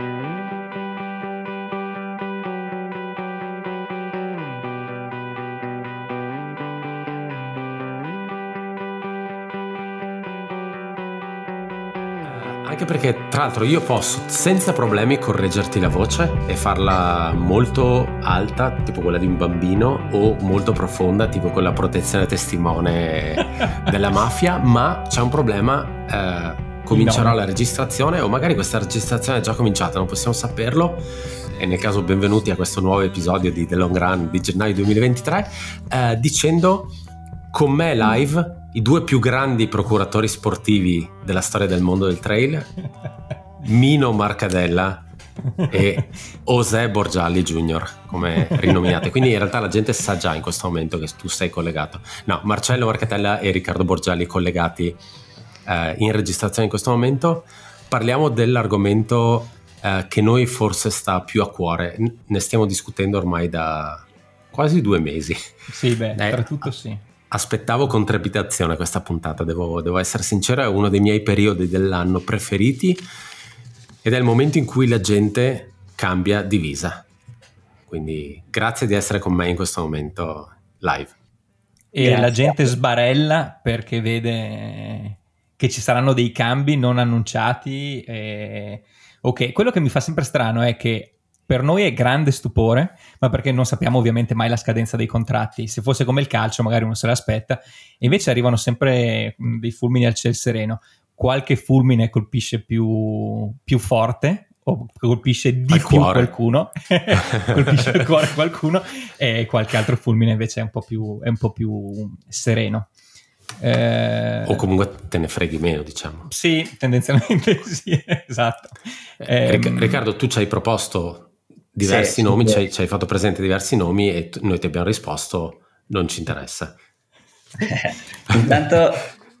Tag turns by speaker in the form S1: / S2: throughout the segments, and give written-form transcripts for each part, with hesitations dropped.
S1: Anche perché, tra l'altro, io posso senza problemi correggerti la voce e farla molto alta, tipo quella di un bambino, o molto profonda, tipo quella protezione testimone della mafia, ma c'è un problema, comincerà la registrazione, o magari questa registrazione è già cominciata, non possiamo saperlo, e nel caso benvenuti a questo nuovo episodio di The Long Run di gennaio 2023, dicendo con me live i due più grandi procuratori sportivi della storia del mondo del trail, Mino Marcadella e José Borgialli Junior, come rinominate. Quindi in realtà la gente sa già in questo momento che tu sei collegato. No, Marcello Marcadella e Riccardo Borgialli collegati in registrazione in questo momento. Parliamo dell'argomento che noi forse sta più a cuore. Ne stiamo discutendo ormai da quasi 2 mesi.
S2: Sì, oltretutto sì.
S1: Aspettavo con trepidazione questa puntata, devo essere sincero, è uno dei miei periodi dell'anno preferiti ed è il momento in cui la gente cambia divisa. Quindi grazie di essere con me in questo momento live.
S2: E grazie. La gente sbarella perché vede che ci saranno dei cambi non annunciati. Ok, quello che mi fa sempre strano è che per noi è grande stupore, ma perché non sappiamo ovviamente mai la scadenza dei contratti. Se fosse come il calcio magari uno se l'aspetta, e invece arrivano sempre dei fulmini al ciel sereno. Qualche fulmine colpisce più forte o colpisce di più qualcuno colpisce il cuore qualcuno, e qualche altro fulmine invece è un po' più sereno.
S1: O comunque te ne freghi meno, diciamo.
S2: Sì, tendenzialmente sì, esatto.
S1: Riccardo, tu ci hai proposto diversi nomi, ci hai fatto presente diversi nomi e noi ti abbiamo risposto non ci interessa.
S3: Intanto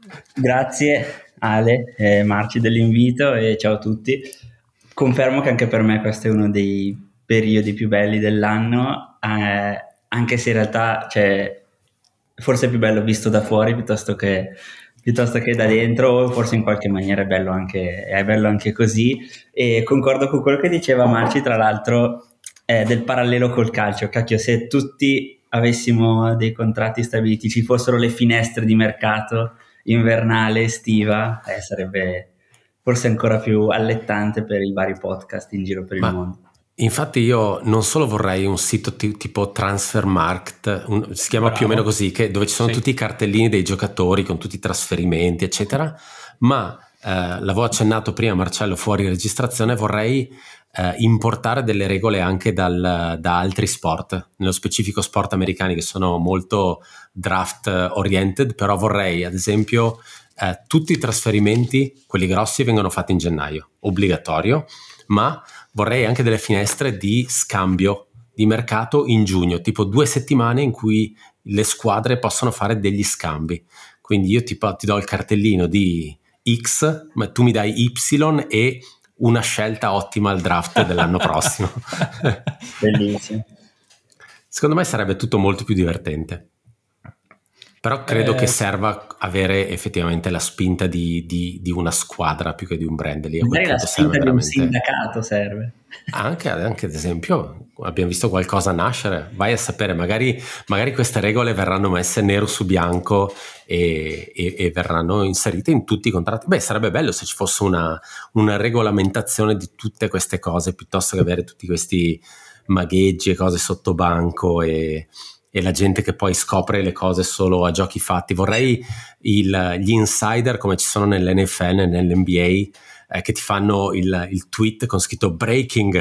S3: grazie Ale e Marci dell'invito e ciao a tutti. Confermo che anche per me questo è uno dei periodi più belli dell'anno, anche se in realtà forse è più bello visto da fuori piuttosto che da dentro, o forse in qualche maniera è bello anche così. E concordo con quello che diceva Marci, tra l'altro, del parallelo col calcio. Cacchio, se tutti avessimo dei contratti stabiliti, ci fossero le finestre di mercato invernale, estiva, sarebbe forse ancora più allettante per i vari podcast in giro per il mondo.
S1: Infatti io non solo vorrei un sito tipo Transfermarkt, si chiama più o meno così, dove ci sono tutti i cartellini dei giocatori con tutti i trasferimenti eccetera, ma l'avevo accennato prima Marcello fuori registrazione, vorrei importare delle regole anche da altri sport, nello specifico sport americani che sono molto draft oriented, però vorrei ad esempio tutti i trasferimenti, quelli grossi, vengono fatti in gennaio, obbligatorio, ma vorrei anche delle finestre di scambio di mercato in giugno, tipo 2 settimane in cui le squadre possono fare degli scambi. Quindi io ti do il cartellino di X, ma tu mi dai Y e una scelta ottima al draft dell'anno prossimo.
S3: Bellissimo.
S1: Secondo me sarebbe tutto molto più divertente. Però credo che serva avere effettivamente la spinta di una squadra più che di un brand. Lì
S3: magari la spinta di un sindacato serve.
S1: Anche ad esempio abbiamo visto qualcosa nascere, vai a sapere, magari queste regole verranno messe nero su bianco e verranno inserite in tutti i contratti. Beh, sarebbe bello se ci fosse una regolamentazione di tutte queste cose, piuttosto che avere tutti questi magheggi e cose sotto banco e la gente che poi scopre le cose solo a giochi fatti. Vorrei gli insider come ci sono nell'NFL e nell'NBA, che ti fanno il tweet con scritto breaking,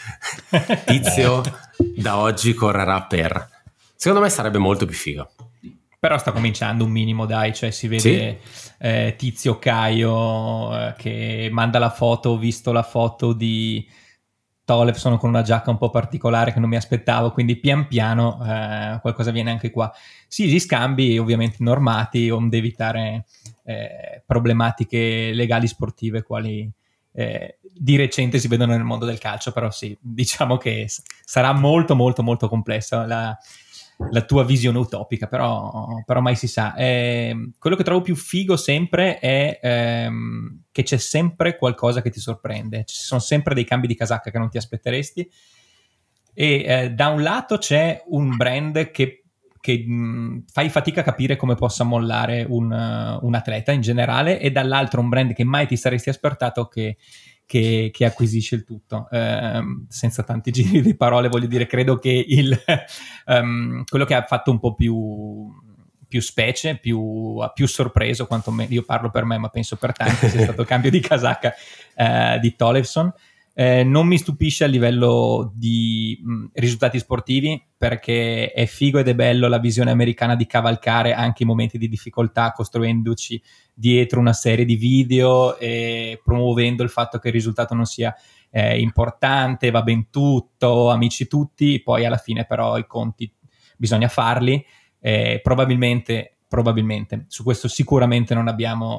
S1: tizio da oggi correrà per. Secondo me sarebbe molto più figo.
S2: Però sta cominciando un minimo, dai, cioè si vede Tizio Caio che manda la foto, ho visto la foto di Tollefson con una giacca un po' particolare che non mi aspettavo, quindi pian piano qualcosa viene anche qua. Sì, gli scambi ovviamente normati, onde evitare problematiche legali sportive quali di recente si vedono nel mondo del calcio, però sì, diciamo che sarà molto molto molto complessa la tua visione utopica, però mai si sa. Quello che trovo più figo sempre è che c'è sempre qualcosa che ti sorprende, ci sono sempre dei cambi di casacca che non ti aspetteresti, e da un lato c'è un brand che fai fatica a capire come possa mollare un atleta in generale, e dall'altro un brand che mai ti saresti aspettato che acquisisce il tutto. Senza tanti giri di parole, voglio dire, credo che quello che ha fatto un po' più specie, più sorpreso, quantomeno io parlo per me ma penso per tanti, sia stato il cambio di casacca di Tollefson. Non mi stupisce a livello di risultati sportivi, perché è figo ed è bello la visione americana di cavalcare anche i momenti di difficoltà, costruendoci dietro una serie di video e promuovendo il fatto che il risultato non sia importante, va ben tutto, amici tutti, poi alla fine però i conti bisogna farli. Probabilmente su questo sicuramente non abbiamo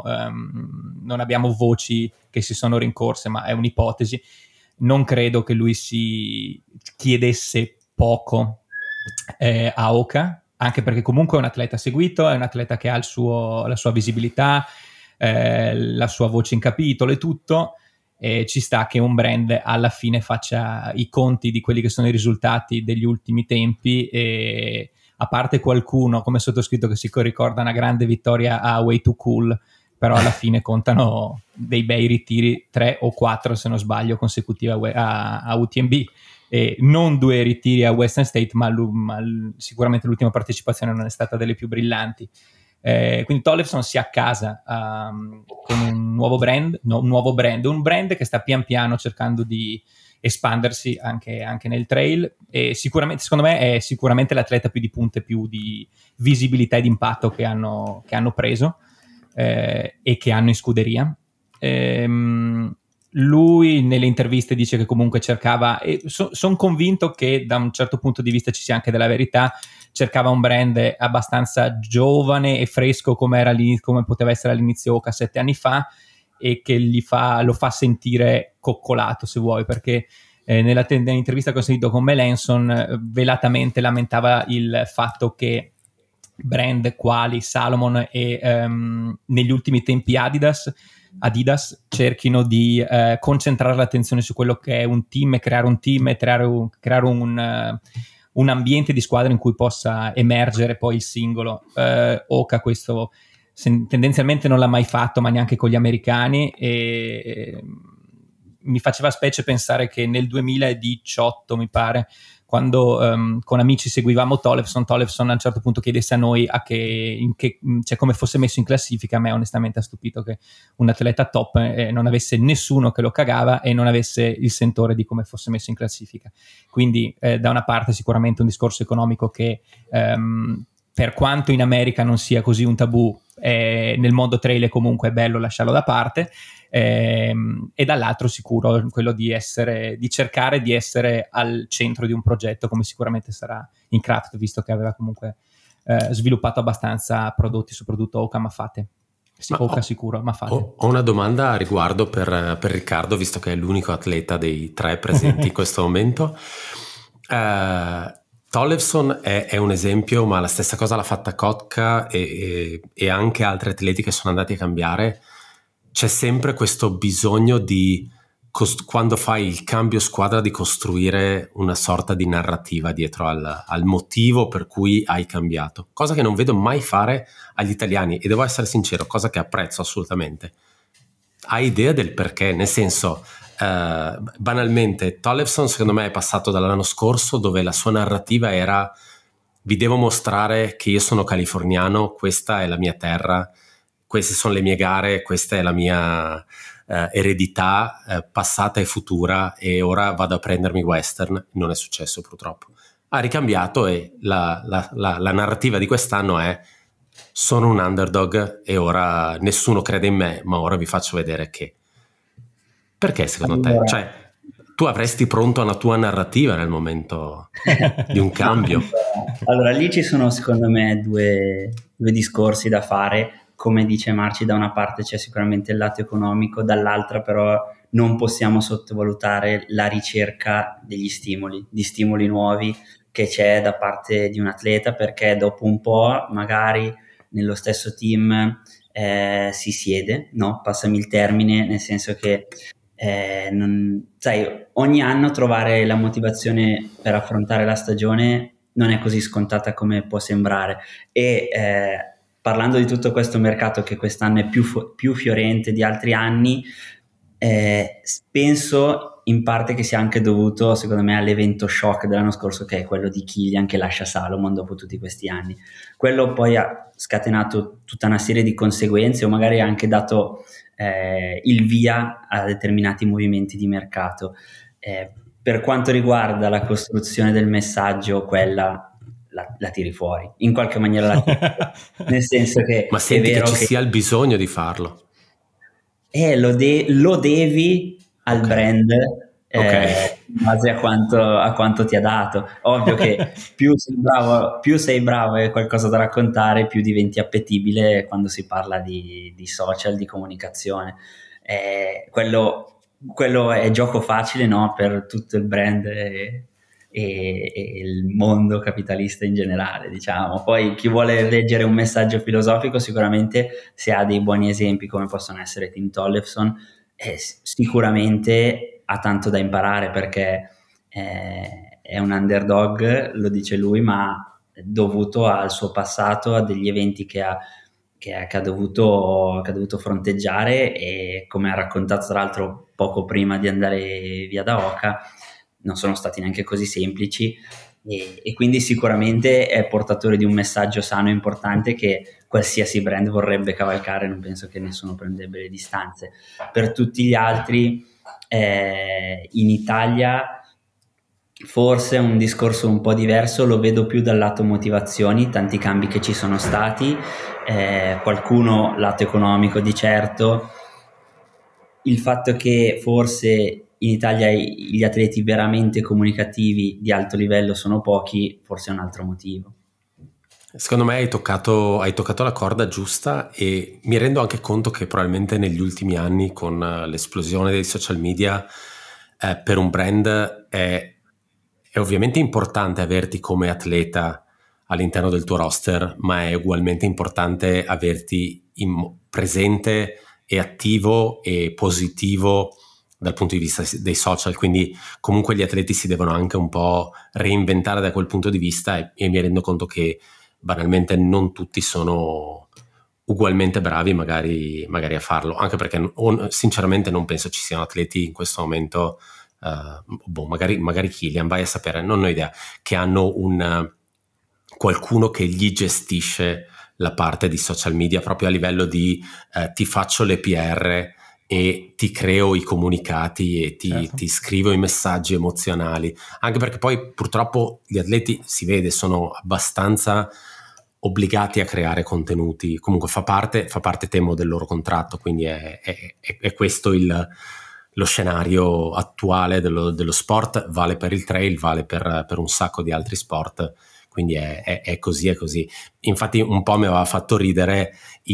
S2: voci che si sono rincorse, ma è un'ipotesi. Non credo che lui si chiedesse poco a Oka, anche perché comunque è un atleta seguito, è un atleta che ha la sua visibilità, la sua voce in capitolo e tutto. Ci sta che un brand alla fine faccia i conti di quelli che sono i risultati degli ultimi tempi, e a parte qualcuno come sottoscritto che si ricorda una grande vittoria a Way Too Cool, però alla fine contano dei bei ritiri, 3 o 4 se non sbaglio consecutivi a UTMB, e non 2 ritiri a Western State, ma sicuramente l'ultima partecipazione non è stata delle più brillanti. Quindi Tollefson si accasa con un nuovo brand, un brand che sta pian piano cercando di espandersi anche nel trail, e sicuramente, secondo me, è sicuramente l'atleta più di punta e più di visibilità e di impatto che hanno preso e che hanno in scuderia. Lui nelle interviste dice che comunque cercava, e sono convinto che da un certo punto di vista ci sia anche della verità, cercava un brand abbastanza giovane e fresco come poteva essere all'inizio Oka 7 anni fa, e che lo fa sentire coccolato, se vuoi, perché nell'intervista che ho sentito con Melanson velatamente lamentava il fatto che brand quali Salomon e negli ultimi tempi Adidas cerchino di concentrare l'attenzione su quello che è un team, e creare un ambiente di squadra in cui possa emergere poi il singolo. Oka questo tendenzialmente non l'ha mai fatto, ma neanche con gli americani, e mi faceva specie pensare che nel 2018, mi pare, quando con amici seguivamo Tollefson a un certo punto chiedesse a noi cioè come fosse messo in classifica. A me onestamente ha stupito che un atleta top non avesse nessuno che lo cagava e non avesse il sentore di come fosse messo in classifica. Quindi da una parte sicuramente un discorso economico che per quanto in America non sia così un tabù, nel mondo trail comunque è bello lasciarlo da parte, e dall'altro sicuro quello di cercare di essere al centro di un progetto, come sicuramente sarà in Craft, visto che aveva comunque sviluppato abbastanza prodotti, soprattutto Oka Mafate. Oka sicuro, Mafate.
S1: Ho una domanda a riguardo per Riccardo, visto che è l'unico atleta dei 3 presenti in questo momento. Tollefson è un esempio, ma la stessa cosa l'ha fatta Kotka e anche altri atleti che sono andati a cambiare. C'è sempre questo bisogno di, quando fai il cambio squadra, di costruire una sorta di narrativa dietro al motivo per cui hai cambiato, cosa che non vedo mai fare agli italiani, e devo essere sincero, cosa che apprezzo assolutamente. Hai idea del perché? Nel senso, banalmente Tollefson secondo me è passato dall'anno scorso, dove la sua narrativa era: vi devo mostrare che io sono californiano, questa è la mia terra, queste sono le mie gare, questa è la mia eredità passata e futura, e ora vado a prendermi Western. Non è successo purtroppo. Ha ricambiato, e la narrativa di quest'anno è: sono un underdog e ora nessuno crede in me, ma ora vi faccio vedere che. Perché secondo te? Cioè, tu avresti pronto una tua narrativa nel momento di un cambio?
S3: Allora, lì ci sono secondo me due discorsi da fare. Come dice Marci, da una parte c'è sicuramente il lato economico, dall'altra però non possiamo sottovalutare la ricerca degli stimoli, di stimoli nuovi, che c'è da parte di un atleta, perché dopo un po' magari nello stesso team si siede, no? Passami il termine, nel senso che sai, ogni anno trovare la motivazione per affrontare la stagione non è così scontata come può sembrare, e parlando di tutto questo mercato che quest'anno è più fiorente di altri anni, penso in parte che sia anche dovuto, secondo me, all'evento shock dell'anno scorso, che è quello di Kilian che lascia Salomon dopo tutti questi anni. Quello poi ha scatenato tutta una serie di conseguenze, o magari ha anche dato il via a determinati movimenti di mercato. Per quanto riguarda la costruzione del messaggio, quella la tiri fuori, in qualche maniera la tiri fuori. Nel senso che
S1: ma senti
S3: è vero
S1: che ci sia il bisogno di farlo?
S3: Lo devi al brand, in base a quanto ti ha dato. Ovvio che più sei bravo e hai qualcosa da raccontare, più diventi appetibile quando si parla di social, di comunicazione. Quello è gioco facile, no? Per tutto il brand e il mondo capitalista in generale, diciamo. Poi chi vuole leggere un messaggio filosofico, sicuramente, se ha dei buoni esempi come possono essere Tim Tollefson, sicuramente ha tanto da imparare, perché è un underdog, lo dice lui, ma dovuto al suo passato, a degli eventi che ha dovuto fronteggiare, e come ha raccontato tra l'altro poco prima di andare via da Oka, non sono stati neanche così semplici, e quindi sicuramente è portatore di un messaggio sano e importante che qualsiasi brand vorrebbe cavalcare. Non penso che nessuno prendebbe le distanze. Per tutti gli altri, in Italia forse è un discorso un po' diverso, lo vedo più dal lato motivazioni, tanti cambi che ci sono stati, qualcuno lato economico di certo, il fatto che forse in Italia gli atleti veramente comunicativi di alto livello sono pochi, forse è un altro motivo.
S1: Secondo me hai toccato la corda giusta, e mi rendo anche conto che probabilmente negli ultimi anni, con l'esplosione dei social media, per un brand è ovviamente importante averti come atleta all'interno del tuo roster, ma è ugualmente importante averti presente e attivo e positivo dal punto di vista dei social. Quindi comunque gli atleti si devono anche un po' reinventare da quel punto di vista, e mi rendo conto che banalmente non tutti sono ugualmente bravi magari a farlo, anche perché sinceramente non penso ci siano atleti in questo momento, magari Kilian, vai a sapere, non ho idea, che hanno qualcuno che gli gestisce la parte di social media proprio a livello di ti faccio le PR e ti creo i comunicati e ti scrivo i messaggi emozionali, anche perché poi purtroppo gli atleti, si vede, sono abbastanza obbligati a creare contenuti, comunque fa parte temo del loro contratto, quindi è questo lo scenario attuale dello sport. Vale per il trail, vale per un sacco di altri sport, quindi è così. Infatti un po' mi aveva fatto ridere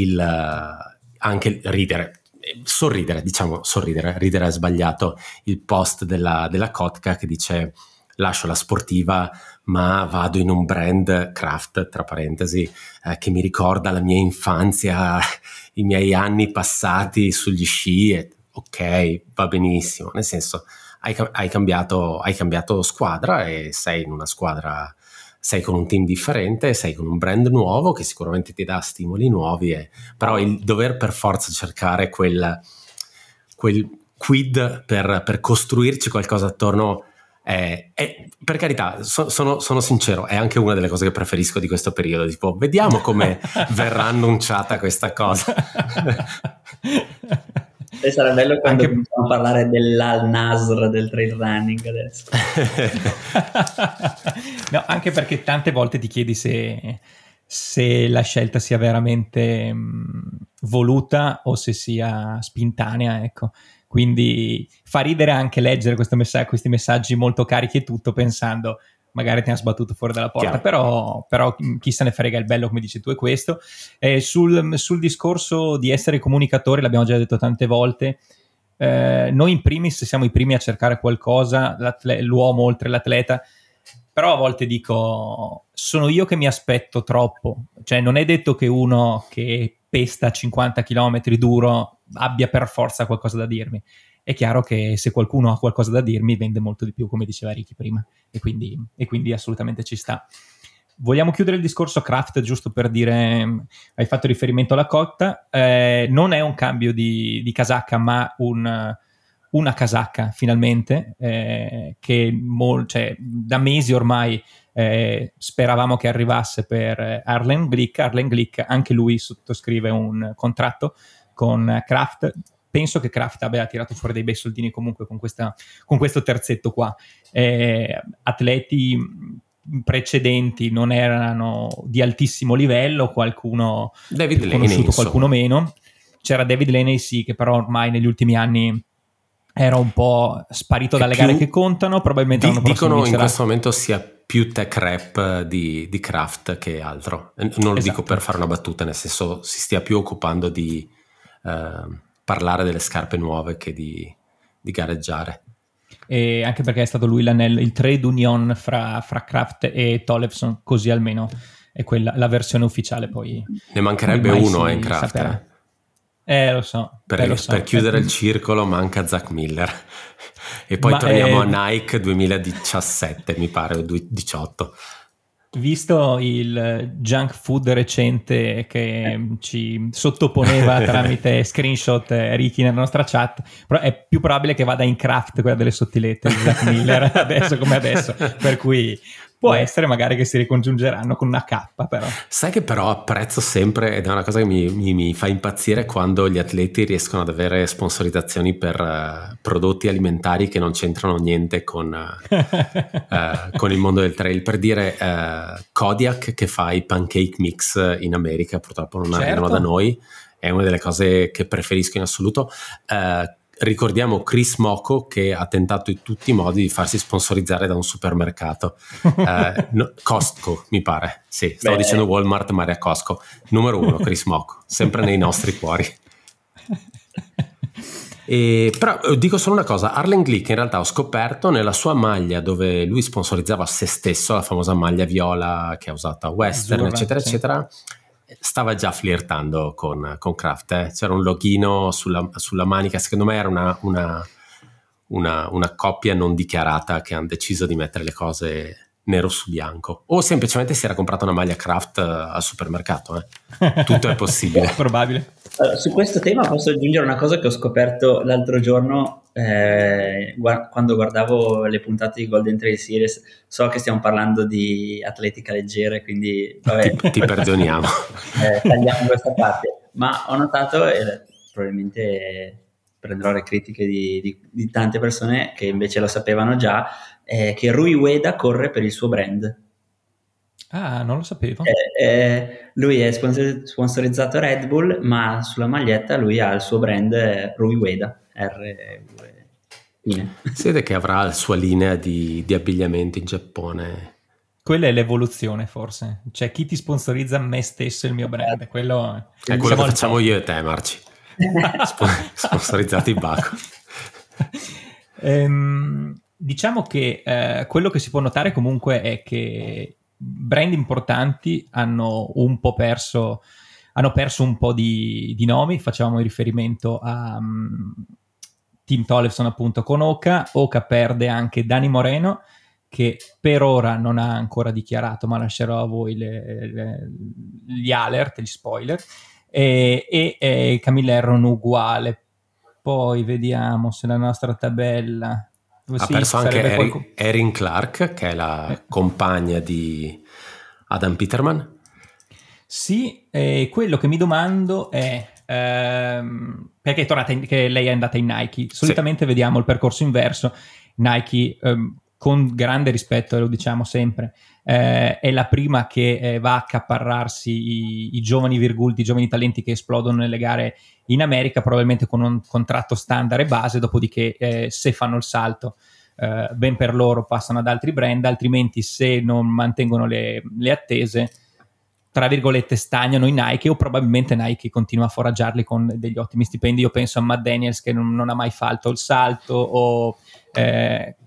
S1: ridere è sbagliato, il post della Kotka che dice: lascio la sportiva ma vado in un brand craft, tra parentesi, che mi ricorda la mia infanzia, i miei anni passati sugli sci. Ok, va benissimo, nel senso hai cambiato squadra, e sei in una squadra, sei con un team differente, sei con un brand nuovo che sicuramente ti dà stimoli nuovi, però il dover per forza cercare quel quid per costruirci qualcosa attorno è, per carità, sono sincero, è anche una delle cose che preferisco di questo periodo, tipo vediamo come verrà annunciata questa cosa.
S3: E sarà bello quando cominciamo a parlare dell'Al Nasr del trail running adesso.
S2: No, anche perché tante volte ti chiedi se la scelta sia veramente voluta o se sia spintanea, ecco. Quindi fa ridere anche leggere questi messaggi molto carichi e tutto, pensando magari ti ha sbattuto fuori dalla porta, però chi se ne frega, il bello, come dici tu, è questo. Sul discorso di essere comunicatori, l'abbiamo già detto tante volte, noi in primis siamo i primi a cercare qualcosa, l'uomo oltre l'atleta, però a volte dico, sono io che mi aspetto troppo, cioè non è detto che uno che pesta 50 km duro abbia per forza qualcosa da dirmi. È chiaro che se qualcuno ha qualcosa da dirmi vende molto di più, come diceva Ricky prima, e quindi assolutamente ci sta. Vogliamo chiudere il discorso craft, giusto per dire, hai fatto riferimento alla cotta, non è un cambio di casacca, ma una casacca finalmente, che cioè, da mesi ormai speravamo che arrivasse per Harlan Glick, anche lui sottoscrive un contratto con Kraft. Penso che Kraft abbia tirato fuori dei bei soldini comunque con questo terzetto qua. Atleti precedenti non erano di altissimo livello, qualcuno
S1: David Laney,
S2: conosciuto, qualcuno meno. C'era David Laney, sì, che però ormai negli ultimi anni era un po' sparito dalle gare che contano. Probabilmente
S1: dicono in questo momento sia più tech rap di Kraft che altro. Non lo dico per fare una battuta, nel senso si stia più occupando di parlare delle scarpe nuove che di gareggiare.
S2: E anche perché è stato lui il trade union fra Kraft e Tollefson, così almeno è quella la versione ufficiale. Poi
S1: ne mancherebbe uno in Kraft.
S2: Lo so.
S1: Per chiudere il circolo manca Zach Miller. E poi torniamo a Nike 2017, mi pare, o 2018.
S2: Visto il junk food recente che ci sottoponeva tramite screenshot Ricky nella nostra chat, però è più probabile che vada in Kraft quella delle sottilette di Zach Miller adesso come adesso, per cui può essere magari che si ricongiungeranno con una K. Però
S1: sai che però apprezzo sempre, ed è una cosa che mi fa impazzire, quando gli atleti riescono ad avere sponsorizzazioni per prodotti alimentari che non c'entrano niente con il mondo del trail. Per dire, Kodiak, che fa i pancake mix in America, purtroppo non arrivano da noi, è una delle cose che preferisco in assoluto. Ricordiamo Chris Mocco, che ha tentato in tutti i modi di farsi sponsorizzare da un supermercato, Costco mi pare, sì, stavo dicendo Walmart ma era Costco. Numero 1 Chris Mocco, sempre nei nostri cuori. Però dico solo una cosa, Harlan Glick in realtà ho scoperto nella sua maglia, dove lui sponsorizzava se stesso, la famosa maglia viola che ha usato a Western, eccetera eccetera, stava già flirtando con Kraft. C'era un loghino sulla manica, secondo me era una coppia non dichiarata che hanno deciso di mettere le cose nero su bianco, o semplicemente si era comprato una maglia Kraft al supermercato. Tutto è possibile.
S2: Probabile.
S3: Su questo tema posso aggiungere una cosa che ho scoperto l'altro giorno quando guardavo le puntate di Golden Trail Series. So che stiamo parlando di atletica leggera, quindi vabbè,
S1: ti perdoniamo.
S3: Tagliamo questa parte, ma ho notato, e probabilmente prenderò le critiche di tante persone che invece lo sapevano già, che Rui Ueda corre per il suo brand.
S2: Ah, non lo sapevo.
S3: Lui è sponsorizzato Red Bull, ma sulla maglietta lui ha il suo brand Rui Ueda,
S1: Si vede che avrà la sua linea di abbigliamento in Giappone.
S2: Quella è l'evoluzione, forse. Cioè, chi ti sponsorizza me stesso e il mio brand? Quello
S1: è quello che facciamo io e te, Marci. Sponsorizzati Baco.
S2: Diciamo che quello che si può notare comunque è che brand importanti hanno perso un po' di nomi. Facevamo riferimento a Tim Tollefson appunto con Oka perde anche Dani Moreno, che per ora non ha ancora dichiarato, ma lascerò a voi gli alert, gli spoiler, e Camille Herron uguale. Poi vediamo se la nostra tabella
S1: ha perso anche Erin Clark, che è la compagna di Adam Peterman.
S2: Sì, quello che mi domando è perché è tornata che lei è andata in Nike. Solitamente vediamo il percorso inverso. Nike, con grande rispetto, lo diciamo sempre, è la prima che va a accaparrarsi i giovani virgulti, i giovani talenti che esplodono nelle gare in America, probabilmente con un contratto standard e base, dopodiché se fanno il salto ben per loro, passano ad altri brand, altrimenti se non mantengono le attese, tra virgolette stagnano in Nike, o probabilmente Nike continua a foraggiarli con degli ottimi stipendi. Io penso a Matt Daniels, che non ha mai fatto il salto, o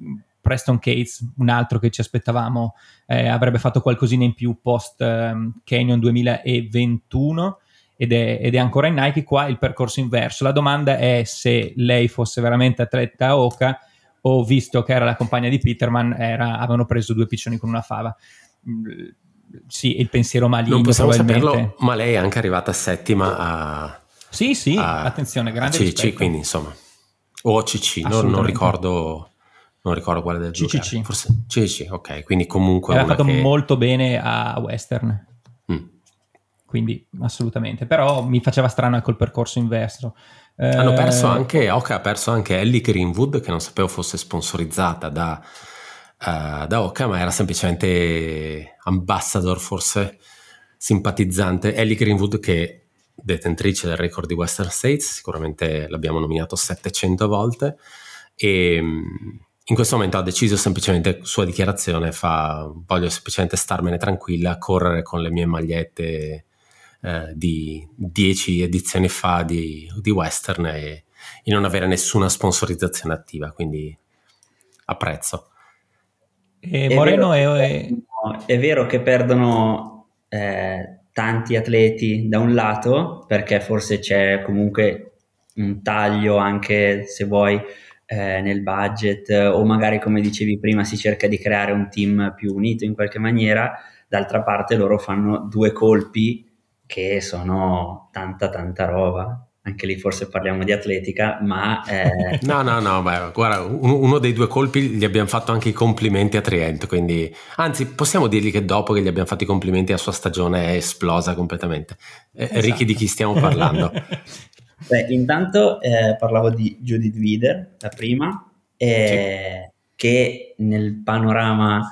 S2: Preston Cates, un altro che ci aspettavamo avrebbe fatto qualcosina in più post Canyon 2021, ed è ancora in Nike. Qua il percorso inverso. La domanda è se lei fosse veramente atleta a Hoka, o visto che era la compagna di Peterman avevano preso due piccioni con una fava. Sì, il pensiero maligno.
S1: Non possiamo
S2: probabilmente
S1: saperlo, ma lei è anche arrivata settima a
S2: attenzione, grande
S1: CC,
S2: rispetto.
S1: quindi insomma, o CC, non ricordo quale del due.
S2: CCC.
S1: Forse CC, ok, quindi comunque
S2: aveva fatto molto bene a Western. Quindi assolutamente, però mi faceva strano col percorso inverso.
S1: Hanno perso anche Hoka, ha perso anche Ellie Greenwood, che non sapevo fosse sponsorizzata da Hoka, ma era semplicemente ambassador, forse simpatizzante. Ellie Greenwood, che detentrice del record di Western States, sicuramente l'abbiamo nominato 700 volte, e in questo momento ha deciso semplicemente, sua dichiarazione voglio semplicemente starmene tranquilla, correre con le mie magliette di 10 edizioni fa di Western e non avere nessuna sponsorizzazione attiva, quindi apprezzo.
S2: Moreno
S3: è vero che perdono tanti atleti da un lato, perché forse c'è comunque un taglio anche, se vuoi, nel budget, o magari, come dicevi prima, si cerca di creare un team più unito in qualche maniera. D'altra parte loro fanno due colpi che sono tanta roba. Anche lì forse parliamo di atletica, ma
S1: no, beh, guarda, uno dei due colpi gli abbiamo fatto anche i complimenti a Trient, quindi anzi possiamo dirgli che dopo che gli abbiamo fatto i complimenti la sua stagione è esplosa completamente. Esatto. Ricky, di chi stiamo parlando?
S3: Beh, intanto parlavo di Judith Wider, la prima, che nel panorama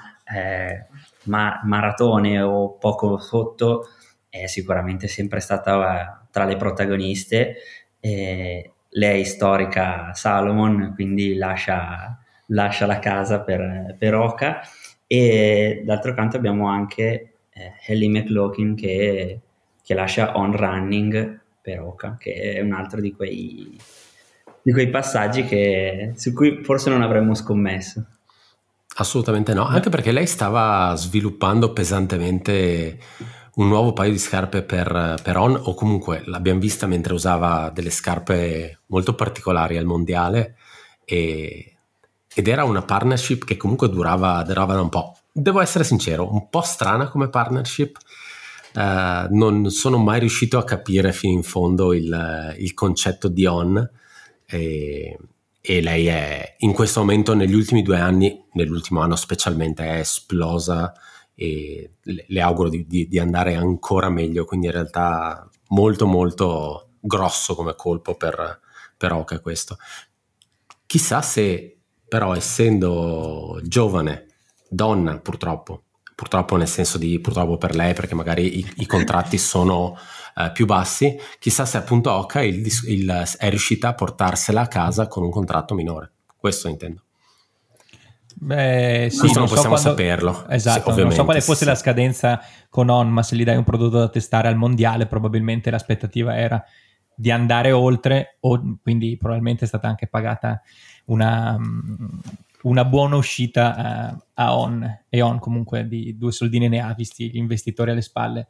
S3: maratone o poco sotto è sicuramente sempre stata tra le protagoniste. Lei storica Salomon, quindi lascia la casa per Hoka, e d'altro canto abbiamo anche Ellie McLaughlin che lascia On Running per Hoka, che è un altro di quei passaggi su cui forse non avremmo scommesso.
S1: Assolutamente no, anche perché lei stava sviluppando pesantemente un nuovo paio di scarpe per On, o comunque l'abbiamo vista mentre usava delle scarpe molto particolari al mondiale, ed era una partnership che comunque durava da un po'. Devo essere sincero, un po' strana come partnership. Non sono mai riuscito a capire fino in fondo il concetto di On, e lei è in questo momento, negli ultimi 2 anni, nell'ultimo anno specialmente, è esplosa, e le auguro di andare ancora meglio, quindi in realtà molto molto grosso come colpo per Hoka questo. Chissà se però, essendo giovane, donna purtroppo nel senso di purtroppo per lei, perché magari i contratti sono più bassi, chissà se appunto Hoka è riuscita a portarsela a casa con un contratto minore, questo intendo.
S2: Beh, sì,
S1: questo non possiamo saperlo.
S2: Esatto, non so quale fosse la scadenza con On, ma se gli dai un prodotto da testare al mondiale, probabilmente l'aspettativa era di andare oltre, quindi probabilmente è stata anche pagata una buona uscita a On, e On comunque di 2 soldini ne ha, visti gli investitori alle spalle.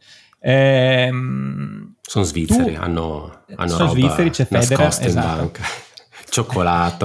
S1: Sono svizzeri, hanno
S2: sono
S1: roba
S2: svizzeri, c'è Federer,
S1: nascosta
S2: esatto.
S1: in banca, cioccolato.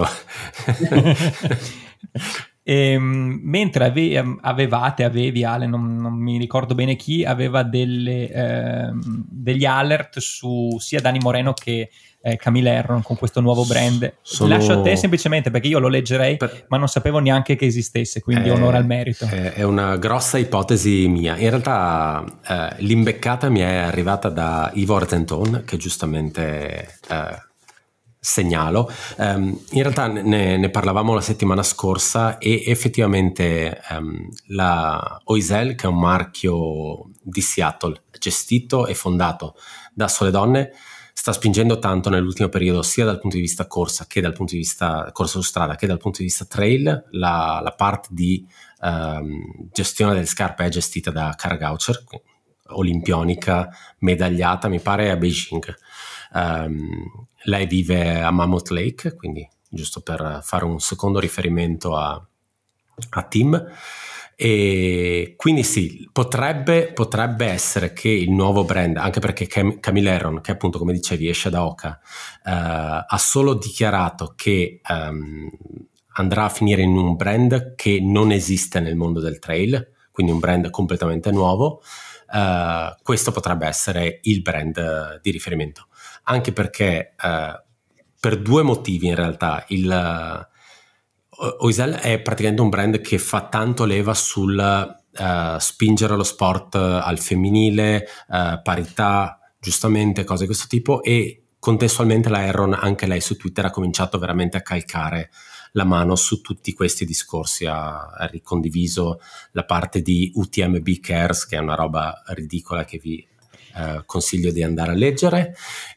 S2: Mentre avevi Ale, non mi ricordo bene chi, aveva degli alert su sia Dani Moreno che Camille Herron con questo nuovo brand. Lascio a te semplicemente perché io lo leggerei, ma non sapevo neanche che esistesse, quindi onore al merito.
S1: È una grossa ipotesi mia. In realtà l'imbeccata mi è arrivata da Ivo Argenton, che giustamente segnalo. In realtà ne parlavamo la settimana scorsa, e effettivamente la Oiselle, che è un marchio di Seattle gestito e fondato da sole donne, sta spingendo tanto nell'ultimo periodo, sia dal punto di vista corsa che dal punto di vista corsa su strada che dal punto di vista trail. La parte di gestione delle scarpe è gestita da Kara Goucher, olimpionica, medagliata mi pare a Beijing. Lei vive a Mammoth Lake, quindi giusto per fare un secondo riferimento a team. E quindi sì, potrebbe essere che il nuovo brand, anche perché Camille Herron, che appunto come dicevi esce da Oka, ha solo dichiarato che andrà a finire in un brand che non esiste nel mondo del trail, quindi un brand completamente nuovo. Questo potrebbe essere il brand di riferimento, anche perché per due motivi in realtà. Oiselle è praticamente un brand che fa tanto leva sul spingere lo sport al femminile, parità, giustamente, cose di questo tipo, e contestualmente la Herron, anche lei su Twitter, ha cominciato veramente a calcare la mano su tutti questi discorsi, ha ricondiviso la parte di UTMB Cares, che è una roba ridicola che vi consiglio di andare a leggere.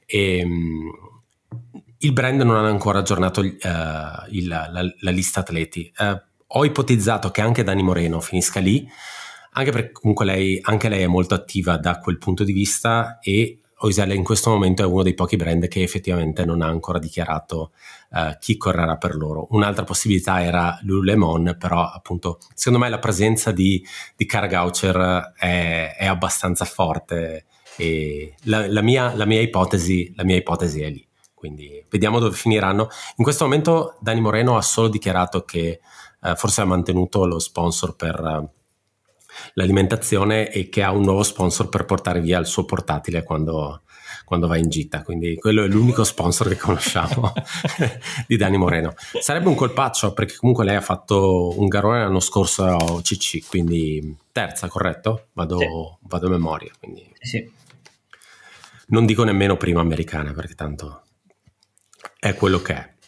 S1: Il brand non ha ancora aggiornato la lista atleti. Ho ipotizzato che anche Dani Moreno finisca lì, anche perché comunque anche lei è molto attiva da quel punto di vista, e Oiselle in questo momento è uno dei pochi brand che effettivamente non ha ancora dichiarato chi correrà per loro. Un'altra possibilità era Lululemon, però appunto secondo me la presenza di Kara Goucher è abbastanza forte, e la mia ipotesi è lì. Quindi vediamo dove finiranno. In questo momento Dani Moreno ha solo dichiarato che forse ha mantenuto lo sponsor per l'alimentazione e che ha un nuovo sponsor per portare via il suo portatile quando va in gita, quindi quello è l'unico sponsor che conosciamo di Dani Moreno. Sarebbe un colpaccio, perché comunque lei ha fatto un garone l'anno scorso a OCC, quindi terza, corretto? Vado a memoria, quindi
S3: sì.
S1: Non dico nemmeno prima americana, perché tanto è quello che è.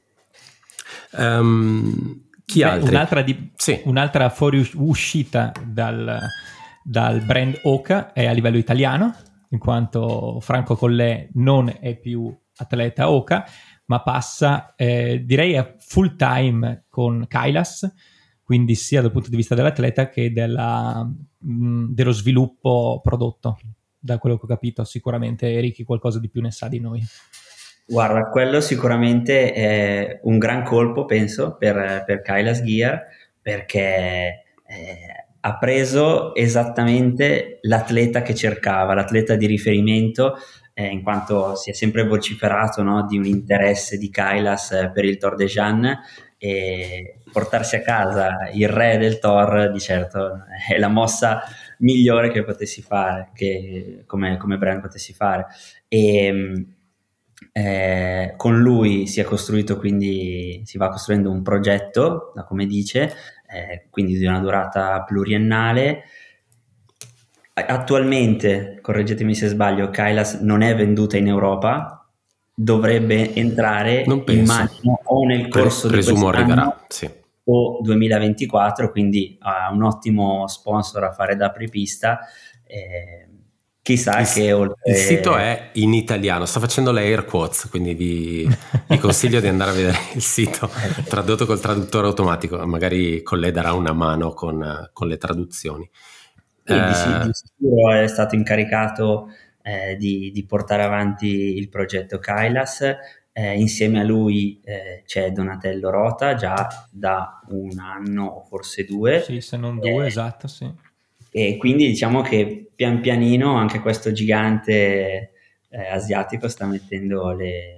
S1: Chi altri?
S2: Un'altra fuoriuscita dal brand Oka è a livello italiano, in quanto Franco Collè non è più atleta Oka, ma passa direi a full time con Kailas, quindi sia dal punto di vista dell'atleta che dello sviluppo prodotto. Da quello che ho capito, sicuramente Ricky qualcosa di più ne sa di noi.
S3: Guarda, quello sicuramente è un gran colpo, penso, per Kailas Gear, perché ha preso esattamente l'atleta che cercava, l'atleta di riferimento, in quanto si è sempre vociferato, no, di un interesse di Kailas per il Tor de Jeanne, e portarsi a casa il re del Tor di certo è la mossa migliore che potessi fare, che come brand potessi fare. E con lui si va costruendo un progetto, da come dice, quindi di una durata pluriennale. Attualmente, correggetemi se sbaglio, Kailas non è venduta in Europa, dovrebbe entrare, immagino, o nel corso di quest'anno
S1: arriverà, sì,
S3: o 2024, quindi ha un ottimo sponsor a fare da apripista. Chissà il
S1: sito è in italiano, sta facendo le air quotes, quindi vi consiglio di andare a vedere il sito tradotto col traduttore automatico, magari Collè darà una mano con le traduzioni.
S3: Di sicuro è stato incaricato di portare avanti il progetto Kailas. Insieme a lui c'è Donatello Rota già da un anno o forse 2.
S2: Sì, se non 2, esatto, sì.
S3: E quindi diciamo che pian pianino anche questo gigante asiatico sta mettendo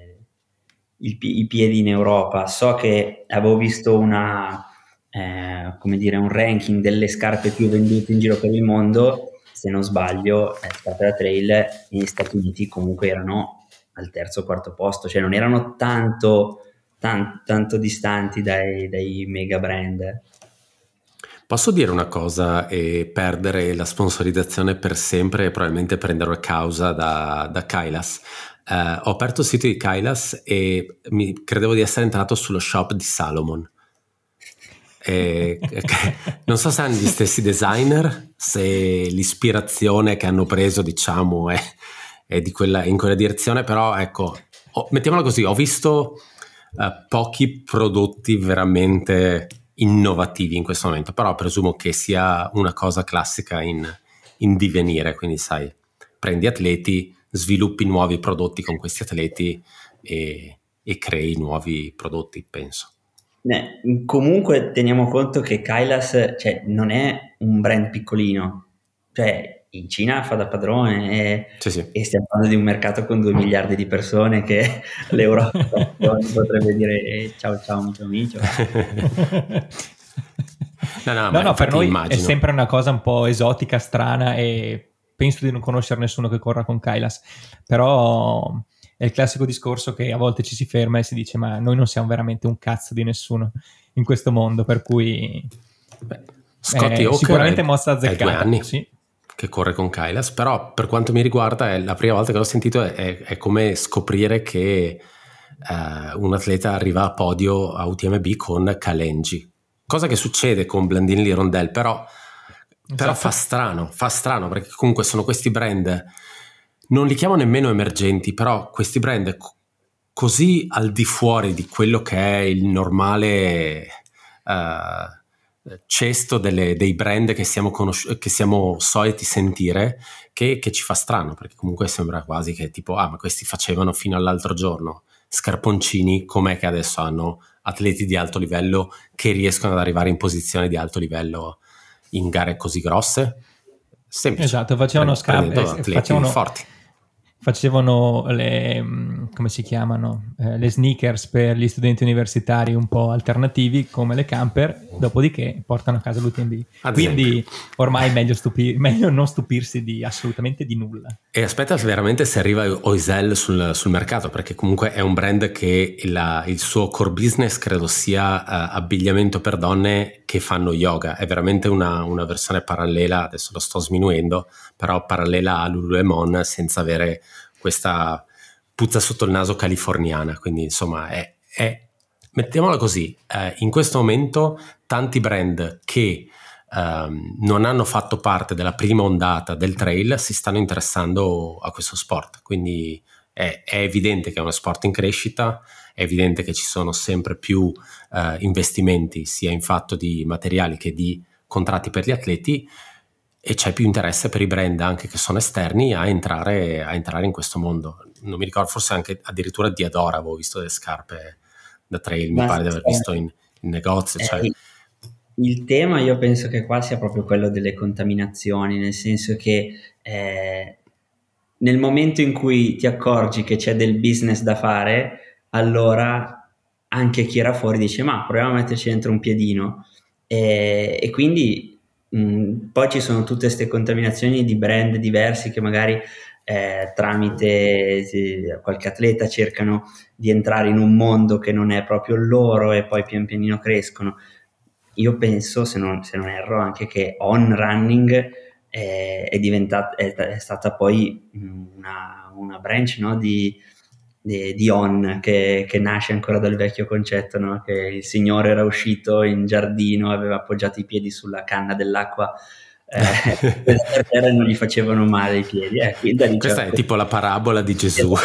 S3: i piedi in Europa. So che avevo visto un ranking delle scarpe più vendute in giro per il mondo, se non sbaglio, scarpe da trail negli Stati Uniti comunque erano al terzo o quarto posto, cioè non erano tanto distanti dai mega brand.
S1: Posso dire una cosa e perdere la sponsorizzazione per sempre e probabilmente prendere a causa da Kailas? Ho aperto il sito di Kailas e credevo di essere entrato sullo shop di Salomon. Non so se hanno gli stessi designer, se l'ispirazione che hanno preso, diciamo, è in quella direzione, però ecco, mettiamola così, ho visto pochi prodotti veramente innovativi in questo momento, però presumo che sia una cosa classica in divenire, quindi sai, prendi atleti, sviluppi nuovi prodotti con questi atleti e crei nuovi prodotti, penso.
S3: Comunque teniamo conto che Kailas, cioè, non è un brand piccolino, cioè in Cina fa da padrone e stiamo parlando di un mercato con 2 miliardi di persone che l'Europa potrebbe dire ciao micio.
S2: No, per noi immagino. È sempre una cosa un po' esotica, strana, e penso di non conoscere nessuno che corra con Kailas, però è il classico discorso che a volte ci si ferma e si dice ma noi non siamo veramente un cazzo di nessuno in questo mondo, per cui
S1: Scotty Hawker
S2: sicuramente mossa azzeccata.
S1: 2 anni sì, che corre con Kailas, però per quanto mi riguarda è la prima volta che l'ho sentito, è come scoprire che un atleta arriva a podio a UTMB con Kalenji, cosa che succede con Blandini Rondel, però fa strano perché comunque sono questi brand, non li chiamo nemmeno emergenti, però questi brand così al di fuori di quello che è il normale cesto dei brand che siamo soliti sentire, che ci fa strano, perché comunque sembra quasi che tipo ma questi facevano fino all'altro giorno scarponcini, com'è che adesso hanno atleti di alto livello che riescono ad arrivare in posizione di alto livello in gare così grosse? Semplice.
S2: Esatto, facevano
S1: forti.
S2: Facevano le, come si chiamano, le sneakers per gli studenti universitari un po' alternativi come le camper, dopodiché portano a casa l'UTMB. Quindi ormai meglio non stupirsi assolutamente di nulla.
S1: E aspetta veramente se arriva Oisel sul mercato, perché comunque è un brand che il suo core business credo sia abbigliamento per donne che fanno yoga. È veramente una versione parallela, adesso lo sto sminuendo, però parallela a Lululemon, senza avere questa puzza sotto il naso californiana. Quindi insomma mettiamola così, in questo momento tanti brand che non hanno fatto parte della prima ondata del trail si stanno interessando a questo sport, quindi è evidente che è uno sport in crescita, è evidente che ci sono sempre più investimenti sia in fatto di materiali che di contratti per gli atleti, e c'è più interesse per i brand anche che sono esterni a entrare in questo mondo. Non mi ricordo, forse anche addirittura Diadora avevo visto delle scarpe da trail, mi pare di aver visto in negozio.
S3: Il tema io penso che qua sia proprio quello delle contaminazioni, nel senso che nel momento in cui ti accorgi che c'è del business da fare, allora anche chi era fuori dice ma proviamo a metterci dentro un piedino, e quindi poi ci sono tutte queste contaminazioni di brand diversi che magari tramite qualche atleta cercano di entrare in un mondo che non è proprio il loro e poi pian pianino crescono. Io penso, se non erro, anche che On Running è stata poi una branch, no, di On che nasce ancora dal vecchio concetto, no? Che il signore era uscito in giardino, aveva appoggiato i piedi sulla canna dell'acqua per terra e non gli facevano male i piedi.
S1: Questa è tipo la parabola di Gesù.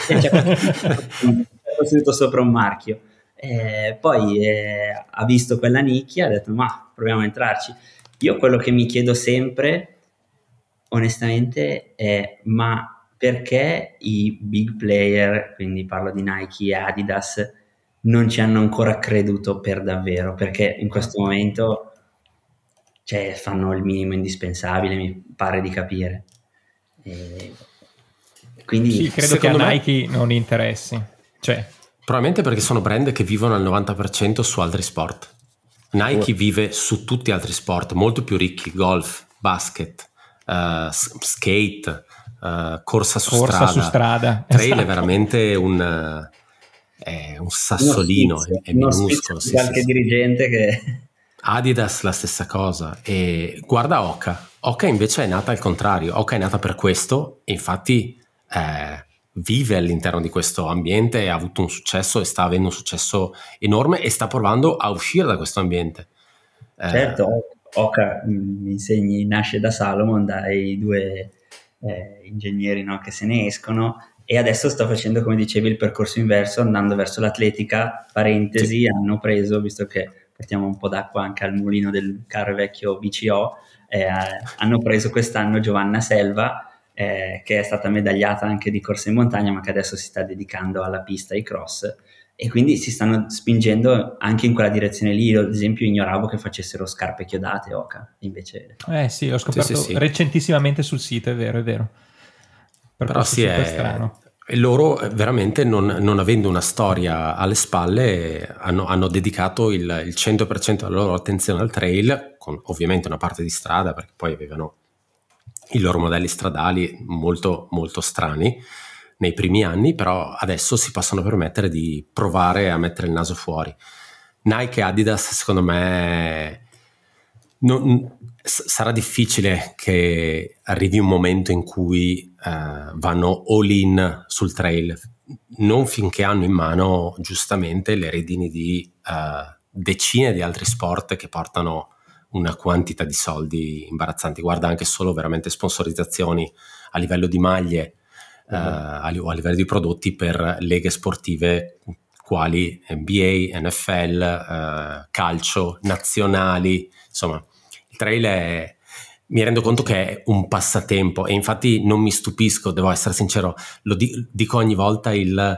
S3: Ha costruito sopra un marchio. Poi ha visto quella nicchia, ha detto ma proviamo a entrarci. Io quello che mi chiedo sempre onestamente è ma perché i big player, quindi parlo di Nike e Adidas, non ci hanno ancora creduto per davvero, perché in questo momento fanno il minimo indispensabile, mi pare di capire. Quindi
S2: sì, credo che a Nike non interessi,
S1: probabilmente perché sono brand che vivono al 90% su altri sport. Nike vive su tutti gli altri sport molto più ricchi: golf, basket, skate, corsa su strada. Trail è veramente un sassolino, è minuscolo.
S3: Qualche dirigente che...
S1: Adidas la stessa cosa, e guarda Hoka invece è nata al contrario. Hoka è nata per questo e infatti vive all'interno di questo ambiente, ha avuto un successo e sta avendo un successo enorme e sta provando a uscire da questo ambiente.
S3: Certo, Hoka, mi insegni, nasce da Salomon, dai 2 ingegneri, no, che se ne escono, e adesso sto facendo, come dicevi, il percorso inverso, andando verso l'atletica. Parentesi, sì. Hanno preso, visto che portiamo un po' d'acqua anche al mulino del caro vecchio BCO, hanno preso quest'anno Giovanna Selva, che è stata medagliata anche di corsa in montagna, ma che adesso si sta dedicando alla pista e ai cross, e quindi si stanno spingendo anche in quella direzione lì. Io, ad esempio, ignoravo che facessero scarpe chiodate Hoka, invece...
S2: Sì, l'ho scoperto
S1: sì.
S2: recentissimamente sul sito, è vero.
S1: Però sì, è strano. E loro veramente non avendo una storia alle spalle hanno dedicato il 100% della loro attenzione al trail, con ovviamente una parte di strada, perché poi avevano i loro modelli stradali molto molto strani nei primi anni, però adesso si possono permettere di provare a mettere il naso fuori. Nike e Adidas, secondo me, sarà difficile che arrivi un momento in cui vanno all in sul trail, non finché hanno in mano giustamente le redini di decine di altri sport che portano una quantità di soldi imbarazzanti. Guarda anche solo veramente sponsorizzazioni a livello di maglie o a livello di prodotti per leghe sportive quali NBA, NFL, calcio, nazionali. Insomma, il trail mi rendo conto che è un passatempo e infatti non mi stupisco, devo essere sincero, lo dico ogni volta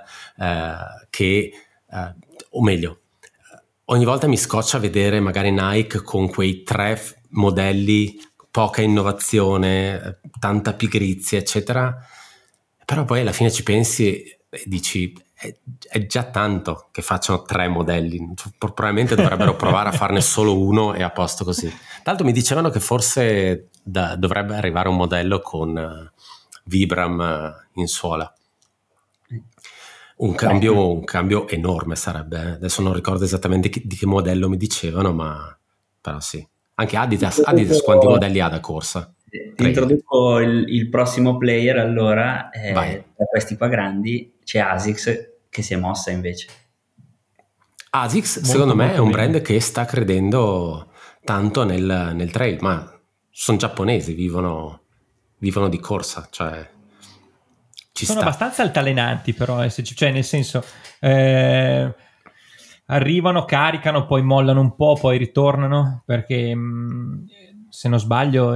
S1: o meglio, ogni volta mi scoccia vedere magari Nike con quei 3 modelli, poca innovazione, tanta pigrizia, eccetera, però poi alla fine ci pensi e dici è già tanto che facciano 3 modelli, probabilmente dovrebbero provare a farne solo uno e a posto così. Tanto mi dicevano che forse dovrebbe arrivare un modello con Vibram in suola. Un cambio enorme sarebbe. Adesso non ricordo esattamente di che modello mi dicevano, ma però sì. Anche Adidas quanti modelli ha da corsa?
S3: Ti introduco il prossimo player allora, da questi qua grandi c'è ASICS che si è mossa invece.
S1: ASICS secondo me è un brand che sta credendo tanto nel trail, ma sono giapponesi, vivono di corsa, cioè
S2: sono abbastanza altalenanti però, cioè nel senso arrivano, caricano, poi mollano un po', poi ritornano, perché se non sbaglio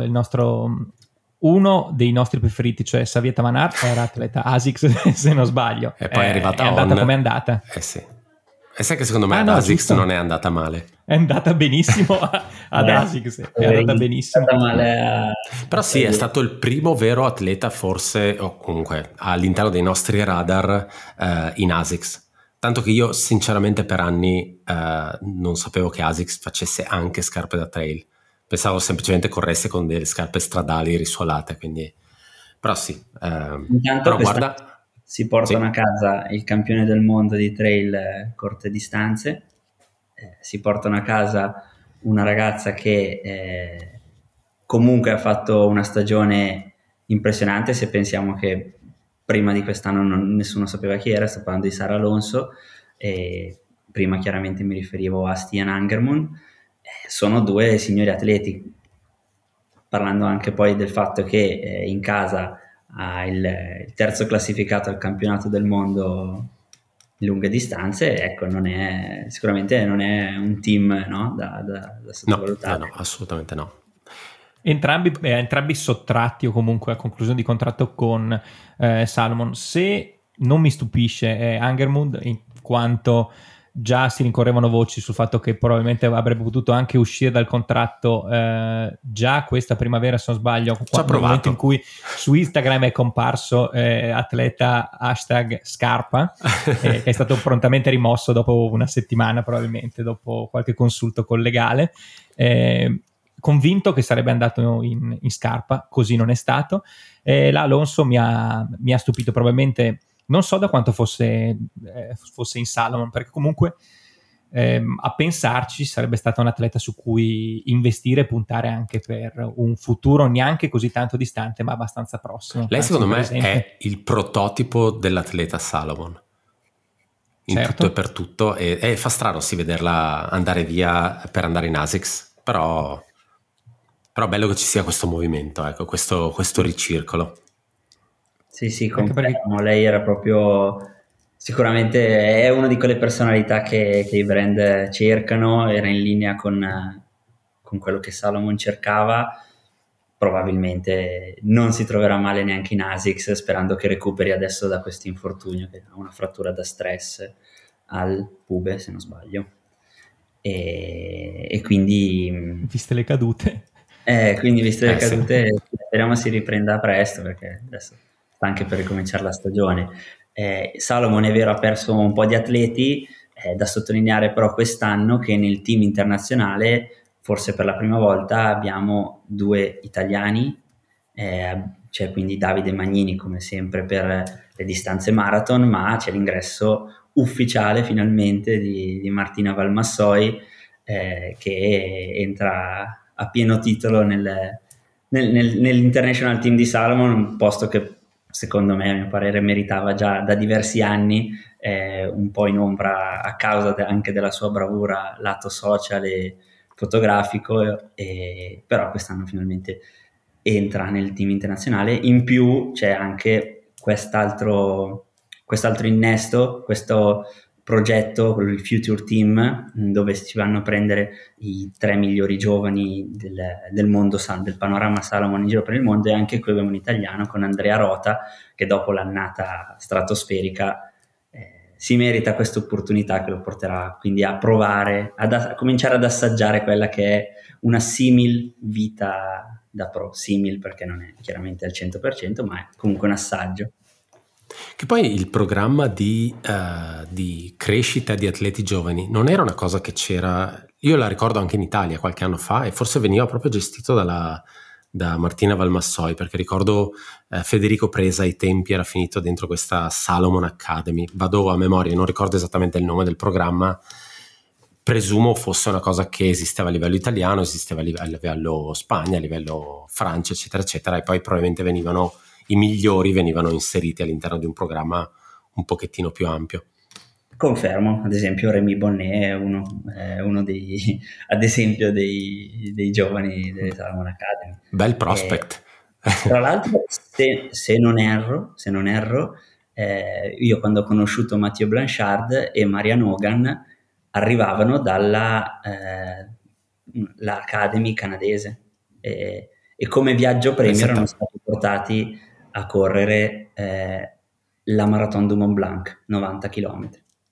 S2: uno dei nostri preferiti, cioè Xavier Tamanard, era atleta ASICS se non sbaglio,
S1: e poi è
S2: andata come è andata.
S1: Sì. E sai che secondo me ad ASICS giusto. Non è andata male.
S2: È andata benissimo ad ASICS, è andata benissimo.
S1: Però sì, è stato il primo vero atleta forse, o comunque all'interno dei nostri radar in ASICS. Tanto che io sinceramente per anni non sapevo che ASICS facesse anche scarpe da trail. Pensavo semplicemente corresse con delle scarpe stradali risuolate, quindi... Però sì.
S3: Intanto
S1: però guarda...
S3: Si portano a casa il campione del mondo di trail corte distanze, si portano a casa una ragazza che comunque ha fatto una stagione impressionante, se pensiamo che prima di quest'anno nessuno sapeva chi era, sto parlando di Sara Alonso, e prima chiaramente mi riferivo a Stian Angermund. Sono 2 signori atleti, parlando anche poi del fatto che in casa ha il terzo classificato al campionato del mondo in lunghe distanze, ecco, sicuramente non è un team, no, da sottovalutare.
S1: No, assolutamente no.
S2: Entrambi sottratti o comunque a conclusione di contratto con Salomon. Se non mi stupisce Angermund, in quanto già si rincorrevano voci sul fatto che probabilmente avrebbe potuto anche uscire dal contratto già questa primavera, se non sbaglio, nel momento in cui su Instagram è comparso atleta #scarpa che è stato prontamente rimosso dopo una settimana, probabilmente dopo qualche consulto col legale, convinto che sarebbe andato in scarpa, così non è stato. L'Alonso mi ha stupito, probabilmente non so da quanto fosse in Salomon, perché comunque a pensarci sarebbe stata un atleta su cui investire e puntare anche per un futuro neanche così tanto distante, ma abbastanza prossimo.
S1: Lei secondo me è il prototipo dell'atleta Salomon in tutto e per tutto, e fa strano vederla andare via per andare in ASICS, però bello che ci sia questo movimento, ecco, questo ricircolo.
S3: Sì, confermo, lei era proprio, sicuramente è una di quelle personalità che i brand cercano, era in linea con quello che Salomon cercava, probabilmente non si troverà male neanche in ASICS, sperando che recuperi adesso da questo infortunio, che ha una frattura da stress al Pube, se non sbaglio. E quindi...
S2: Viste le cadute.
S3: Quindi viste le cadute,
S2: sì.
S3: speriamo si riprenda presto, perché adesso sta anche per ricominciare la stagione. Salomon è vero ha perso un po' di atleti, da sottolineare però quest'anno che nel team internazionale forse per la prima volta abbiamo 2 italiani, c'è quindi Davide Magnini come sempre per le distanze marathon, ma c'è l'ingresso ufficiale finalmente di Martina Valmassoi, che entra a pieno titolo nell'International Team di Salomon, un posto che secondo me, a mio parere, meritava già da diversi anni, un po' in ombra a causa anche della sua bravura lato social e fotografico, però quest'anno finalmente entra nel team internazionale. In più c'è anche quest'altro innesto, questo progetto, il Future Team, dove si vanno a prendere i 3 migliori giovani del mondo, del panorama Salomon in giro per il mondo, e anche qui abbiamo un italiano con Andrea Rota che dopo l'annata stratosferica si merita questa opportunità che lo porterà quindi a provare, a cominciare ad assaggiare quella che è una simil vita da pro, simil perché non è chiaramente al 100%, ma è comunque un assaggio.
S1: Che poi il programma di crescita di atleti giovani non era una cosa che c'era, io la ricordo anche in Italia qualche anno fa, e forse veniva proprio gestito da Martina Valmassoi, perché ricordo Federico Presa ai tempi era finito dentro questa Salomon Academy, vado a memoria, non ricordo esattamente il nome del programma, presumo fosse una cosa che esisteva a livello italiano, esisteva a livello Spagna, a livello Francia, eccetera eccetera, e poi probabilmente i migliori venivano inseriti all'interno di un programma un pochettino più ampio.
S3: Confermo, ad esempio Rémi Bonnet è uno dei, ad esempio dei giovani delle Salomon Academy.
S1: Bel prospect.
S3: Tra l'altro, se non erro, io quando ho conosciuto Mathieu Blanchard e Marianne Hogan arrivavano l'Academy canadese, e come viaggio premio erano stati portati a correre la Marathon du Mont Blanc, 90 km.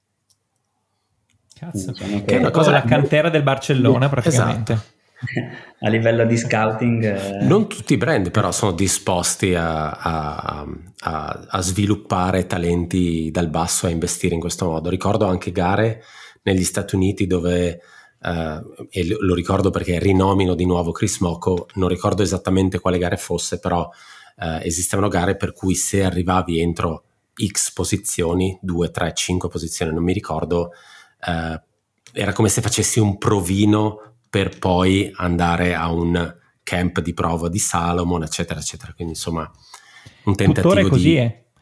S2: Cazzo, diciamo che è una cosa la cantera del Barcellona praticamente.
S1: Esatto.
S3: A livello di scouting
S1: non tutti i brand però sono disposti a sviluppare talenti dal basso, a investire in questo modo. Ricordo anche gare negli Stati Uniti dove e lo ricordo perché rinomino di nuovo Chris Mocco, non ricordo esattamente quale gare fosse, però esistevano gare per cui se arrivavi entro X posizioni, 2, 3, 5 posizioni, non mi ricordo, era come se facessi un provino per poi andare a un camp di prova di Salomon, eccetera eccetera. Quindi insomma un tentativo.
S2: Tuttora è così,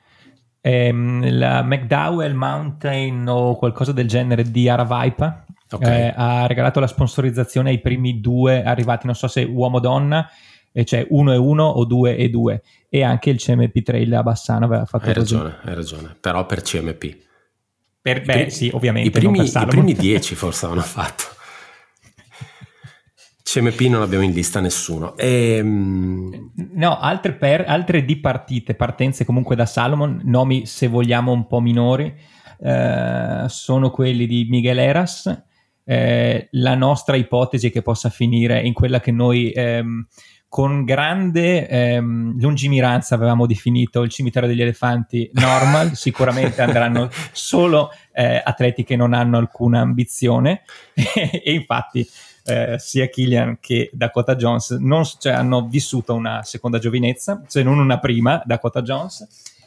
S2: la McDowell Mountain o qualcosa del genere di Aravaipa, okay, ha regalato la sponsorizzazione ai primi 2 arrivati, non so se uomo-donna, cioè 1 e 1 o 2 e 2, e anche il CMP Trail a Bassano aveva fatto
S1: hai
S2: così.
S1: Hai ragione, però per CMP.
S2: Sì, ovviamente.
S1: I primi 10 forse avevano fatto. CMP non abbiamo in lista nessuno.
S2: No, altre di partenze comunque da Salomon, nomi se vogliamo un po' minori, sono quelli di Miguel Heras, la nostra ipotesi è che possa finire in quella che noi con grande lungimiranza avevamo definito il cimitero degli elefanti normal. Sicuramente andranno solo atleti che non hanno alcuna ambizione e infatti sia Kilian che Dakota Jones hanno vissuto una seconda giovinezza, se non una prima. Dakota Jones,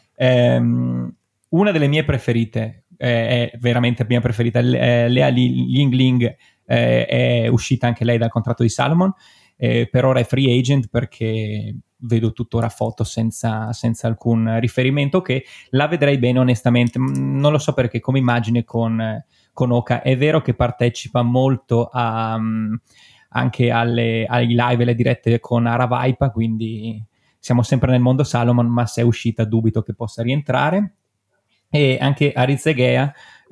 S2: una delle mie preferite, è veramente la mia preferita, Lea Yingling, è uscita anche lei dal contratto di Salomon, per ora è free agent perché vedo tuttora foto senza alcun riferimento, che la vedrei bene onestamente, non lo so perché come immagine con Oka. È vero che partecipa molto anche ai live e alle dirette con Aravaipa, quindi siamo sempre nel mondo Salomon, ma se è uscita dubito che possa rientrare. E anche Aritz Egea,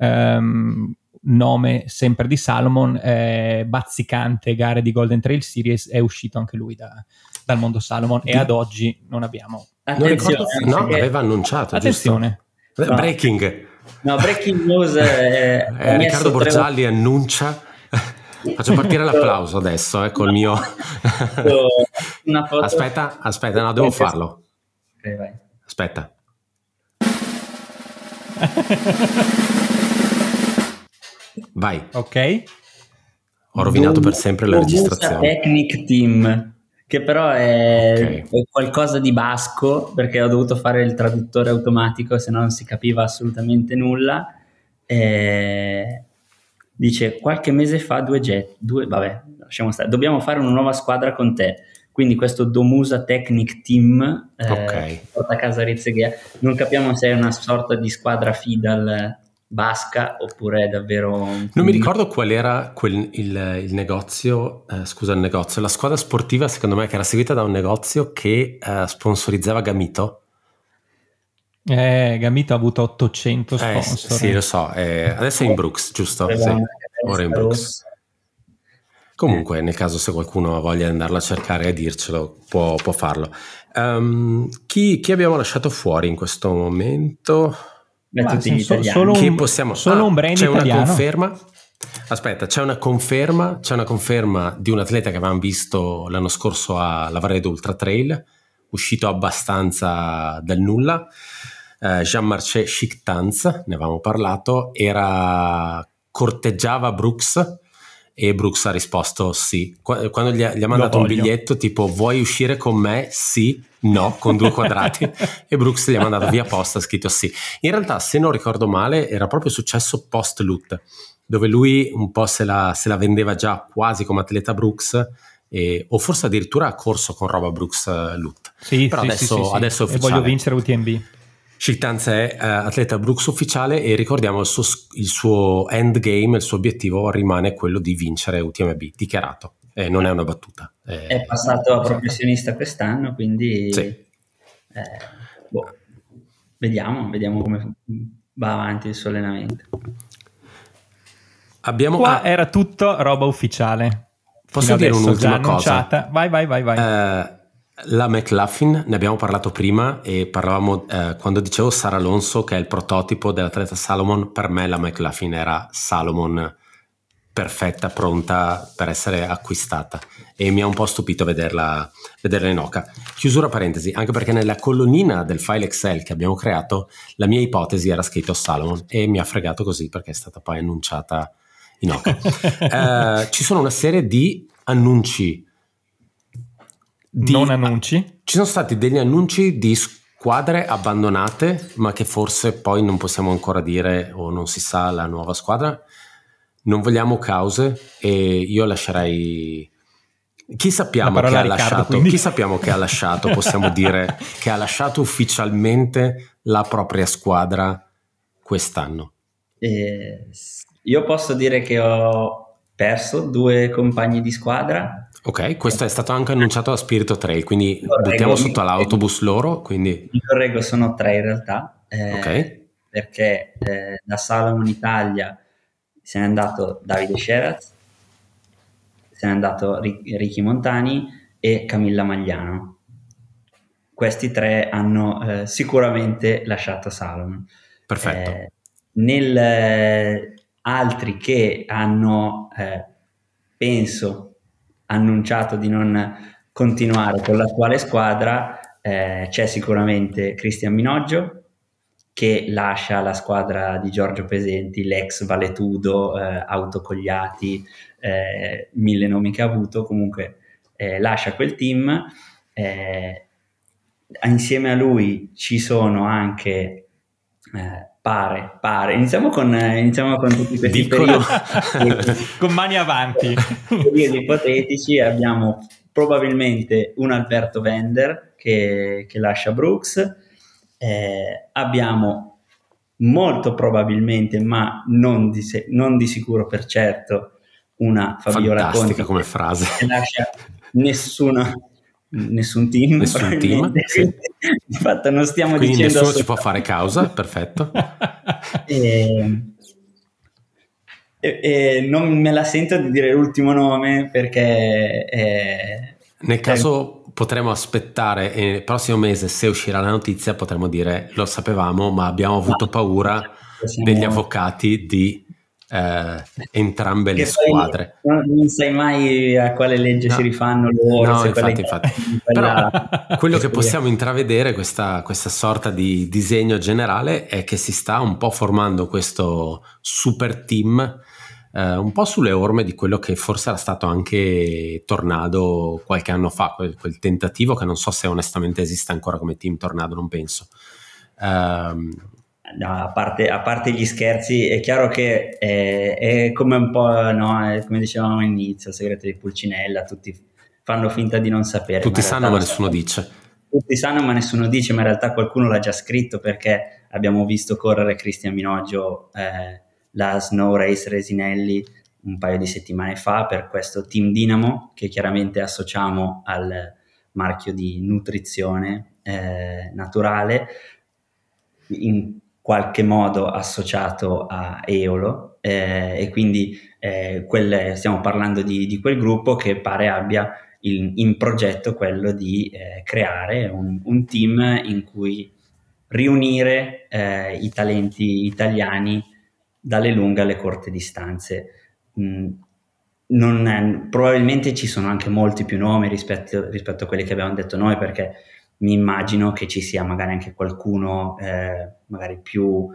S2: nome sempre di Salomon, bazzicante gare di Golden Trail Series, è uscito anche lui dal mondo Salomon e ad oggi non abbiamo.
S1: Non ricordo, no, aveva annunciato.
S2: Attenzione.
S1: Giusto? Breaking.
S3: No, breaking news.
S1: Riccardo Borgialli annuncia. Faccio partire l'applauso adesso, col mio.
S3: Una foto.
S1: Aspetta, no, devo farlo.
S3: Ok, vai.
S1: Aspetta. Vai.
S2: Ok.
S1: Ho rovinato per sempre la registrazione.
S3: Technic Team, che però è qualcosa di basco, perché ho dovuto fare il traduttore automatico, se no non si capiva assolutamente nulla. Dice: qualche mese fa vabbè, lasciamo stare, dobbiamo fare una nuova squadra con te. Quindi questo Domusa Technic Team porta a casa Rizzeghea. Non capiamo se è una sorta di squadra Fidal basca oppure è davvero
S1: non mi ricordo qual era il negozio, la squadra sportiva, secondo me, che era seguita da un negozio che sponsorizzava Gamito.
S2: Gamito ha avuto 800 sponsor.
S1: Sì, lo so, adesso è in Brooks, giusto? Sì, ora è in Brooks. Comunque, nel caso se qualcuno ha voglia di andarlo a cercare e dircelo, può farlo. Chi abbiamo lasciato fuori in questo momento?
S3: Tutti gli italiani.
S2: Solo un brand
S1: c'è
S2: italiano.
S1: Una conferma. Aspetta, c'è una conferma di un atleta che avevamo visto l'anno scorso a Lavaredo Ultra Trail, uscito abbastanza dal nulla. Jean-Marcel Chictanz, ne avevamo parlato, corteggiava Brooks e Brooks ha risposto sì. Quando gli ha mandato un biglietto tipo vuoi uscire con me? Sì, no, con 2 quadrati e Brooks gli ha mandato via posta scritto sì. In realtà, se non ricordo male, era proprio successo post Lut, dove lui un po' se la vendeva già quasi come atleta Brooks, o forse addirittura ha corso con roba Brooks Lut.
S2: Sì,
S1: però adesso è ufficiale.
S2: E voglio vincere UTMB.
S1: Chictanz è atleta Brooks ufficiale e ricordiamo il suo endgame, il suo obiettivo rimane quello di vincere UTMB, dichiarato. Non è una battuta.
S3: È passato a professionista quest'anno, quindi
S1: sì.
S3: Vediamo come va avanti il suo allenamento.
S2: Era tutto roba ufficiale.
S1: Posso dire un'ultima cosa?
S2: Vai.
S1: La McLaughlin, ne abbiamo parlato prima e parlavamo quando dicevo Sara Alonso che è il prototipo dell'atleta Salomon. Per me la McLaughlin era Salomon perfetta, pronta per essere acquistata, e mi ha un po' stupito vederla in oca. Chiusura parentesi, anche perché nella colonnina del file Excel che abbiamo creato la mia ipotesi era scritto Salomon e mi ha fregato così perché è stata poi annunciata in oca. Ci sono una serie di annunci.
S2: Non annunci?
S1: Ci sono stati degli annunci di squadre abbandonate, ma che forse poi non possiamo ancora dire o non si sa la nuova squadra. Non vogliamo cause e io lascerei chi sappiamo che ha lasciato, possiamo dire che ha lasciato ufficialmente la propria squadra quest'anno.
S3: Io posso dire che ho perso 2 compagni di squadra.
S1: Ok, questo è stato anche annunciato da Spirito Trail, quindi buttiamo sotto l'autobus loro. Quindi
S3: mi correggo, sono 3 in realtà,
S1: okay.
S3: Perché da Salomon Italia se n'è andato Davide Scheraz, se n'è andato Ricky Montani e Camilla Magliano. Questi 3 hanno sicuramente lasciato Salomon.
S1: Perfetto.
S3: Altri che hanno penso annunciato di non continuare con l'attuale squadra, c'è sicuramente Cristian Minoggio che lascia la squadra di Giorgio Pesenti, l'ex Valetudo, Autocogliati, 1000 nomi che ha avuto, comunque lascia quel team. Insieme a lui ci sono anche pare iniziamo con tutti questi periodi
S2: con mani avanti,
S3: periodi ipotetici. Abbiamo probabilmente un Alberto Vender che lascia Brooks, abbiamo molto probabilmente, ma non di sicuro per certo, una Fabiola Conti
S1: come frase,
S3: che lascia nessun team.
S1: Sì.
S3: Di fatto non stiamo
S1: quindi
S3: dicendo
S1: nessuno ci può fare causa. Perfetto.
S3: E non me la sento di dire l'ultimo nome perché
S1: nel caso potremo aspettare e il prossimo mese, se uscirà la notizia, potremo dire lo sapevamo ma abbiamo avuto paura degli avvocati di entrambe le squadre.
S3: Non sai mai a quale legge si rifanno loro.
S1: No, infatti. Però quello che possiamo intravedere, questa sorta di disegno generale, è che si sta un po' formando questo super team, un po' sulle orme di quello che forse era stato anche Tornado qualche anno fa, quel tentativo che non so se onestamente esiste ancora come team Tornado, non penso.
S3: No, a parte gli scherzi, è chiaro che è come un po', no? È come dicevamo all'inizio, il segreto di Pulcinella, tutti fanno finta di non sapere.
S1: Tutti sanno ma nessuno dice.
S3: Tutti sanno ma nessuno dice, ma in realtà qualcuno l'ha già scritto, perché abbiamo visto correre Cristian Minoggio la Snow Race Resinelli un paio di settimane fa per questo Team Dinamo, che chiaramente associamo al marchio di nutrizione naturale, in qualche modo associato a Eolo, e quindi stiamo parlando di quel gruppo che pare abbia in progetto quello di creare un team in cui riunire i talenti italiani dalle lunghe alle corte distanze. Probabilmente ci sono anche molti più nomi rispetto a quelli che abbiamo detto noi, perché mi immagino che ci sia magari anche qualcuno magari più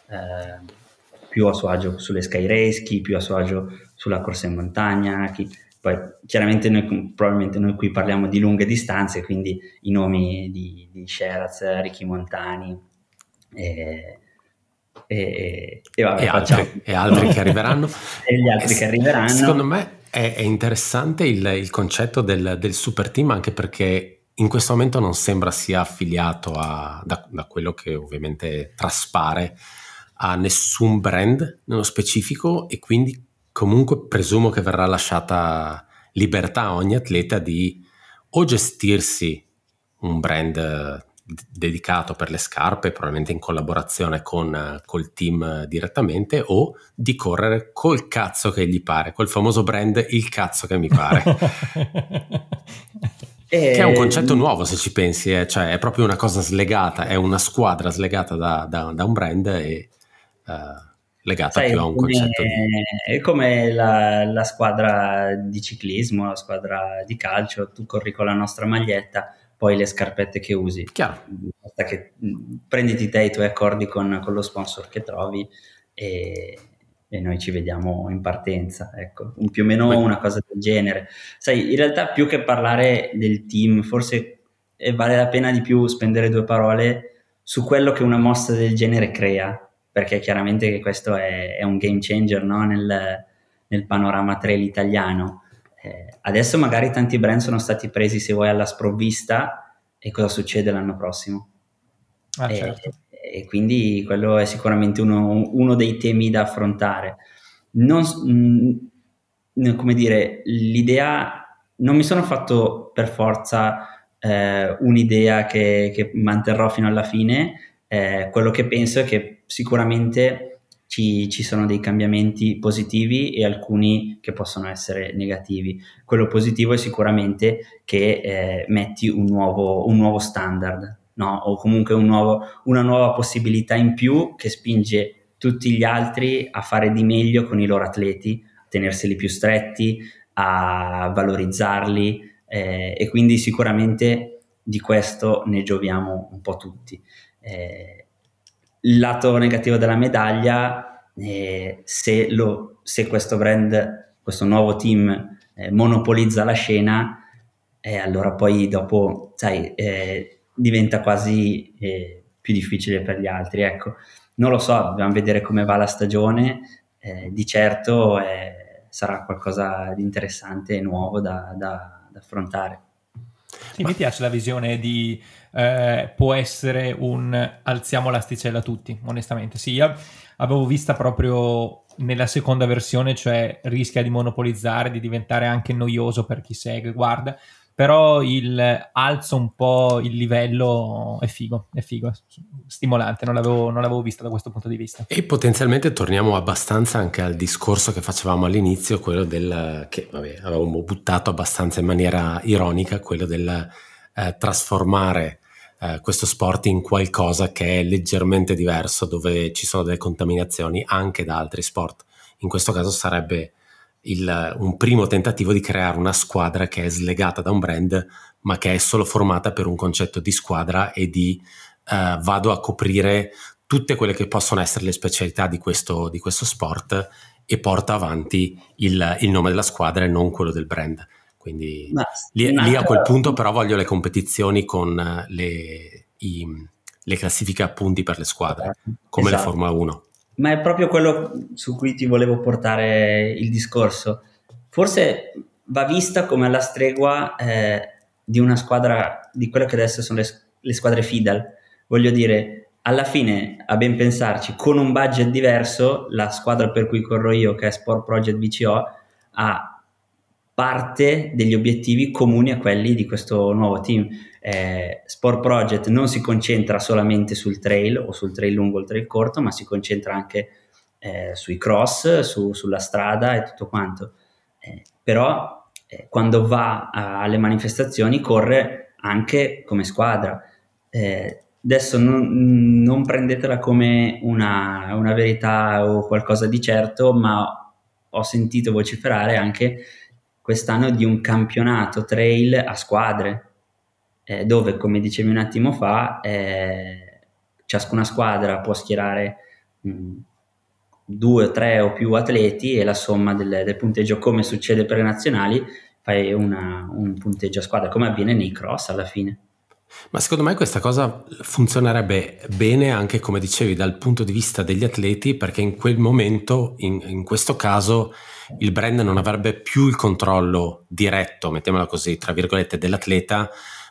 S3: a suo agio sulle Sky Race, chi più a suo agio sulla corsa in montagna, poi chiaramente probabilmente noi qui parliamo di lunghe distanze, quindi i nomi di Sheraz, Ricky Montani e
S1: altri che arriveranno.
S3: E gli altri che arriveranno.
S1: Secondo me è interessante il concetto del super team, anche perché in questo momento non sembra sia affiliato da quello che ovviamente traspare a nessun brand nello specifico, e quindi comunque presumo che verrà lasciata libertà a ogni atleta di o gestirsi un brand dedicato per le scarpe, probabilmente in collaborazione col team direttamente, o di correre col cazzo che gli pare, quel famoso brand il cazzo che mi pare. Che è un concetto nuovo, se ci pensi, cioè è proprio una cosa slegata, è una squadra slegata da un brand e legata più a un concetto
S3: è come la squadra di ciclismo, la squadra di calcio, tu corri con la nostra maglietta, poi le scarpette che usi.
S1: Chiaro.
S3: Basta che prenditi te i tuoi accordi con lo sponsor che trovi e noi ci vediamo in partenza, ecco, più o meno una cosa del genere. Sai, in realtà più che parlare del team, forse vale la pena di più spendere due parole su quello che una mossa del genere crea, perché chiaramente che questo è un game changer, no? nel panorama trail italiano. Adesso magari tanti brand sono stati presi, se vuoi, alla sprovvista, e cosa succede l'anno prossimo?
S2: Certo.
S3: E quindi quello è sicuramente uno dei temi da affrontare. Come dire, l'idea, non mi sono fatto per forza un'idea che manterrò fino alla fine. Quello che penso è che sicuramente ci sono dei cambiamenti positivi e alcuni che possono essere negativi. Quello positivo è sicuramente che metti un nuovo standard, no? O comunque una nuova possibilità in più che spinge tutti gli altri a fare di meglio con i loro atleti, a tenerseli più stretti, a valorizzarli, e quindi sicuramente di questo ne gioviamo un po' tutti. Il lato negativo della medaglia, se questo brand, questo nuovo team monopolizza la scena, allora poi dopo, sai, diventa quasi più difficile per gli altri, ecco. Non lo so, dobbiamo vedere come va la stagione, di certo sarà qualcosa di interessante e nuovo da affrontare.
S2: Sì, mi piace la visione di può essere un alziamo l'asticella tutti, onestamente. Sì, io avevo vista proprio nella seconda versione, cioè rischia di monopolizzare, di diventare anche noioso per chi segue, guarda, però alzo un po' il livello, è figo, stimolante, non l'avevo vista da questo punto di vista.
S1: E potenzialmente torniamo abbastanza anche al discorso che facevamo all'inizio, quello che avevamo buttato abbastanza in maniera ironica, quello del trasformare questo sport in qualcosa che è leggermente diverso, dove ci sono delle contaminazioni anche da altri sport. In questo caso sarebbe un primo tentativo di creare una squadra che è slegata da un brand, ma che è solo formata per un concetto di squadra e di vado a coprire tutte quelle che possono essere le specialità di questo sport e porta avanti il nome della squadra e non quello del brand. Quindi lì a quel punto però voglio le competizioni con le classifiche a punti per le squadre, come la Formula 1.
S3: Ma è proprio quello su cui ti volevo portare il discorso. Forse va vista come alla stregua di una squadra, di quello che adesso sono le squadre FIDAL. Voglio dire, alla fine, a ben pensarci, con un budget diverso, la squadra per cui corro io, che è Sport Project VCO, ha parte degli obiettivi comuni a quelli di questo nuovo team. Sport Project non si concentra solamente sul trail o sul trail lungo o il trail corto, ma si concentra anche sui cross, sulla strada e tutto quanto. Però quando va alle manifestazioni corre anche come squadra. Adesso non prendetela come una verità o qualcosa di certo, ma ho sentito vociferare anche quest'anno di un campionato trail a squadre, dove, come dicevi un attimo fa, ciascuna squadra può schierare 2, 3 o più atleti e la somma del punteggio, come succede per le nazionali, fai un punteggio a squadra, come avviene nei cross alla fine.
S1: Ma secondo me questa cosa funzionerebbe bene anche, come dicevi, dal punto di vista degli atleti, perché in quel momento, in questo caso, il brand non avrebbe più il controllo diretto, mettiamola così, tra virgolette, dell'atleta.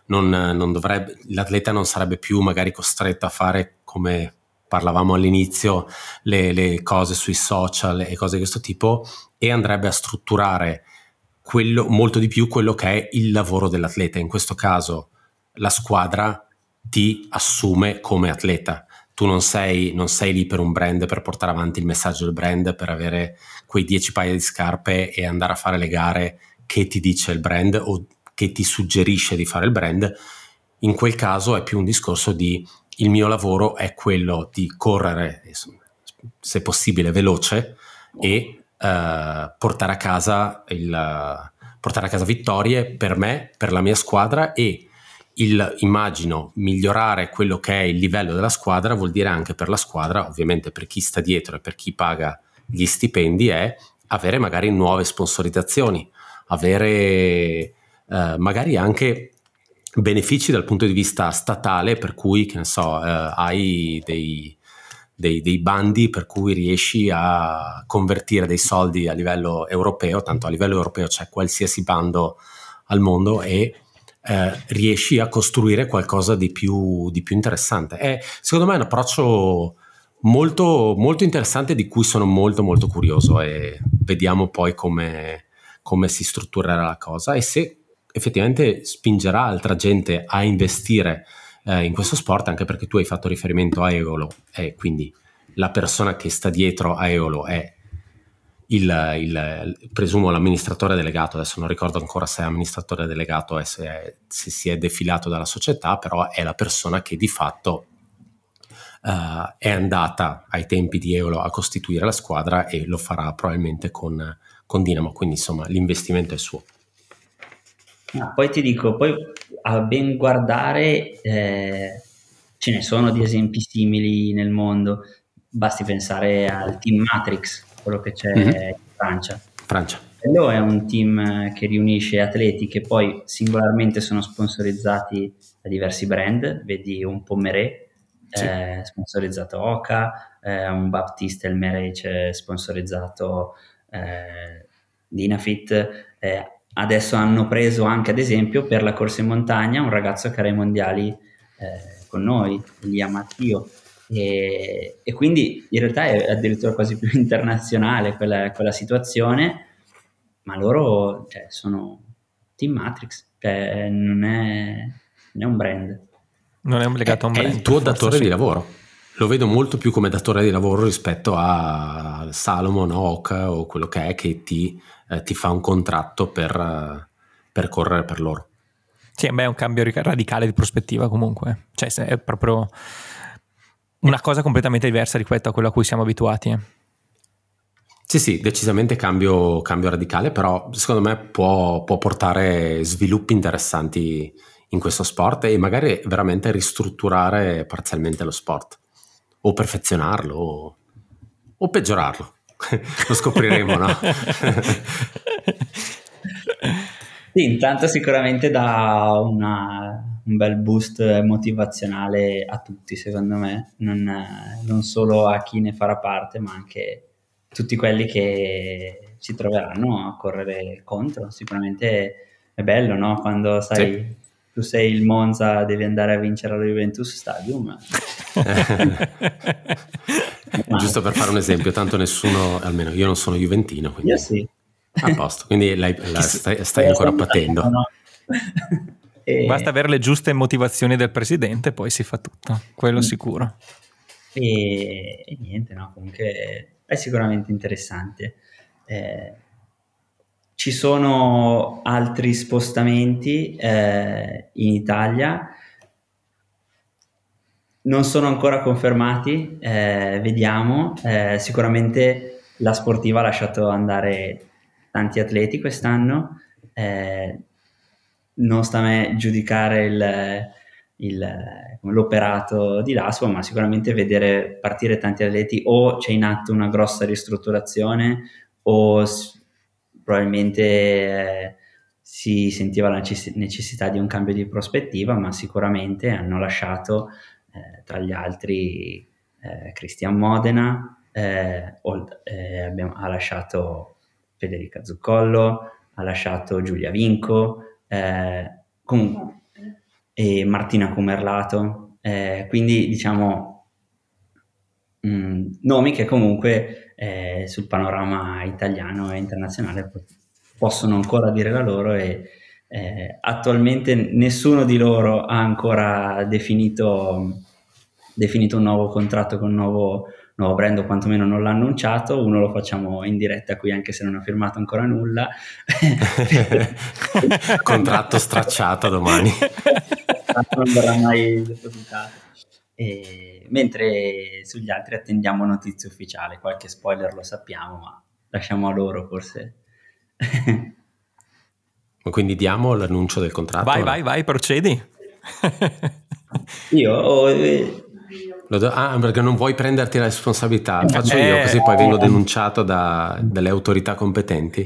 S1: L'atleta non sarebbe più magari costretto a fare, come parlavamo all'inizio, le cose sui social e cose di questo tipo, e andrebbe a strutturare molto di più quello che è il lavoro dell'atleta. In questo caso la squadra ti assume come atleta. Tu non sei lì per un brand, per portare avanti il messaggio del brand, per avere quei 10 paia di scarpe e andare a fare le gare che ti dice il brand o che ti suggerisce di fare il brand. In quel caso è più un discorso di il mio lavoro è quello di correre, se possibile veloce, e portare a casa vittorie per me, per la mia squadra, e immagino migliorare quello che è il livello della squadra vuol dire anche per la squadra, ovviamente per chi sta dietro e per chi paga gli stipendi, è avere magari nuove sponsorizzazioni, avere magari anche benefici dal punto di vista statale, per cui, che ne so, hai dei bandi per cui riesci a convertire dei soldi a livello europeo, tanto a livello europeo c'è qualsiasi bando al mondo, e riesci a costruire qualcosa di più interessante. Secondo me è un approccio molto, molto interessante, di cui sono molto molto curioso, e vediamo poi come si strutturerà la cosa e se effettivamente spingerà altra gente a investire in questo sport, anche perché tu hai fatto riferimento a Eolo, e quindi la persona che sta dietro a Eolo è presumo l'amministratore delegato, adesso non ricordo ancora se è amministratore delegato e se si è defilato dalla società, però è la persona che di fatto è andata ai tempi di Eolo a costituire la squadra e lo farà probabilmente con Dinamo, quindi insomma l'investimento è suo.
S3: Poi ti dico, poi a ben guardare ce ne sono di esempi simili nel mondo, basti pensare al team Matrix, quello che c'è in Francia. Quello è un team che riunisce atleti che poi singolarmente sono sponsorizzati da diversi brand, vedi un Pommeret sponsorizzato Oka, un Baptiste Elmerich sponsorizzato Dynafit. Adesso hanno preso anche, ad esempio, per la corsa in montagna un ragazzo che era ai mondiali con noi, Elia Mattio, e quindi in realtà è addirittura quasi più internazionale quella situazione, ma loro sono Team Matrix, non è un brand.
S2: Non è legato a un brand.
S1: È il tuo datore di lavoro. Lo vedo molto più come datore di lavoro rispetto a Salomon, Oak o quello che è, che ti fa un contratto per correre per loro.
S2: Sì, beh, è un cambio radicale di prospettiva comunque, cioè è proprio una cosa completamente diversa rispetto a quello a cui siamo abituati.
S1: Sì, decisamente cambio radicale, però secondo me può portare sviluppi interessanti in questo sport e magari veramente ristrutturare parzialmente lo sport, o perfezionarlo o peggiorarlo. Lo scopriremo, no?
S3: Sì, intanto sicuramente dà un bel boost motivazionale a tutti, secondo me, non solo a chi ne farà parte, ma anche tutti quelli che si troveranno a correre contro. Sicuramente è bello, no? Quando sai, sì, tu sei il Monza, devi andare a vincere allo Juventus Stadium.
S1: Giusto per fare un esempio, tanto nessuno, almeno io non sono juventino, quindi...
S3: Io sì.
S1: A posto, quindi stai ancora patendo.
S3: No.
S2: Basta avere le giuste motivazioni del presidente, poi si fa tutto, quello sicuro.
S3: E niente, no, comunque è sicuramente interessante. Ci sono altri spostamenti in Italia, non sono ancora confermati, vediamo. Sicuramente la Sportiva ha lasciato andare tanti atleti quest'anno, non sta a me giudicare l'operato di LASPO, ma sicuramente vedere partire tanti atleti, o c'è in atto una grossa ristrutturazione o probabilmente si sentiva la necessità di un cambio di prospettiva, ma sicuramente hanno lasciato tra gli altri Cristian Modena, ha lasciato Federica Zuccollo, ha lasciato Giulia Vinco, e Martina Cumerlato, quindi diciamo nomi che comunque sul panorama italiano e internazionale possono ancora dire la loro, e attualmente nessuno di loro ha ancora definito un nuovo contratto con un nuovo brand, o quantomeno non l'ha annunciato. Uno lo facciamo in diretta qui, anche se non ha firmato ancora nulla.
S1: Contratto stracciato domani.
S3: Non verrà mai depositato. Mentre sugli altri attendiamo notizie ufficiali, qualche spoiler lo sappiamo, ma lasciamo a loro forse.
S1: Quindi diamo l'annuncio del contratto?
S2: Vai, procedi.
S1: Perché non vuoi prenderti la responsabilità? Faccio io, così poi vengo denunciato dalle autorità competenti.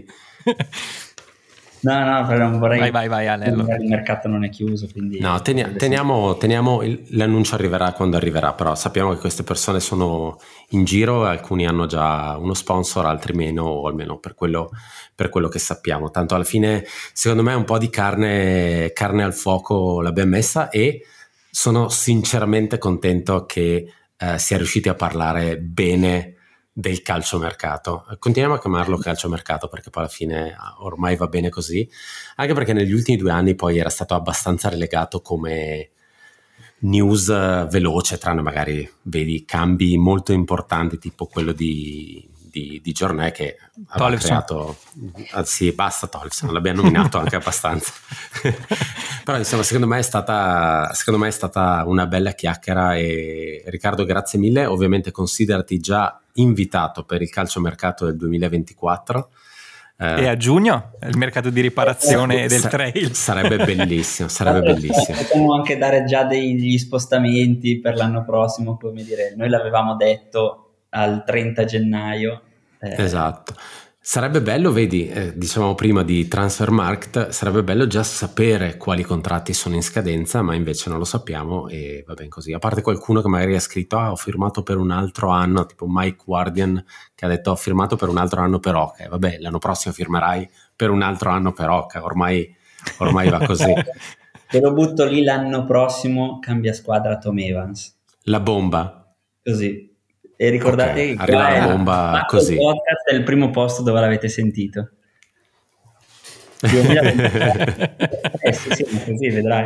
S3: No, però non vorrei.
S2: Vai, Anello.
S3: Il mercato non è chiuso, quindi.
S1: No, teniamo l'annuncio arriverà quando arriverà, però sappiamo che queste persone sono in giro, alcuni hanno già uno sponsor, altri meno, o almeno per quello che sappiamo. Tanto alla fine, secondo me, un po' di carne al fuoco l'abbiamo messa, e sono sinceramente contento che sia riusciti a parlare bene del calciomercato. Continuiamo a chiamarlo calciomercato perché poi alla fine ormai va bene così, anche perché negli ultimi 2 anni poi era stato abbastanza relegato come news veloce, tranne magari vedi cambi molto importanti tipo quello di Jornet, che aveva creato sì, basta Tollefson, l'abbiamo nominato anche abbastanza. Però insomma secondo me è stata una bella chiacchiera, e Riccardo grazie mille. Ovviamente considerati già invitato per il calciomercato del 2024,
S2: e a giugno il mercato di riparazione del trail
S1: sarebbe bellissimo.
S3: Possiamo anche dare già degli spostamenti per l'anno prossimo, come dire, noi l'avevamo detto al 30 gennaio.
S1: Esatto, sarebbe bello, vedi, dicevamo prima di Transfermarkt, sarebbe bello già sapere quali contratti sono in scadenza, ma invece non lo sappiamo, e va bene così. A parte qualcuno che magari ha scritto ho firmato per un altro anno, tipo Mike Guardian che ha detto ho firmato per un altro anno per Oca, vabbè, l'anno prossimo firmerai per un altro anno per Oca, ormai va così.
S3: Te lo butto lì, l'anno prossimo cambia squadra Tom Evans,
S1: la bomba,
S3: così. E ricordate che
S1: arriva la bomba così.
S3: Il podcast è il primo posto dove l'avete sentito. Sì, così vedrai.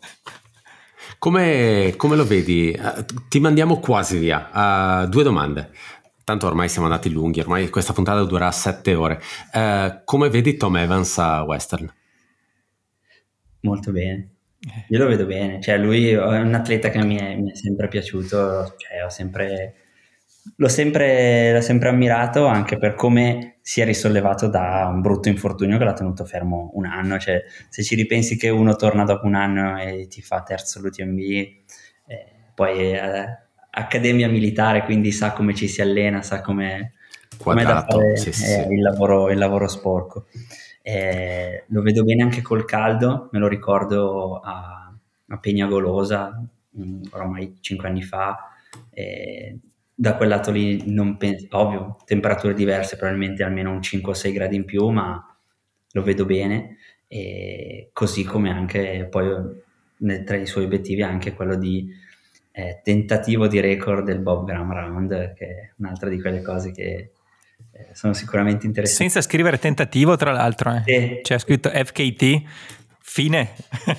S1: Come lo vedi? Ti mandiamo quasi via. 2 domande. Tanto ormai siamo andati lunghi, ormai questa puntata durerà 7 ore. Come vedi Tom Evans a Western?
S3: molto bene. Io lo vedo bene, cioè lui è un atleta che mi è sempre piaciuto, cioè l'ho sempre ammirato anche per come si è risollevato da un brutto infortunio che l'ha tenuto fermo un anno, cioè se ci ripensi che uno torna dopo un anno e ti fa terzo all'UTMB, poi accademia militare, quindi sa come ci si allena, sa come da fare
S1: sì.
S3: il lavoro sporco. Lo vedo bene anche col caldo, me lo ricordo a Peñagolosa, ormai 5 anni fa, da quel lato lì ovvio, temperature diverse, probabilmente almeno un 5 o 6 gradi in più, ma lo vedo bene, così come anche poi tra i suoi obiettivi anche quello di tentativo di record del Bob Graham Round, che è un'altra di quelle cose che sono sicuramente interessanti.
S2: Senza scrivere tentativo, tra l'altro, c'è scritto FKT, fine.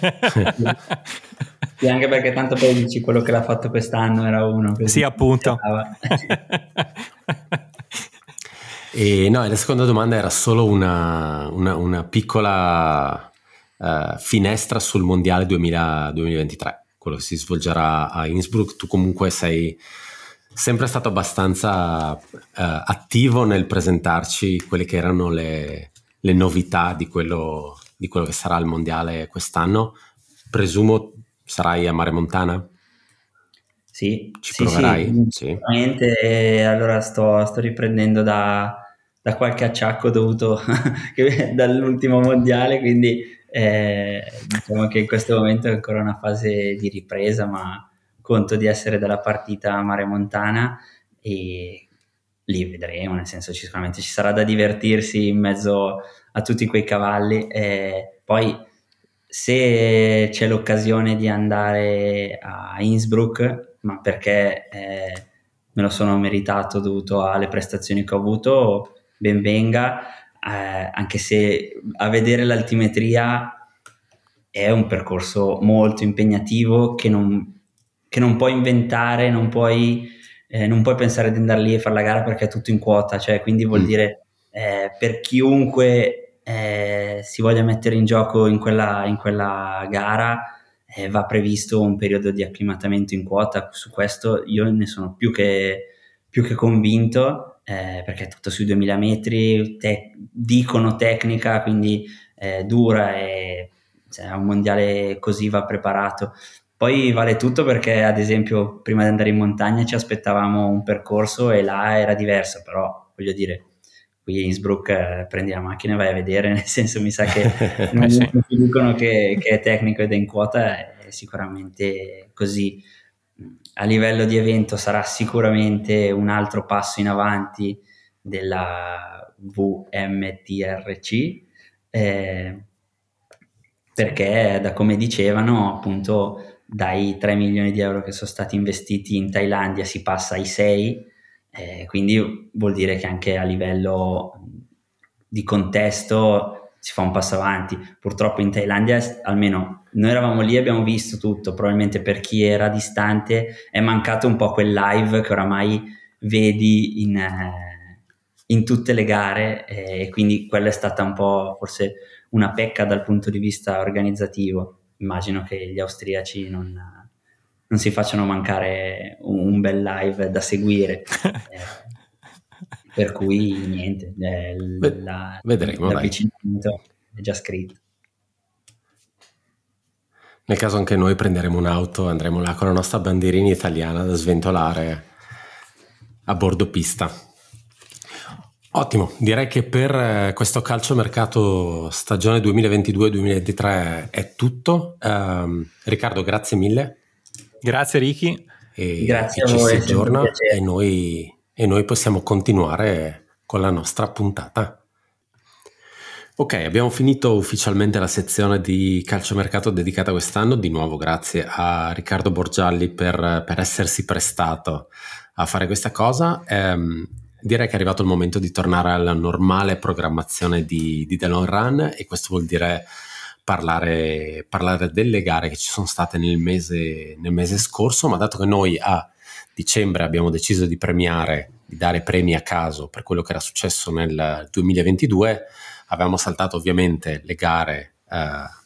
S3: Sì, anche perché tanto poi dici quello che l'ha fatto quest'anno era uno.
S2: Sì, appunto.
S1: E no, la seconda domanda era solo una piccola finestra sul mondiale 2023, quello che si svolgerà a Innsbruck. Tu comunque sei sempre stato abbastanza attivo nel presentarci quelle che erano le novità di quello che sarà il mondiale quest'anno. Presumo sarai a Mare Montana?
S3: Sì,
S1: ci proverai?
S3: Sì. Sicuramente. Allora sto riprendendo da qualche acciacco dovuto dall'ultimo mondiale, quindi diciamo che in questo momento è ancora una fase di ripresa, ma conto di essere dalla partita a Mare Montana e lì vedremo, nel senso sicuramente ci sarà da divertirsi in mezzo a tutti quei cavalli. Poi se c'è l'occasione di andare a Innsbruck, ma perché me lo sono meritato dovuto alle prestazioni che ho avuto, ben venga, anche se a vedere l'altimetria è un percorso molto impegnativo che non puoi inventare, non puoi pensare di andare lì e fare la gara perché è tutto in quota, cioè quindi vuol dire per chiunque si voglia mettere in gioco in quella gara, va previsto un periodo di acclimatamento in quota. Su questo io ne sono più che convinto, perché è tutto sui 2000 metri, dicono tecnica, quindi dura, e se è un mondiale così va preparato. Poi vale tutto perché, ad esempio, prima di andare in montagna ci aspettavamo un percorso e là era diverso, però voglio dire, qui in Innsbruck prendi la macchina e vai a vedere, nel senso mi sa che non
S2: sì.
S3: ti dicono che è tecnico ed è in quota, è sicuramente così. A livello di evento sarà sicuramente un altro passo in avanti della VMTRC, perché da come dicevano appunto dai 3 milioni di euro che sono stati investiti in Thailandia si passa ai 6, quindi vuol dire che anche a livello di contesto si fa un passo avanti. Purtroppo in Thailandia, almeno noi eravamo lì e abbiamo visto tutto, probabilmente per chi era distante è mancato un po' quel live che oramai vedi in tutte le gare, e quindi quella è stata un po' forse una pecca dal punto di vista organizzativo. Immagino che gli austriaci non si facciano mancare un bel live da seguire, per cui niente,
S1: vedremo,
S3: l'avvicinamento è già scritto.
S1: Nel caso anche noi prenderemo un'auto, andremo là con la nostra bandierina italiana da sventolare a bordo pista. Ottimo, direi che per questo calciomercato stagione 2022-2023 è tutto. Riccardo, grazie mille.
S2: Grazie Ricky.
S3: Grazie
S1: a voi. Ci si aggiorna e noi possiamo continuare con la nostra puntata. Ok, abbiamo finito ufficialmente la sezione di calciomercato dedicata quest'anno. Di nuovo grazie a Riccardo Borgialli per essersi prestato a fare questa cosa. Direi che è arrivato il momento di tornare alla normale programmazione di The Long Run, e questo vuol dire parlare delle gare che ci sono state nel mese scorso, ma dato che noi a dicembre abbiamo deciso di dare premi a caso per quello che era successo nel 2022, avevamo saltato ovviamente le gare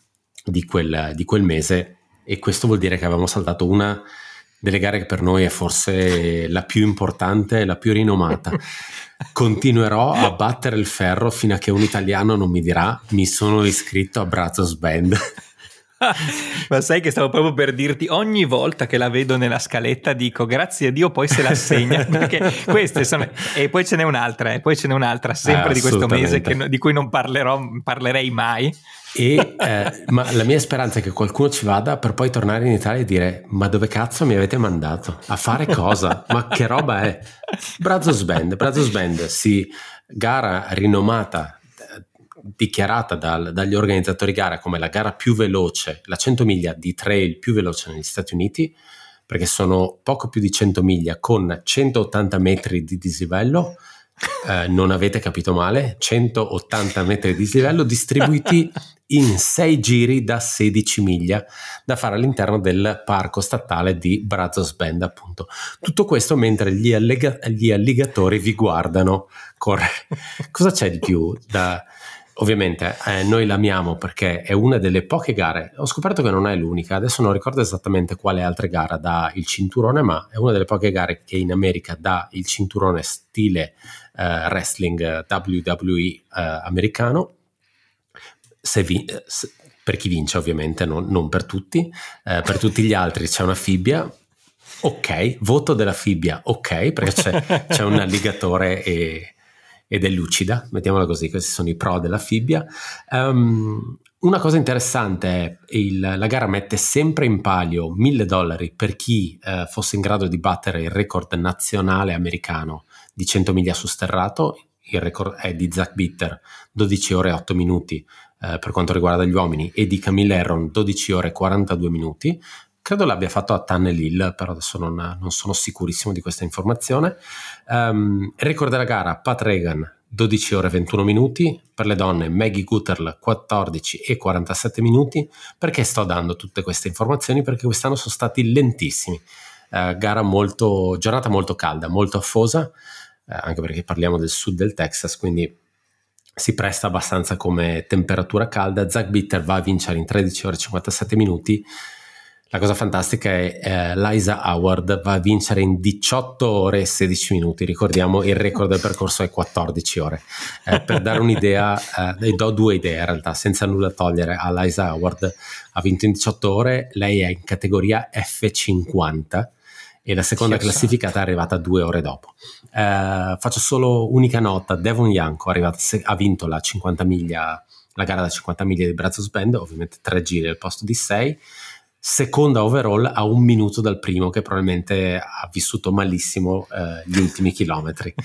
S1: di quel mese, e questo vuol dire che avevamo saltato una delle gare che per noi è forse la più importante, la più rinomata. Continuerò a battere il ferro fino a che un italiano non mi dirà mi sono iscritto a Brazos Band.
S2: Ma sai che stavo proprio per dirti, ogni volta che la vedo nella scaletta dico grazie a Dio poi se la segna, perché queste sono, e poi ce n'è un'altra sempre di questo mese di cui non parlerei mai.
S1: Ma la mia speranza è che qualcuno ci vada per poi tornare in Italia e dire ma dove cazzo mi avete mandato? A fare cosa? Ma che roba è? Brazos Band, sì, gara rinomata, dichiarata dagli organizzatori gara come la gara più veloce, la 100 miglia di trail più veloce negli Stati Uniti, perché sono poco più di 100 miglia con 180 metri di dislivello. Non avete capito male, 180 metri di dislivello distribuiti in 6 giri da 16 miglia da fare all'interno del parco statale di Brazos Bend, appunto. Tutto questo mentre gli alligatori vi guardano correre. Cosa c'è di più da... Ovviamente noi l'amiamo perché è una delle poche gare, ho scoperto che non è l'unica, adesso non ricordo esattamente quale altre gara dà il cinturone, ma è una delle poche gare che in America dà il cinturone stile wrestling WWE americano, per chi vince ovviamente, non per tutti. Per tutti gli altri c'è una fibbia, ok, voto della fibbia, ok, perché c'è un alligatore ed è lucida, mettiamola così, questi sono i pro della fibbia. Una cosa interessante è la gara mette sempre in palio $1,000 per chi fosse in grado di battere il record nazionale americano di 100 miglia su sterrato. Il record è di Zach Bitter, 12 ore e 8 minuti per quanto riguarda gli uomini, e di Camille Herron, 12 ore e 42 minuti. Credo l'abbia fatto a Tunnel Hill, però adesso non sono sicurissimo di questa informazione. Record della gara, Pat Regan, 12 ore e 21 minuti. Per le donne, Maggie Gutterl, 14 e 47 minuti. Perché sto dando tutte queste informazioni? Perché quest'anno sono stati lentissimi. Giornata molto calda, molto affosa, anche perché parliamo del sud del Texas, quindi si presta abbastanza come temperatura calda. Zach Bitter va a vincere in 13 ore e 57 minuti. La cosa fantastica è Liza Howard va a vincere in 18 ore e 16 minuti. Ricordiamo, il record del percorso è 14 ore. Per dare un'idea, do 2 idee in realtà, senza nulla togliere a Liza Howard. Ha vinto in 18 ore, lei è in categoria F50 e la seconda classificata è arrivata 2 ore dopo. Faccio solo unica nota: Devon Yanko ha vinto la 50 miglia, la gara da 50 miglia di Brazos Bend, ovviamente 3 giri al posto di 6. Seconda overall a 1 minuto dal primo, che probabilmente ha vissuto malissimo gli ultimi chilometri.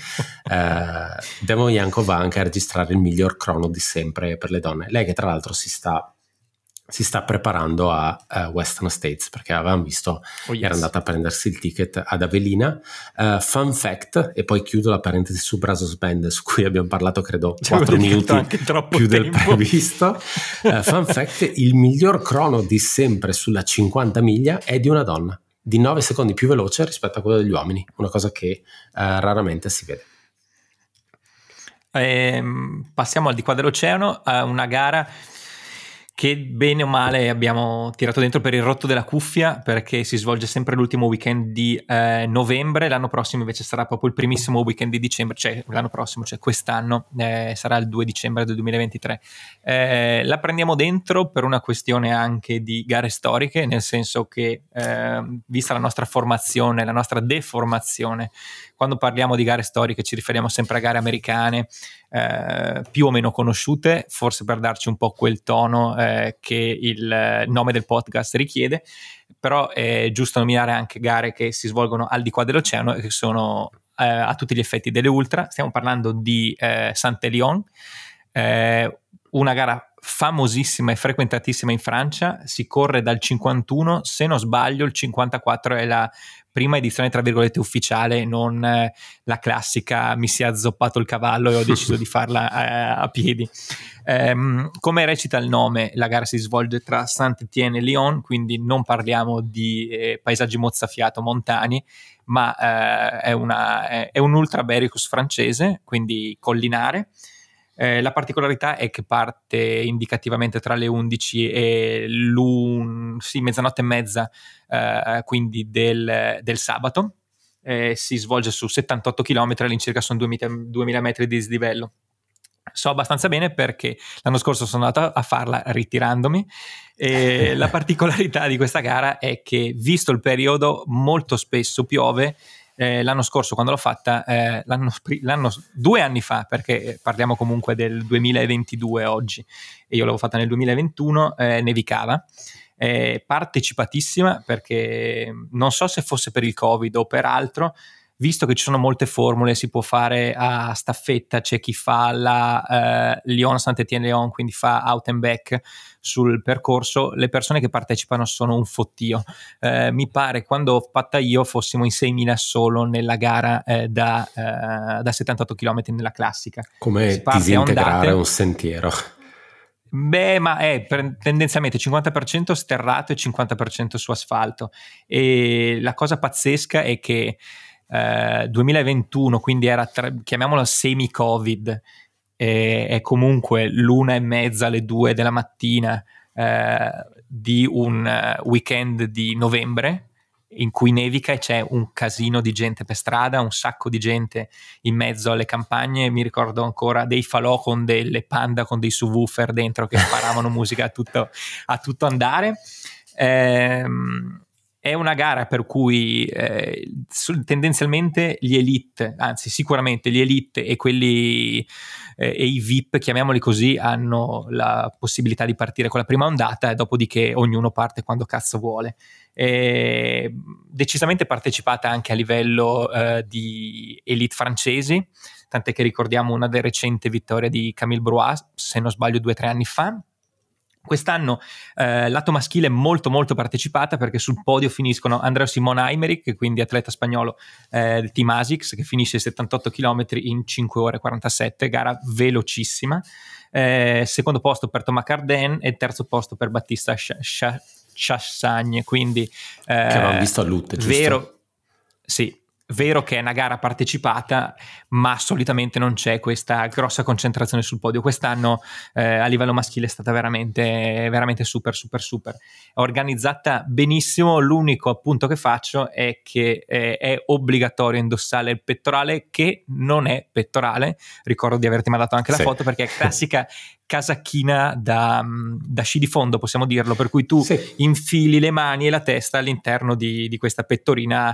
S1: Devon Yanko va anche a registrare il miglior crono di sempre per le donne. Lei che tra l'altro si sta preparando a Western States, perché avevamo visto, era andata a prendersi il ticket ad Avellina. Fun fact, e poi chiudo la parentesi su Brazos Bend, su cui abbiamo parlato credo 4 minuti più del previsto. Fun fact, il miglior crono di sempre sulla 50 miglia è di una donna, di 9 secondi più veloce rispetto a quello degli uomini, una cosa che raramente si vede.
S2: Passiamo al di qua dell'oceano, a una gara che bene o male abbiamo tirato dentro per il rotto della cuffia, perché si svolge sempre l'ultimo weekend di novembre. L'anno prossimo invece sarà proprio il primissimo weekend di dicembre, cioè quest'anno sarà il 2 dicembre del 2023. La prendiamo dentro per una questione anche di gare storiche, nel senso che vista la nostra formazione, la nostra deformazione, quando parliamo di gare storiche ci riferiamo sempre a gare americane più o meno conosciute, forse per darci un po' quel tono che il nome del podcast richiede, però è giusto nominare anche gare che si svolgono al di qua dell'oceano e che sono a tutti gli effetti delle ultra. Stiamo parlando di Saint-Élion, una gara famosissima e frequentatissima in Francia. Si corre dal 51, se non sbaglio il 54 è la prima edizione tra virgolette ufficiale, non la classica mi si è azzoppato il cavallo e ho deciso di farla a piedi. Come recita il nome, la gara si svolge tra Saint-Étienne e Lyon, quindi non parliamo di paesaggi mozzafiato montani, ma è un ultra baricus francese, quindi collinare. La particolarità è che parte indicativamente tra le 11 e mezzanotte e mezza, quindi del sabato. Si svolge su 78 km, all'incirca sono 2000 metri di dislivello. So abbastanza bene perché l'anno scorso sono andato a farla ritirandomi, e la particolarità di questa gara è che, visto il periodo, molto spesso piove. L'anno scorso, quando l'ho fatta, 2 anni fa, perché parliamo comunque del 2022 oggi, e io l'avevo fatta nel 2021, nevicava. Partecipatissima, perché non so se fosse per il Covid o per altro, visto che ci sono molte formule, si può fare a staffetta, c'è chi fa la Lyon-Saint-Étienne-Lyon, quindi fa out and back sul percorso. Le persone che partecipano sono un fottio. Mi pare, quando ho fatta io, fossimo in 6.000 solo nella gara da 78 km nella classica.
S1: Come disintegrare un sentiero?
S2: Beh, ma è tendenzialmente 50% sterrato e 50% su asfalto, e la cosa pazzesca è che 2021, quindi era chiamiamolo semi-covid, è comunque l'1:30 alle 2 della mattina di un weekend di novembre in cui nevica e c'è un casino di gente per strada, un sacco di gente in mezzo alle campagne. Mi ricordo ancora dei falò con delle Panda con dei subwoofer dentro che sparavano musica a tutto andare. È una gara per cui tendenzialmente gli elite, anzi sicuramente gli elite e quelli e i VIP, chiamiamoli così, hanno la possibilità di partire con la prima ondata, e dopodiché ognuno parte quando cazzo vuole. Decisamente partecipata anche a livello di elite francesi, tant'è che ricordiamo una delle recenti vittorie di Camille Brois, se non sbaglio 2 o 3 anni fa. Quest'anno lato maschile è molto molto partecipata, perché sul podio finiscono Andreu Simon Aymeric, quindi atleta spagnolo del team ASICS, che finisce 78 km in 5 ore e 47, gara velocissima. Secondo posto per Thomas Cardin e terzo posto per Battista Chassagne, quindi
S1: che avevamo visto a Lutte, giusto?
S2: Vero che è una gara partecipata, ma solitamente non c'è questa grossa concentrazione sul podio. Quest'anno a livello maschile è stata veramente super. È organizzata benissimo. L'unico appunto che faccio è che è obbligatorio indossare il pettorale, che non è pettorale. Ricordo di averti mandato anche la foto, perché è classica casacchina da sci di fondo, possiamo dirlo, per cui tu infili le mani e la testa all'interno di questa pettorina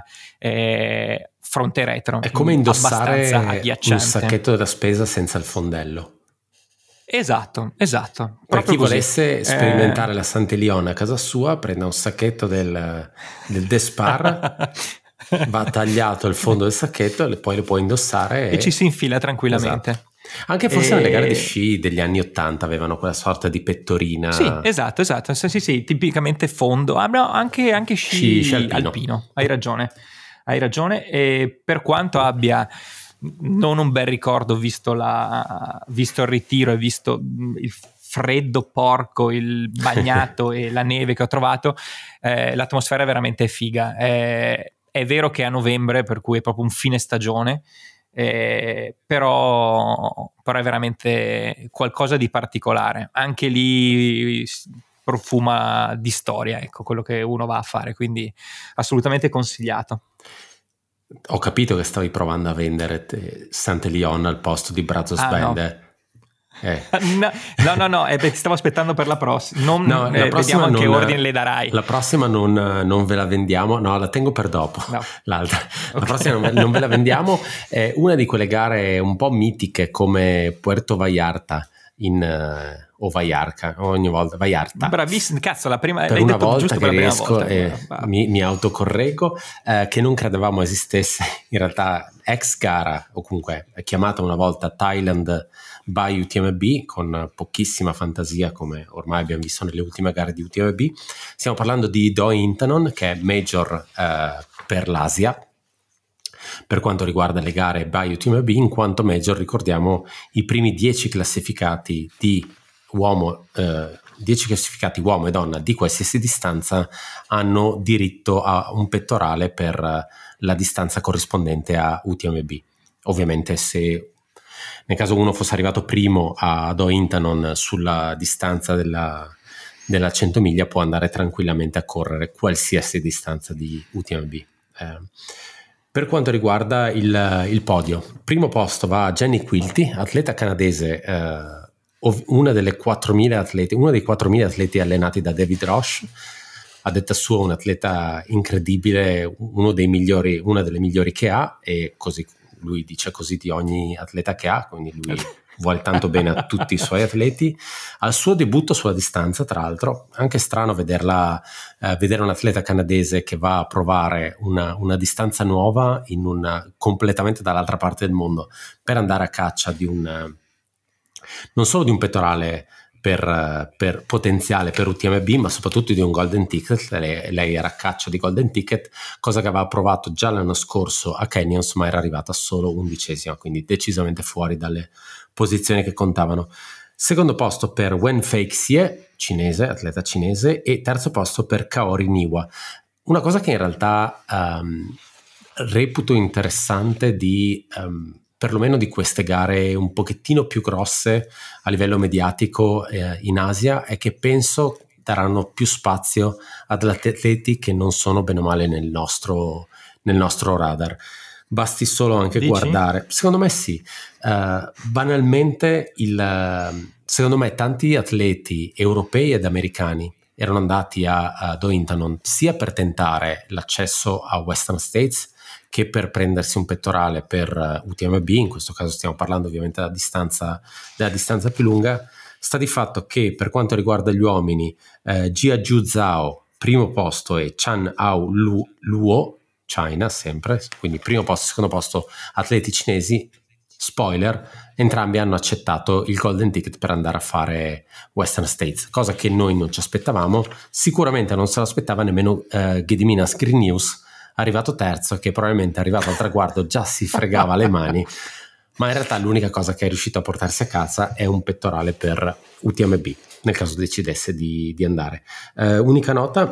S2: fronte retro.
S1: È come indossare un sacchetto da spesa senza il fondello.
S2: Esatto.
S1: Per chi volesse sperimentare la Saint-Élion a casa sua, prenda un sacchetto del Despar, va tagliato il fondo del sacchetto e poi lo può indossare
S2: e ci si infila tranquillamente.
S1: Esatto. Anche forse nelle gare di sci degli anni 80 avevano quella sorta di pettorina.
S2: Sì, esatto. Sì, tipicamente fondo. No, anche sci alpino. Hai ragione. E per quanto abbia non un bel ricordo, visto il ritiro e visto il freddo porco, il bagnato e la neve che ho trovato, l'atmosfera è veramente figa. È vero che è a novembre, per cui è proprio un fine stagione, però è veramente qualcosa di particolare. Anche lì profuma di storia, ecco, quello che uno va a fare, quindi assolutamente consigliato.
S1: Ho capito che stavi provando a vendere Saint-Élion al posto di Brazos Band.
S2: No, ti stavo aspettando per la prossima. Vediamo anche ordine le darai.
S1: La prossima non ve la vendiamo, no, la tengo per dopo. No. L'altra. Okay. La prossima non ve la vendiamo. È una di quelle gare un po' mitiche come Puerto Vallarta o Vallarca, ogni volta Vallarta.
S2: Bravissimo, cazzo, la prima
S1: per una volta che riesco mi autocorreggo, che non credevamo esistesse, in realtà ex gara, o comunque è chiamata una volta Thailand by UTMB, con pochissima fantasia, come ormai abbiamo visto nelle ultime gare di UTMB. Stiamo parlando di Doi Intanon, che è major per l'Asia per quanto riguarda le gare by UTMB, in quanto major ricordiamo i primi 10 classificati uomo e donna di qualsiasi distanza hanno diritto a un pettorale per la distanza corrispondente a UTMB. Ovviamente se nel caso uno fosse arrivato primo ad Ointanon sulla distanza della 100 miglia, può andare tranquillamente a correre qualsiasi distanza di UTMB. Per quanto riguarda il podio, primo posto va a Jenny Quilty, atleta canadese, uno dei 4.000 atleti allenati da David Roche. A detta sua un atleta incredibile, una delle migliori che ha, e così lui dice così di ogni atleta che ha, quindi lui vuole tanto bene a tutti i suoi atleti. Al suo debutto sulla distanza, tra l'altro, anche strano vedere un atleta canadese che va a provare una distanza nuova completamente dall'altra parte del mondo, per andare a caccia di non solo di un pettorale per potenziale per UTMB, ma soprattutto di un golden ticket. Lei era a caccia di golden ticket, cosa che aveva provato già l'anno scorso a Canyons, ma era arrivata solo 11ª, quindi decisamente fuori dalle posizioni che contavano. Secondo posto per Wenfei Xie, atleta cinese, e terzo posto per Kaori Niwa. Una cosa che in realtà reputo interessante perlomeno di queste gare un pochettino più grosse a livello mediatico in Asia, è che penso daranno più spazio ad atleti che non sono bene o male nel nostro radar. Basti solo anche guardare, secondo me sì, banalmente secondo me tanti atleti europei ed americani erano andati ad Ointanon sia per tentare l'accesso a Western States che per prendersi un pettorale per UTMB. In questo caso stiamo parlando ovviamente della distanza più lunga. Sta di fatto che per quanto riguarda gli uomini, Jiaju Zhao primo posto e Chan Hao Luo, China sempre, quindi primo posto, secondo posto atleti cinesi. Spoiler, entrambi hanno accettato il golden ticket per andare a fare Western States, cosa che noi non ci aspettavamo. Sicuramente non se l'aspettava nemmeno Gediminas Grinius, arrivato terzo, che probabilmente arrivato al traguardo già si fregava le mani, ma in realtà l'unica cosa che è riuscito a portarsi a casa è un pettorale per UTMB, nel caso decidesse di andare. Unica nota,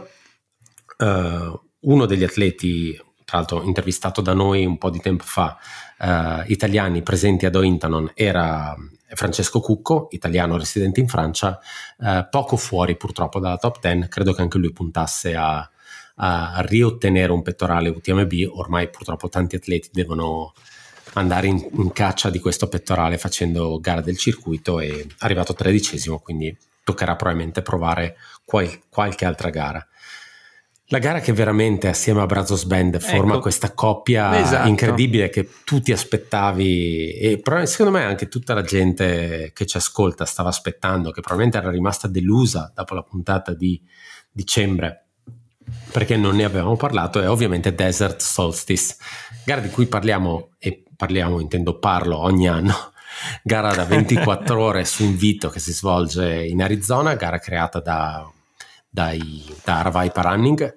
S1: uno degli atleti, tra l'altro intervistato da noi un po' di tempo fa, italiani presenti ad Ointanon, era Francesco Cucco, italiano residente in Francia, poco fuori purtroppo dalla top 10. Credo che anche lui puntasse a riottenere un pettorale UTMB. Ormai purtroppo tanti atleti devono andare in caccia di questo pettorale facendo gara del circuito, e arrivato 13º, quindi toccherà probabilmente provare qualche altra gara. La gara che veramente assieme a Brazos Band forma questa coppia incredibile che tu ti aspettavi, e secondo me anche tutta la gente che ci ascolta stava aspettando, che probabilmente era rimasta delusa dopo la puntata di dicembre perché non ne avevamo parlato, è ovviamente Desert Solstice, gara di cui parlo ogni anno. Gara da 24 ore su invito che si svolge in Arizona, gara creata da Aravaipa Running,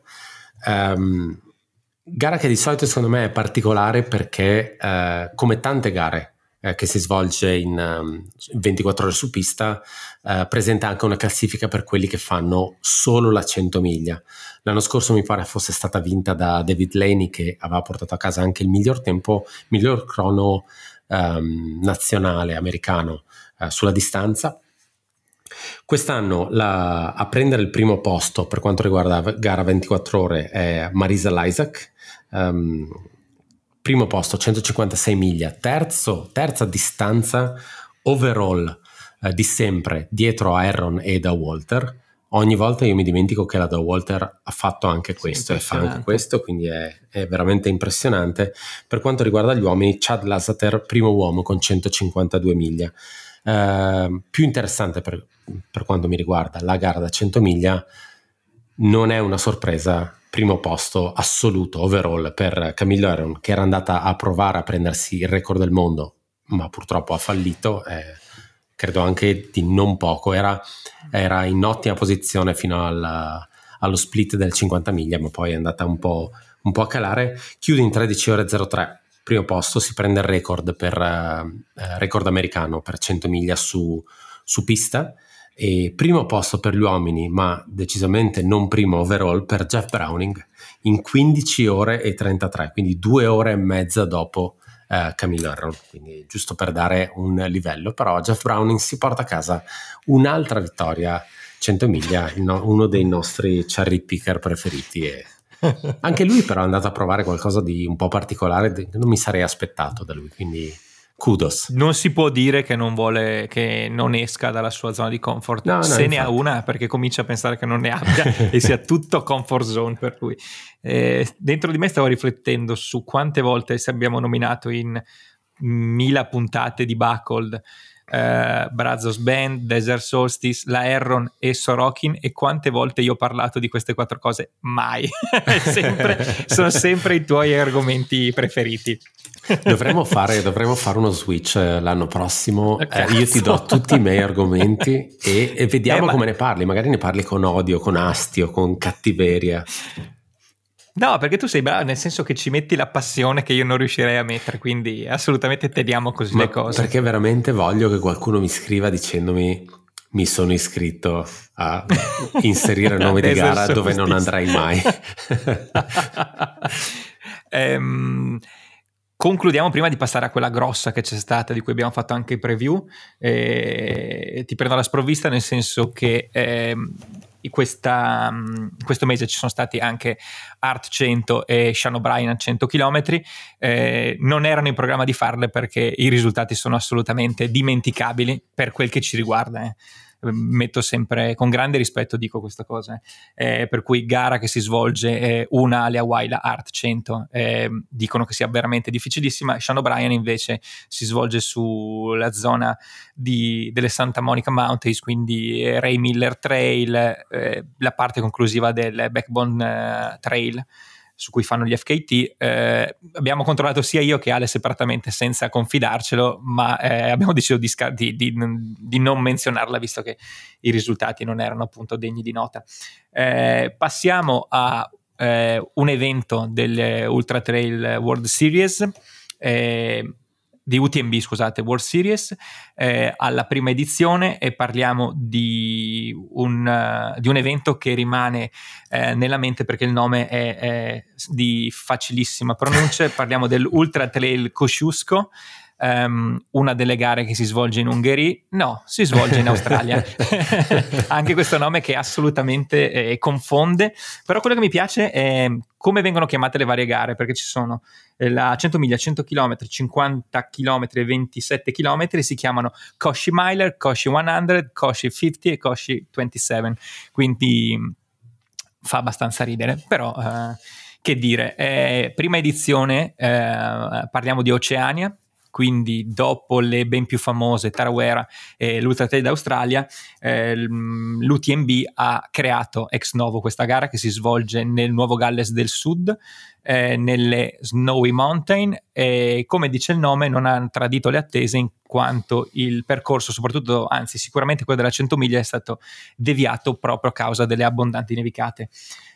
S1: gara che di solito secondo me è particolare perché come tante gare che si svolge in 24 ore su pista, presenta anche una classifica per quelli che fanno solo la 100 miglia. L'anno scorso mi pare fosse stata vinta da David Laney, che aveva portato a casa anche il miglior crono nazionale americano sulla distanza. Quest'anno a prendere il primo posto per quanto riguarda gara 24 ore è Marisa Lysak, primo posto 156 miglia, terza distanza overall di sempre dietro a Aaron e da Walter. Ogni volta io mi dimentico che la da Walter ha fatto anche questo e fa anche questo, quindi è veramente impressionante. Per quanto riguarda gli uomini, Chad Lasseter primo uomo con 152 miglia. Più interessante per quanto mi riguarda la gara da 100 miglia, non è una sorpresa, primo posto assoluto overall per Camille Aaron, che era andata a provare a prendersi il record del mondo ma purtroppo ha fallito, credo anche di non poco. Era in ottima posizione fino allo split del 50 miglia, ma poi è andata un po' a calare. Chiude in 13 ore 03, primo posto, si prende il record record americano per 100 miglia su pista, e primo posto per gli uomini, ma decisamente non primo overall, per Jeff Browning in 15 ore e 33, quindi 2 ore e mezza dopo Camille Herron, quindi giusto per dare un livello. Però Jeff Browning si porta a casa un'altra vittoria 100 miglia, uno dei nostri cherry picker preferiti, e anche lui però è andato a provare qualcosa di un po' particolare che non mi sarei aspettato da lui, quindi kudos.
S2: Non si può dire che non vuole, che non esca dalla sua zona di comfort, se ne ha una, perché comincia a pensare che non ne abbia e sia tutto comfort zone per lui. Dentro di me stavo riflettendo su quante volte se abbiamo nominato in 1000 puntate di Buckled Brazos Band, Desert Solstice, la Herron e Sorokin, e quante volte io ho parlato di queste 4 cose. Mai. Sono sempre i tuoi argomenti preferiti.
S1: Dovremmo fare uno switch l'anno prossimo. Io ti do tutti i miei argomenti e vediamo come ne parli. Magari ne parli con odio, con astio, con cattiveria.
S2: No, perché tu sei bravo, nel senso che ci metti la passione che io non riuscirei a mettere, quindi assolutamente teniamo così le cose.
S1: Perché veramente voglio che qualcuno mi scriva dicendomi: mi sono iscritto a inserire il nome di gara dove non andrai mai.
S2: Concludiamo prima di passare a quella grossa che c'è stata, di cui abbiamo fatto anche i preview. Ti prendo alla sprovvista, nel senso che questo mese ci sono stati anche Art 100 e Sean O'Brien a 100 km. Non erano in programma di farle perché i risultati sono assolutamente dimenticabili per quel che ci riguarda. Metto sempre con grande rispetto, dico questa cosa, per cui gara che si svolge una alle Hawaii, la Art 100, dicono che sia veramente difficilissima. Sean O'Brien invece si svolge sulla zona delle Santa Monica Mountains, quindi Ray Miller Trail, la parte conclusiva del Backbone Trail su cui fanno gli FKT. Abbiamo controllato sia io che Ale separatamente senza confidarcelo, ma abbiamo deciso di non menzionarla, visto che i risultati non erano appunto degni di nota. Passiamo a un evento del Ultra Trail World Series, di UTMB, scusate, World Series, alla prima edizione, e parliamo di un evento che rimane nella mente perché il nome è di facilissima pronuncia. Parliamo dell'Ultra Trail Kosciuszko, una delle gare che si svolge in Ungheria, no, si svolge in Australia. Anche questo nome che assolutamente confonde, però quello che mi piace è come vengono chiamate le varie gare, perché ci sono la 100 miglia, 100 km, 50 km e 27 km, si chiamano Koshi Miler, Koshi 100, Koshi 50 e Koshi 27, quindi fa abbastanza ridere, però che dire. Prima edizione, parliamo di Oceania, quindi dopo le ben più famose Tarawera e l'Ultra Trail d'Australia, l'UTMB ha creato ex novo questa gara che si svolge nel Nuovo Galles del Sud, nelle Snowy Mountain, e come dice il nome non ha tradito le attese, in quanto il percorso, soprattutto, anzi sicuramente quello della 100 miglia, è stato deviato proprio a causa delle abbondanti nevicate.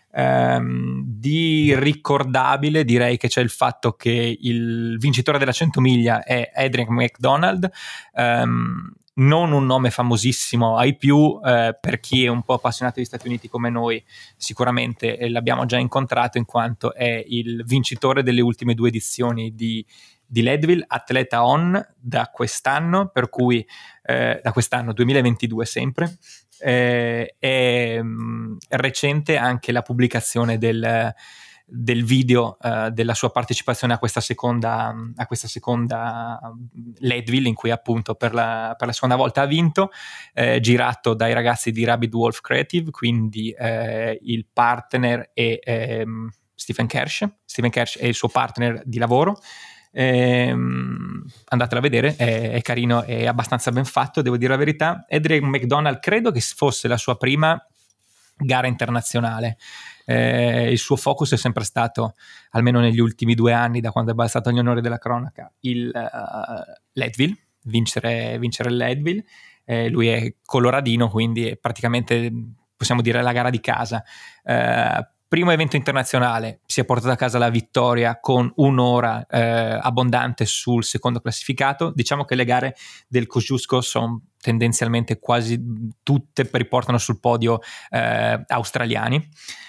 S2: Di ricordabile direi che c'è il fatto che il vincitore della 100 miglia è Adrian McDonald, non un nome famosissimo ai più, per chi è un po' appassionato degli Stati Uniti come noi sicuramente l'abbiamo già incontrato, in quanto è il vincitore delle ultime 2 edizioni di Leadville, atleta on da quest'anno, per cui da quest'anno 2022 sempre. È recente anche la pubblicazione del video della sua partecipazione a questa seconda Leadville, in cui appunto per la seconda volta ha vinto, girato dai ragazzi di Rabbit Wolf Creative, quindi il partner è Stephen Kersh è il suo partner di lavoro. Andatelo a vedere, è carino, è abbastanza ben fatto, devo dire la verità. Adrian McDonald credo che fosse la sua prima gara internazionale. Il suo focus è sempre stato, almeno negli ultimi 2 anni, da quando è balzato agli onori della cronaca, il Leadville, vincere il Leadville. Lui è coloradino, quindi è praticamente, possiamo dire, la gara di casa. primo evento internazionale, si è portato a casa la vittoria con un'ora abbondante sul secondo classificato. Diciamo che le gare del Kosciuszko sono tendenzialmente quasi tutte riportano sul podio australiani,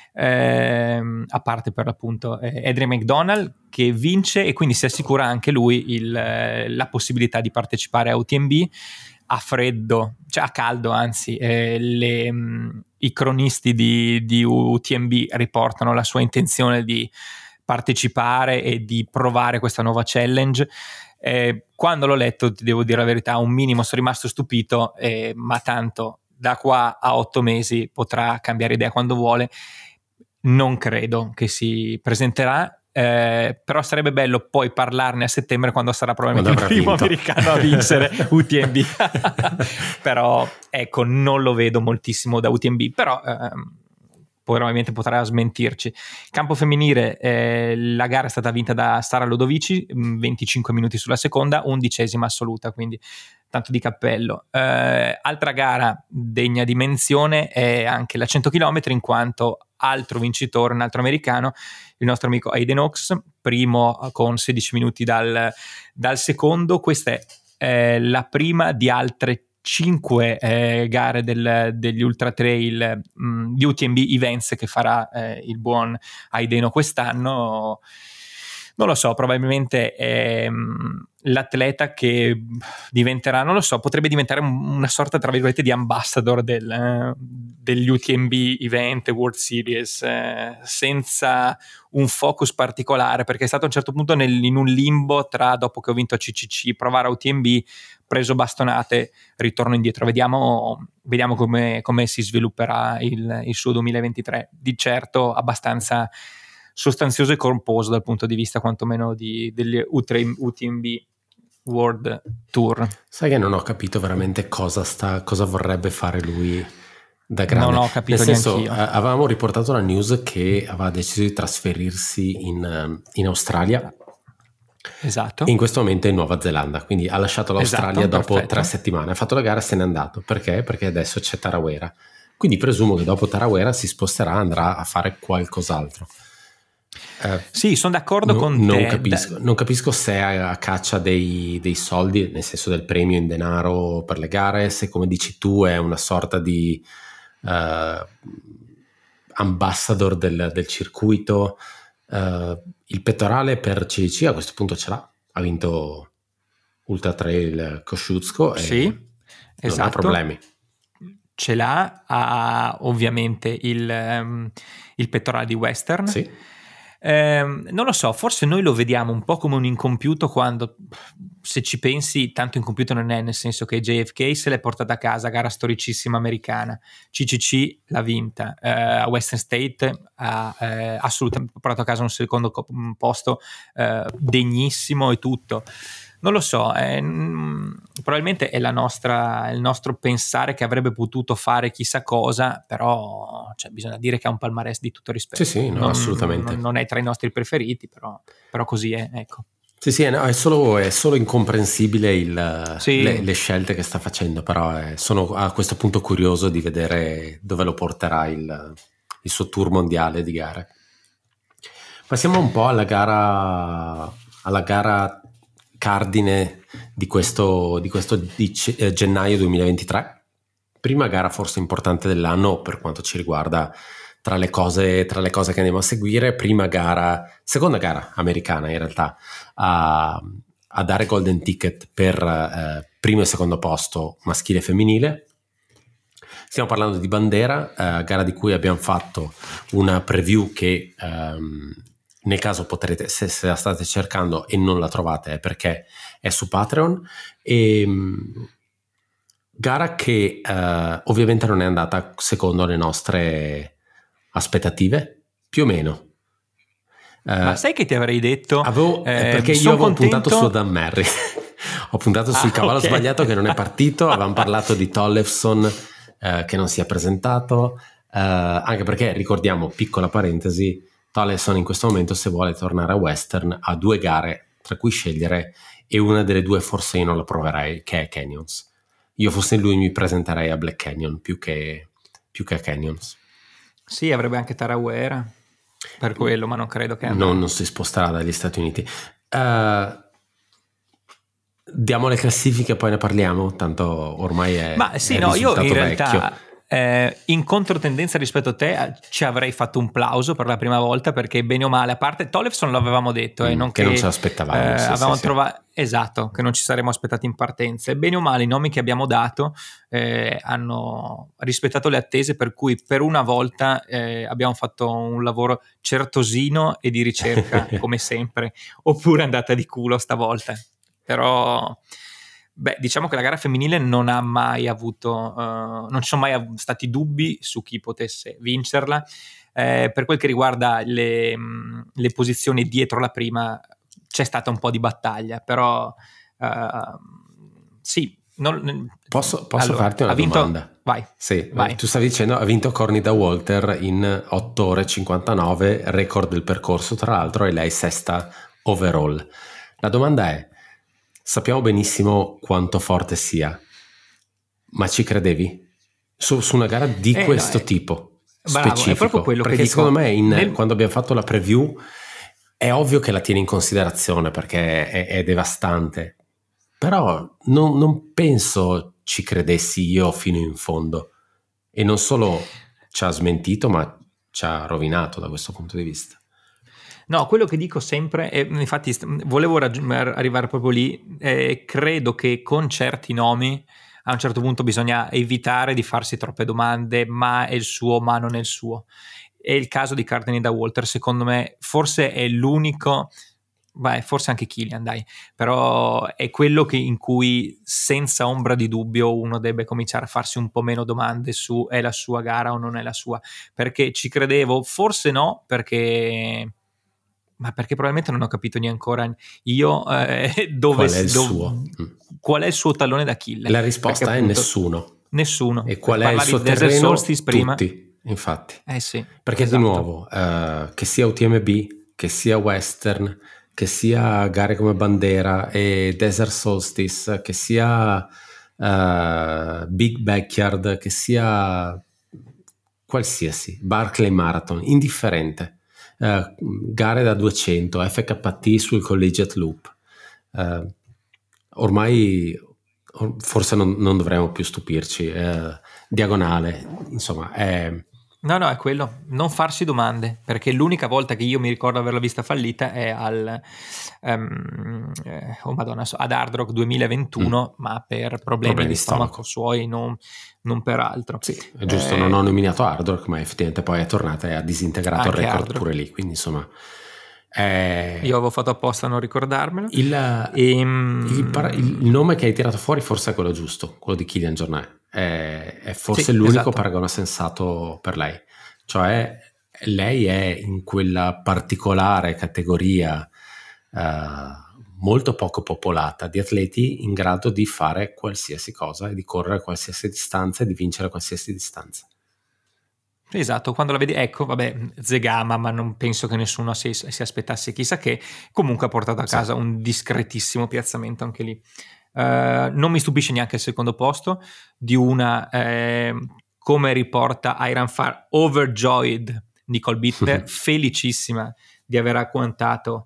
S2: a parte per l'appunto Adrian McDonald, che vince e quindi si assicura anche lui la possibilità di partecipare a UTMB. A freddo, cioè a caldo anzi, i cronisti di UTMB riportano la sua intenzione di partecipare e di provare questa nuova challenge. Quando l'ho letto, ti devo dire la verità, un minimo sono rimasto stupito, ma tanto da qua a 8 mesi potrà cambiare idea quando vuole. Non credo che si presenterà. Però sarebbe bello poi parlarne a settembre, quando sarà probabilmente il primo americano a vincere UTMB. Però ecco, non lo vedo moltissimo da UTMB, però probabilmente potrà smentirci. Campo femminile, la gara è stata vinta da Sara Lodovici, 25 minuti sulla seconda, 11ª assoluta, quindi tanto di cappello. Altra gara degna di menzione è anche la 100 km, in quanto altro vincitore, un altro americano, il nostro amico Hayden Hawks, primo con 16 minuti dal secondo. Questa è la prima di altre 5 gare degli Ultra Trail di UTMB Events che farà il buon Hayden quest'anno. Non lo so, probabilmente è l'atleta che diventerà, non lo so, potrebbe diventare una sorta, tra virgolette, di ambassador degli UTMB Event, World Series, senza un focus particolare, perché è stato a un certo punto in un limbo tra, dopo che ho vinto a CCC, provare a UTMB, preso bastonate, ritorno indietro. Vediamo come si svilupperà il suo 2023. Di certo abbastanza sostanzioso e corposo dal punto di vista quantomeno degli UTMB World Tour.
S1: Sai che non ho capito veramente cosa vorrebbe fare lui da grande.
S2: Non ho capito.
S1: Nel senso,
S2: neanch'io.
S1: Avevamo riportato la news che aveva deciso di trasferirsi in Australia.
S2: Esatto.
S1: E in questo momento è in Nuova Zelanda, quindi ha lasciato l'Australia dopo
S2: perfetto.
S1: 3 settimane, ha fatto la gara e se n'è andato. Perché? Perché adesso c'è Tarawera, quindi presumo che dopo Tarawera si sposterà, andrà a fare qualcos'altro.
S2: Sì, sono d'accordo con te.
S1: Non capisco se è a caccia dei soldi, nel senso del premio in denaro per le gare, se, come dici tu, è una sorta di ambassador del circuito. Il pettorale per CDC a questo punto ce l'ha, ha vinto Ultra Trail Kosciuszko e
S2: sì, esatto.
S1: Non ha problemi.
S2: Ce l'ha, ovviamente il pettorale di Western.
S1: Sì.
S2: Non lo so, forse noi lo vediamo un po' come un incompiuto, quando, se ci pensi, tanto incompiuto non è, nel senso che JFK se l'è portata a casa, gara storicissima americana, CCC l'ha vinta, a Western State ha assolutamente portato a casa un secondo posto degnissimo e tutto. Non lo so, probabilmente è il nostro pensare che avrebbe potuto fare chissà cosa, però bisogna dire che ha un palmarès di tutto rispetto.
S1: Sì, no, assolutamente.
S2: Non è tra i nostri preferiti, però così è, ecco.
S1: Sì, no, è solo incomprensibile le scelte che sta facendo, però sono a questo punto curioso di vedere dove lo porterà il suo tour mondiale di gare. Passiamo un po' alla gara cardine di questo gennaio 2023, prima gara forse importante dell'anno per quanto ci riguarda, tra le cose che andiamo a seguire. Seconda gara americana in realtà a dare golden ticket per primo e secondo posto maschile e femminile. Stiamo parlando di Bandera, gara di cui abbiamo fatto una preview che nel caso potrete, se la state cercando e non la trovate, è perché è su Patreon. E gara che ovviamente non è andata secondo le nostre aspettative, più o meno.
S2: Ma sai che ti avrei detto?
S1: Perché io avevo puntato su Dan Merry. Ho puntato sul cavallo sbagliato che non è partito. Avevamo parlato di Tollefson che non si è presentato, anche perché, ricordiamo, piccola parentesi, Tollefson in questo momento, se vuole tornare a Western, ha 2 gare tra cui scegliere e una delle 2 forse io non la proverei, che è Canyons. Io fossi lui mi presenterei a Black Canyon più che a Canyons.
S2: Sì, avrebbe anche Tarawera. per quello, ma non credo che
S1: non si sposterà dagli Stati Uniti. Diamo le classifiche, poi ne parliamo, tanto ormai è
S2: ma sì,
S1: è
S2: no, io in
S1: vecchio.
S2: realtà in controtendenza rispetto a te ci avrei fatto un plauso per la prima volta, perché bene o male, a parte Tollefson l'avevamo detto,
S1: che non ce l'aspettavamo,
S2: avevamo trovato, esatto, che non ci saremmo aspettati in partenza, e bene o male i nomi che abbiamo dato hanno rispettato le attese, per cui per una volta abbiamo fatto un lavoro certosino e di ricerca come sempre, oppure andata di culo stavolta. Però diciamo che la gara femminile non ha mai avuto non ci sono mai stati dubbi su chi potesse vincerla. Per quel che riguarda le posizioni dietro la prima c'è stata un po' di battaglia, però sì,
S1: posso farti una domanda?
S2: Vai.
S1: Sì, vai. Tu stavi dicendo ha vinto Cornida Walter in 8 ore 59, record del percorso tra l'altro, e lei sesta overall. La domanda è: sappiamo benissimo quanto forte sia, ma ci credevi? Su una gara di questo tipo specifico?
S2: È proprio quello
S1: perché
S2: che
S1: secondo me quando abbiamo fatto la preview è ovvio che la tieni in considerazione perché è devastante, però non penso ci credessi io fino in fondo, e non solo ci ha smentito ma ci ha rovinato da questo punto di vista.
S2: No, quello che dico sempre, e infatti volevo arrivare proprio lì, credo che con certi nomi a un certo punto bisogna evitare di farsi troppe domande, ma è il suo, ma non è il suo. È il caso di Cornida Walter, secondo me forse è l'unico, forse anche Kilian, dai, però è quello in cui senza ombra di dubbio uno deve cominciare a farsi un po' meno domande su è la sua gara o non è la sua, perché ci credevo, forse no, perché probabilmente non ho capito neanche ancora io dove qual è il suo tallone d'Achille.
S1: La risposta perché, appunto, è nessuno. E qual è il suo terreno?
S2: Solstice prima.
S1: Tutti, infatti.
S2: Sì,
S1: perché
S2: esatto.
S1: Di nuovo, che sia UTMB, che sia Western, che sia gare come Bandera e Desert Solstice, che sia Big Backyard, che sia qualsiasi Barclay Marathon, indifferente. Gare da 200, FKT sul Collegiate Loop, ormai forse non dovremmo più stupirci, diagonale, insomma
S2: No, è quello, non farsi domande, perché l'unica volta che io mi ricordo averla vista fallita è ad Hard Rock 2021, ma per problemi di stomaco suoi, non per altro.
S1: Sì, è giusto, non ho nominato Hard Rock, ma effettivamente poi è tornata e ha disintegrato il record pure lì, quindi insomma
S2: io avevo fatto apposta a non ricordarmelo.
S1: Il nome che hai tirato fuori forse è quello giusto, quello di Kilian Jornet. È forse l'unico esatto. paragone sensato per lei, cioè lei è in quella particolare categoria molto poco popolata di atleti in grado di fare qualsiasi cosa e di correre qualsiasi distanza e di vincere qualsiasi distanza.
S2: Esatto, quando la vedi, ecco, Zegama, ma non penso che nessuno si aspettasse chissà che, comunque ha portato a casa un discretissimo piazzamento anche lì. Non mi stupisce neanche il secondo posto di una, come riporta Ironfar, overjoyed Nicole Bitter, felicissima di aver agguantato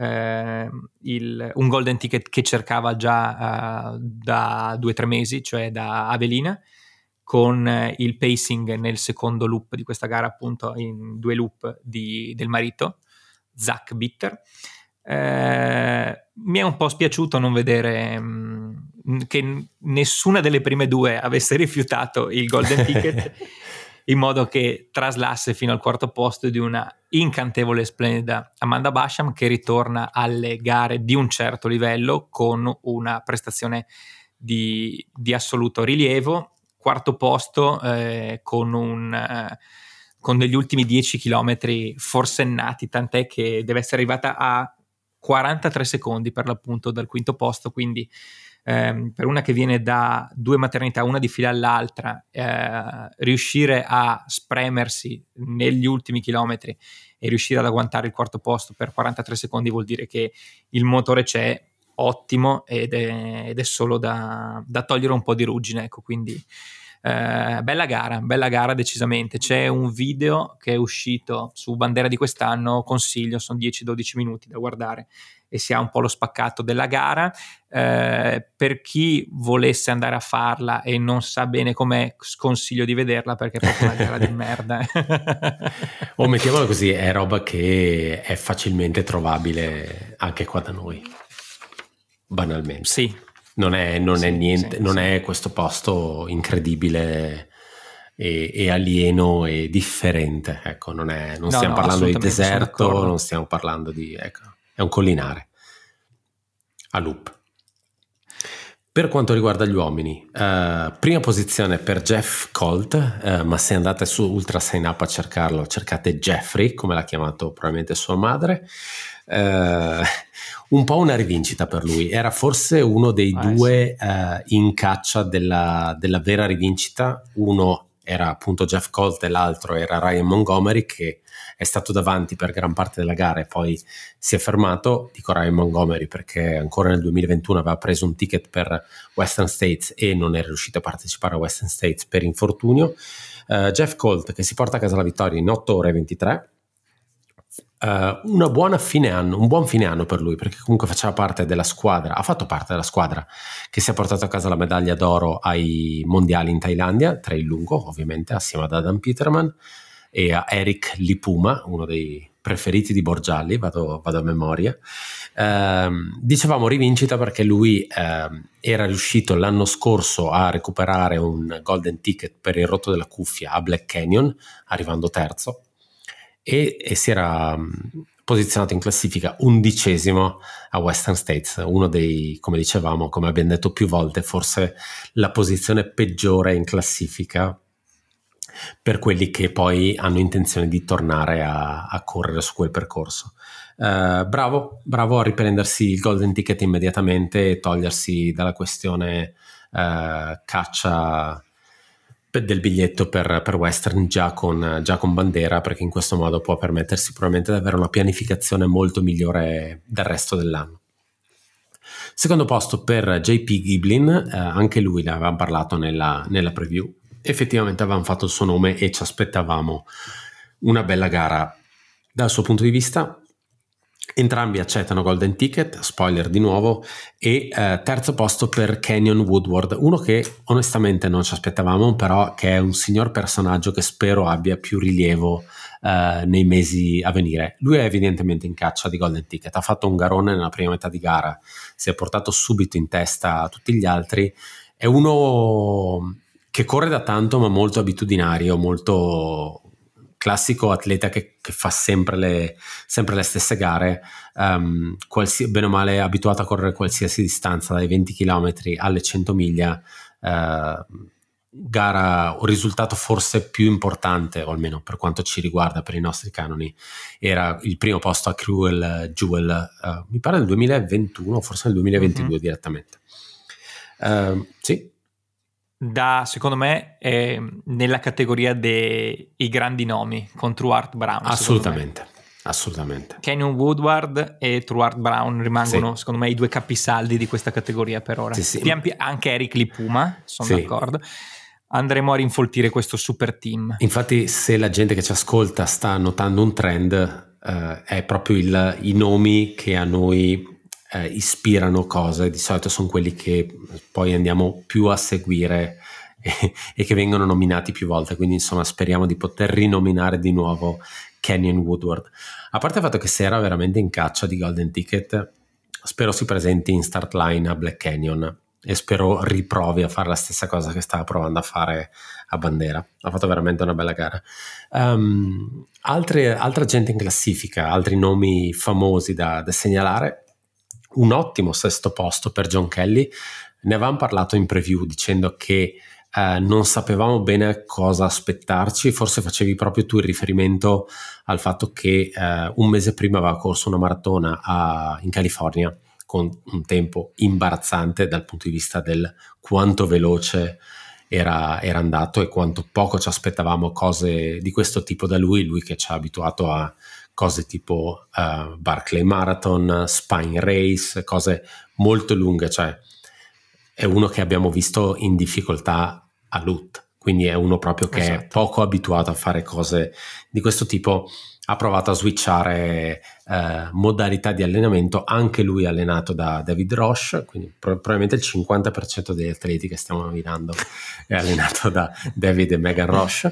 S2: un golden ticket che cercava già da 2 o 3 mesi, cioè da Avelina, con il pacing nel secondo loop di questa gara, appunto in 2 loop del marito Zach Bitter. Mi è un po' spiaciuto non vedere che nessuna delle prime 2 avesse rifiutato il golden ticket in modo che traslasse fino al quarto posto di una incantevole e splendida Amanda Basham, che ritorna alle gare di un certo livello con una prestazione di assoluto rilievo. Quarto posto con degli ultimi 10 chilometri forsennati, tant'è che deve essere arrivata a 43 secondi per l'appunto dal quinto posto, quindi per una che viene da 2 maternità, una di fila all'altra, riuscire a spremersi negli ultimi chilometri e riuscire ad agguantare il quarto posto per 43 secondi vuol dire che il motore c'è, ottimo, ed è solo da togliere un po' di ruggine, ecco, quindi bella gara decisamente. C'è un video che è uscito su Bandera di quest'anno, consiglio, sono 10-12 minuti da guardare e si ha un po' lo spaccato della gara. Per chi volesse andare a farla e non sa bene com'è, sconsiglio di vederla perché è proprio una gara di merda.
S1: O mettiamolo così, è roba che è facilmente trovabile anche qua da noi, banalmente.
S2: Sì.
S1: Non è niente, non è questo posto incredibile e alieno e differente, ecco, non stiamo parlando di deserto, non stiamo parlando di, ecco, è un collinare a loop. Per quanto riguarda gli uomini, prima posizione per Jeff Colt, ma se andate su Ultra Sign Up a cercarlo, cercate Jeffrey, come l'ha chiamato probabilmente sua madre. Un po' una rivincita per lui, era forse uno dei due in caccia della vera rivincita. Uno era appunto Jeff Colt e l'altro era Ryan Montgomery, che è stato davanti per gran parte della gara e poi si è fermato. Dico Ryan Montgomery perché ancora nel 2021 aveva preso un ticket per Western States e non è riuscito a partecipare a Western States per infortunio. Jeff Colt che si porta a casa la vittoria in 8 ore e 23. Un buon fine anno per lui, perché comunque ha fatto parte della squadra che si è portato a casa la medaglia d'oro ai mondiali in Thailandia, trail lungo ovviamente, assieme ad Adam Peterman e a Eric Lipuma, uno dei preferiti di Borgialli, vado a memoria. Dicevamo rivincita perché lui era riuscito l'anno scorso a recuperare un golden ticket per il rotto della cuffia a Black Canyon, arrivando terzo, e si era posizionato in classifica 11° a Western States, uno dei, come dicevamo, come abbiamo detto più volte, forse la posizione peggiore in classifica per quelli che poi hanno intenzione di tornare a correre su quel percorso. Bravo a riprendersi il golden ticket immediatamente e togliersi dalla questione caccia del biglietto per Western già con bandera, perché in questo modo può permettersi probabilmente di avere una pianificazione molto migliore del resto dell'anno. Secondo posto per JP Giblin, anche lui ne avevamo parlato nella preview. Effettivamente avevamo fatto il suo nome e ci aspettavamo una bella gara dal suo punto di vista. Entrambi accettano golden ticket, spoiler di nuovo, e terzo posto per Kenyon Woodward, uno che onestamente non ci aspettavamo, però che è un signor personaggio che spero abbia più rilievo nei mesi a venire. Lui è evidentemente in caccia di golden ticket, ha fatto un garone nella prima metà di gara, si è portato subito in testa a tutti gli altri, è uno che corre da tanto ma molto abitudinario, molto classico atleta che fa sempre le stesse gare, bene o male abituato a correre qualsiasi distanza, dai 20 km alle 100 miglia, gara o risultato forse più importante, o almeno per quanto ci riguarda, per i nostri canoni, era il primo posto a Cruel Jewel, mi pare nel 2021, forse nel 2022 direttamente. Sì.
S2: Secondo me è nella categoria dei grandi nomi con Truart Brown.
S1: Assolutamente.
S2: Kenyon Woodward e Truart Brown rimangono secondo me i due capisaldi di questa categoria per ora.
S1: Sì.
S2: Anche Eric Lipuma, sono d'accordo. Andremo a rinfoltire questo super team.
S1: Infatti, se la gente che ci ascolta sta notando un trend, è proprio i nomi che a noi ispirano cose, di solito sono quelli che poi andiamo più a seguire e che vengono nominati più volte, quindi insomma speriamo di poter rinominare di nuovo Kenyon Woodward. A parte il fatto che se era veramente in caccia di golden ticket, spero si presenti in start line a Black Canyon e spero riprovi a fare la stessa cosa che stava provando a fare a Bandera. Ha fatto veramente una bella gara. Altra gente in classifica, altri nomi famosi da segnalare. Un ottimo sesto posto per John Kelly. Ne avevamo parlato in preview dicendo che non sapevamo bene cosa aspettarci, forse facevi proprio tu il riferimento al fatto che un mese prima aveva corso una maratona in California con un tempo imbarazzante dal punto di vista del quanto veloce era andato e quanto poco ci aspettavamo cose di questo tipo da lui che ci ha abituato a cose tipo Barclay Marathon, Spine Race, cose molto lunghe, cioè è uno che abbiamo visto in difficoltà a Lut, quindi è uno proprio che è poco abituato a fare cose di questo tipo. Ha provato a switchare modalità di allenamento, anche lui allenato da David Roche, quindi probabilmente il 50% degli atleti che stiamo nominando è allenato da David e Megan Roche.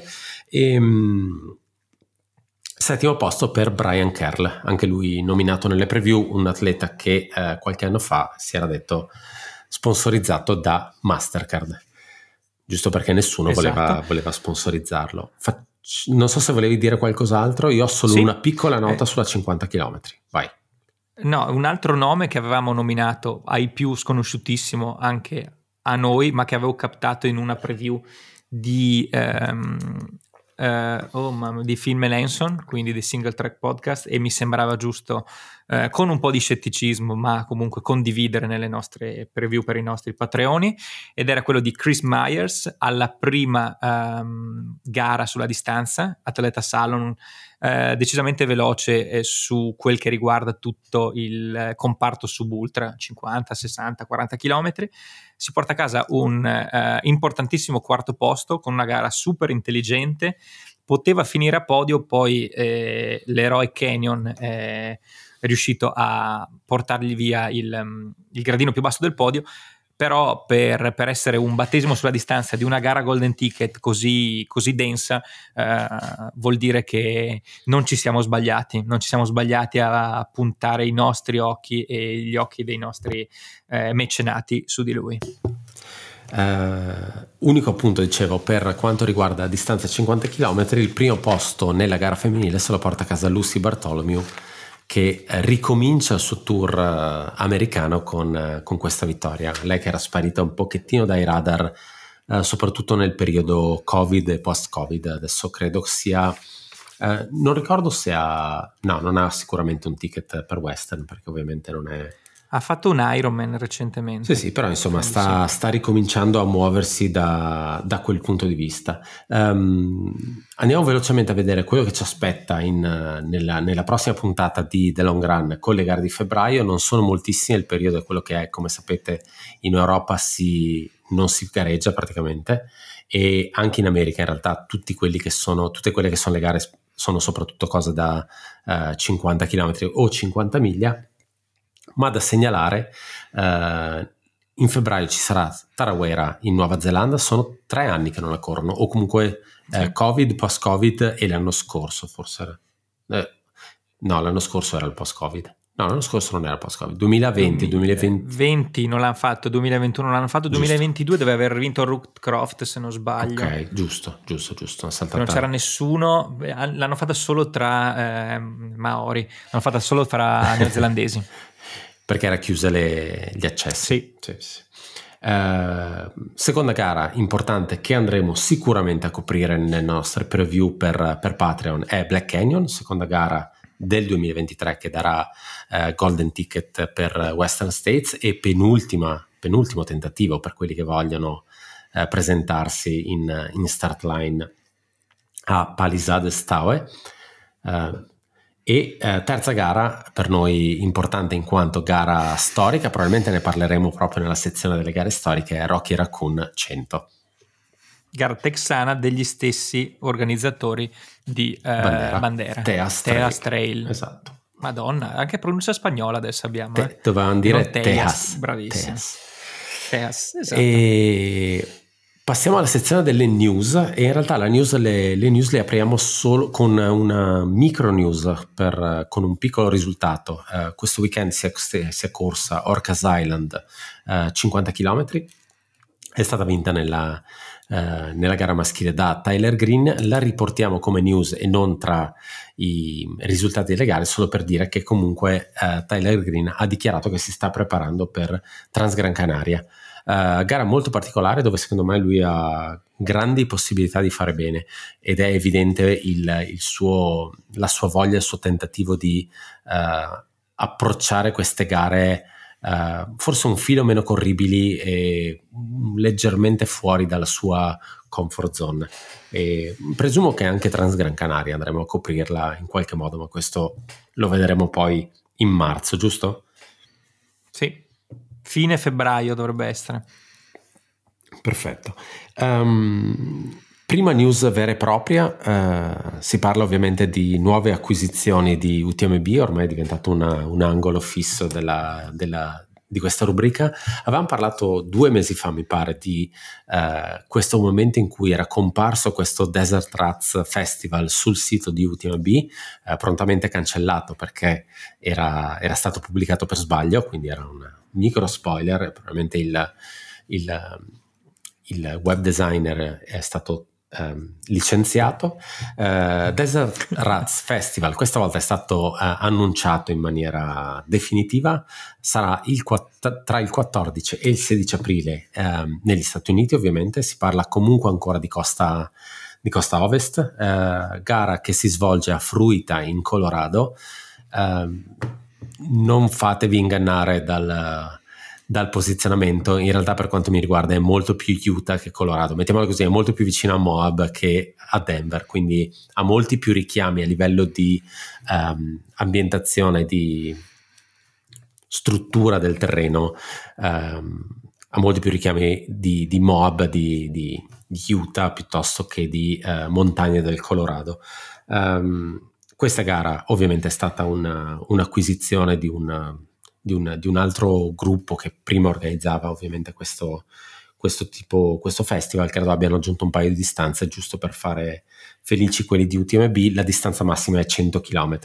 S1: Settimo posto per Brian Kerl, anche lui nominato nelle preview, un atleta che qualche anno fa si era detto sponsorizzato da Mastercard, giusto perché nessuno voleva sponsorizzarlo. Non so se volevi dire qualcos'altro, io ho solo una piccola nota sulla 50 km, vai.
S2: No, un altro nome che avevamo nominato ai più sconosciutissimo anche a noi, ma che avevo captato in una preview di Phil Melanson, quindi di Single Track Podcast, e mi sembrava giusto con un po' di scetticismo ma comunque condividere nelle nostre preview per i nostri patreoni, ed era quello di Chris Myers alla prima gara sulla distanza, atleta slalom decisamente veloce su quel che riguarda tutto il comparto subultra, 50, 60, 40 km. Si porta a casa un importantissimo quarto posto con una gara super intelligente, poteva finire a podio, poi l'eroe Canyon è riuscito a portargli via il gradino più basso del podio, però per essere un battesimo sulla distanza di una gara Golden Ticket così densa vuol dire che non ci siamo sbagliati a puntare i nostri occhi e gli occhi dei nostri mecenati su di lui.
S1: Unico appunto, dicevo, per quanto riguarda la distanza 50 km, il primo posto nella gara femminile se lo porta a casa Lucy Bartholomew, che ricomincia il suo tour americano con questa vittoria. Lei che era sparita un pochettino dai radar soprattutto nel periodo Covid e post-Covid. Adesso credo sia non ricordo se non ha sicuramente un ticket per Western, perché ovviamente non è.
S2: Ha fatto un Ironman recentemente.
S1: Sì, però insomma sta ricominciando a muoversi da quel punto di vista. Andiamo velocemente a vedere quello che ci aspetta nella prossima puntata di The Long Run con le gare di febbraio. Non sono moltissime, il periodo è quello che è, come sapete in Europa non si gareggia praticamente, e anche in America in realtà tutte quelle che sono le gare sono soprattutto cose da 50 km o 50 miglia. Ma da segnalare, in febbraio ci sarà Tarawera in Nuova Zelanda. Sono 3 anni che non la corrono, o comunque Covid, post-Covid, e l'anno scorso forse era. No, l'anno scorso era il post-Covid. No, l'anno scorso non era post-Covid. 2020
S2: non l'hanno fatto, 2021 non l'hanno fatto, giusto. 2022 deve aver vinto Rookcroft, se non sbaglio.
S1: Ok, giusto.
S2: Non c'era nessuno, l'hanno fatta solo tra Maori, l'hanno fatta solo tra neozelandesi.
S1: Perché era chiusa gli accessi. Sì. Seconda gara importante che andremo sicuramente a coprire nelle nostre preview per Patreon è Black Canyon, seconda gara del 2023 che darà Golden Ticket per Western States, e penultimo tentativo per quelli che vogliono presentarsi in start line a Palisades Tahoe. E terza gara per noi importante in quanto gara storica, probabilmente ne parleremo proprio nella sezione delle gare storiche, è Rocky Raccoon 100.
S2: Gara texana degli stessi organizzatori di Bandera.
S1: Teas
S2: Trail.
S1: Esatto.
S2: Madonna, anche pronuncia spagnola adesso abbiamo.
S1: Dovevamo dire Teas.
S2: Bravissimo. Teas, esatto.
S1: E passiamo alla sezione delle news, e in realtà le news le apriamo solo con una micro news con un piccolo risultato. Questo weekend si è corsa Orcas Island 50 km, è stata vinta nella gara maschile da Tyler Green. La riportiamo come news e non tra i risultati delle gare, solo per dire che comunque Tyler Green ha dichiarato che si sta preparando per Transgran Canaria. Gara molto particolare dove secondo me lui ha grandi possibilità di fare bene, ed è evidente la sua voglia, il suo tentativo di approcciare queste gare forse un filo meno corribili e leggermente fuori dalla sua comfort zone, e presumo che anche Transgran Canaria andremo a coprirla in qualche modo, ma questo lo vedremo poi in marzo, giusto?
S2: Sì. Fine febbraio dovrebbe essere.
S1: Perfetto. prima news vera e propria, si parla ovviamente di nuove acquisizioni di UTMB, ormai è diventato un angolo fisso di questa rubrica. Avevamo parlato 2 mesi fa, mi pare, di questo momento in cui era comparso questo Desert Rats Festival sul sito di UTMB, prontamente cancellato perché era stato pubblicato per sbaglio, quindi era un micro spoiler, probabilmente il web designer è stato licenziato. Desert Rats Festival questa volta è stato annunciato in maniera definitiva, sarà tra il 14 e il 16 aprile negli Stati Uniti. Ovviamente si parla comunque ancora di costa ovest, gara che si svolge a Fruita in Colorado. Non fatevi ingannare dal posizionamento, in realtà per quanto mi riguarda è molto più Utah che Colorado, mettiamolo così, è molto più vicino a Moab che a Denver, quindi ha molti più richiami a livello di ambientazione, di struttura del terreno, ha molti più richiami di Moab, di Utah piuttosto che di montagne del Colorado. Questa gara ovviamente è stata un'acquisizione di un altro gruppo che prima organizzava ovviamente questo festival. Credo abbiano aggiunto un paio di distanze giusto per fare felici quelli di UTMB. La distanza massima è 100 km.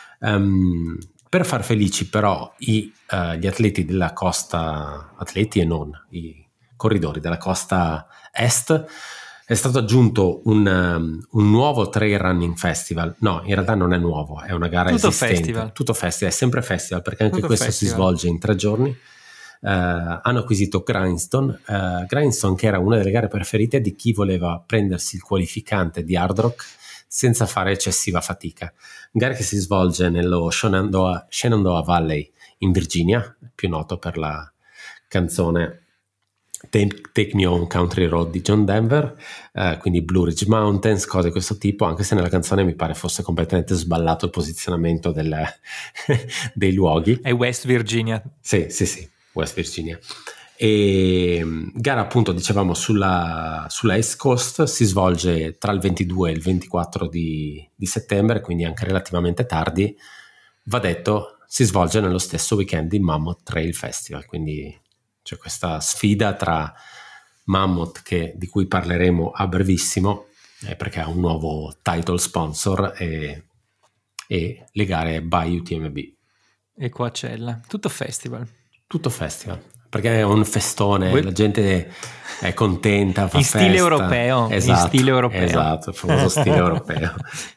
S1: Per far felici però gli atleti della costa, atleti e non, i corridori della costa est, è stato aggiunto un nuovo trail running festival. No, in realtà non è nuovo, è una gara esistente. Tutto festival, è sempre festival, perché anche questo festival si svolge in 3 giorni. Hanno acquisito Grindstone, che era una delle gare preferite di chi voleva prendersi il qualificante di hard rock senza fare eccessiva fatica. Gara che si svolge nello Shenandoah Valley in Virginia, più noto per la canzone Take Me On Country Road di John Denver, quindi Blue Ridge Mountains, cose di questo tipo, anche se nella canzone mi pare fosse completamente sballato il posizionamento dei luoghi.
S2: È West Virginia.
S1: Sì, West Virginia. E gara appunto, dicevamo, sulla East Coast, si svolge tra il 22 e il 24 di settembre, quindi anche relativamente tardi. Va detto, si svolge nello stesso weekend di Mammoth Trail Festival, quindi c'è questa sfida tra Mammoth, di cui parleremo a brevissimo, perché ha un nuovo title sponsor, e le gare by UTMB.
S2: E Coachella, tutto festival,
S1: perché è un festone, la gente è contenta, fa festa.
S2: Stile europeo.
S1: Esatto,
S2: in stile europeo.
S1: Esatto, il famoso stile europeo.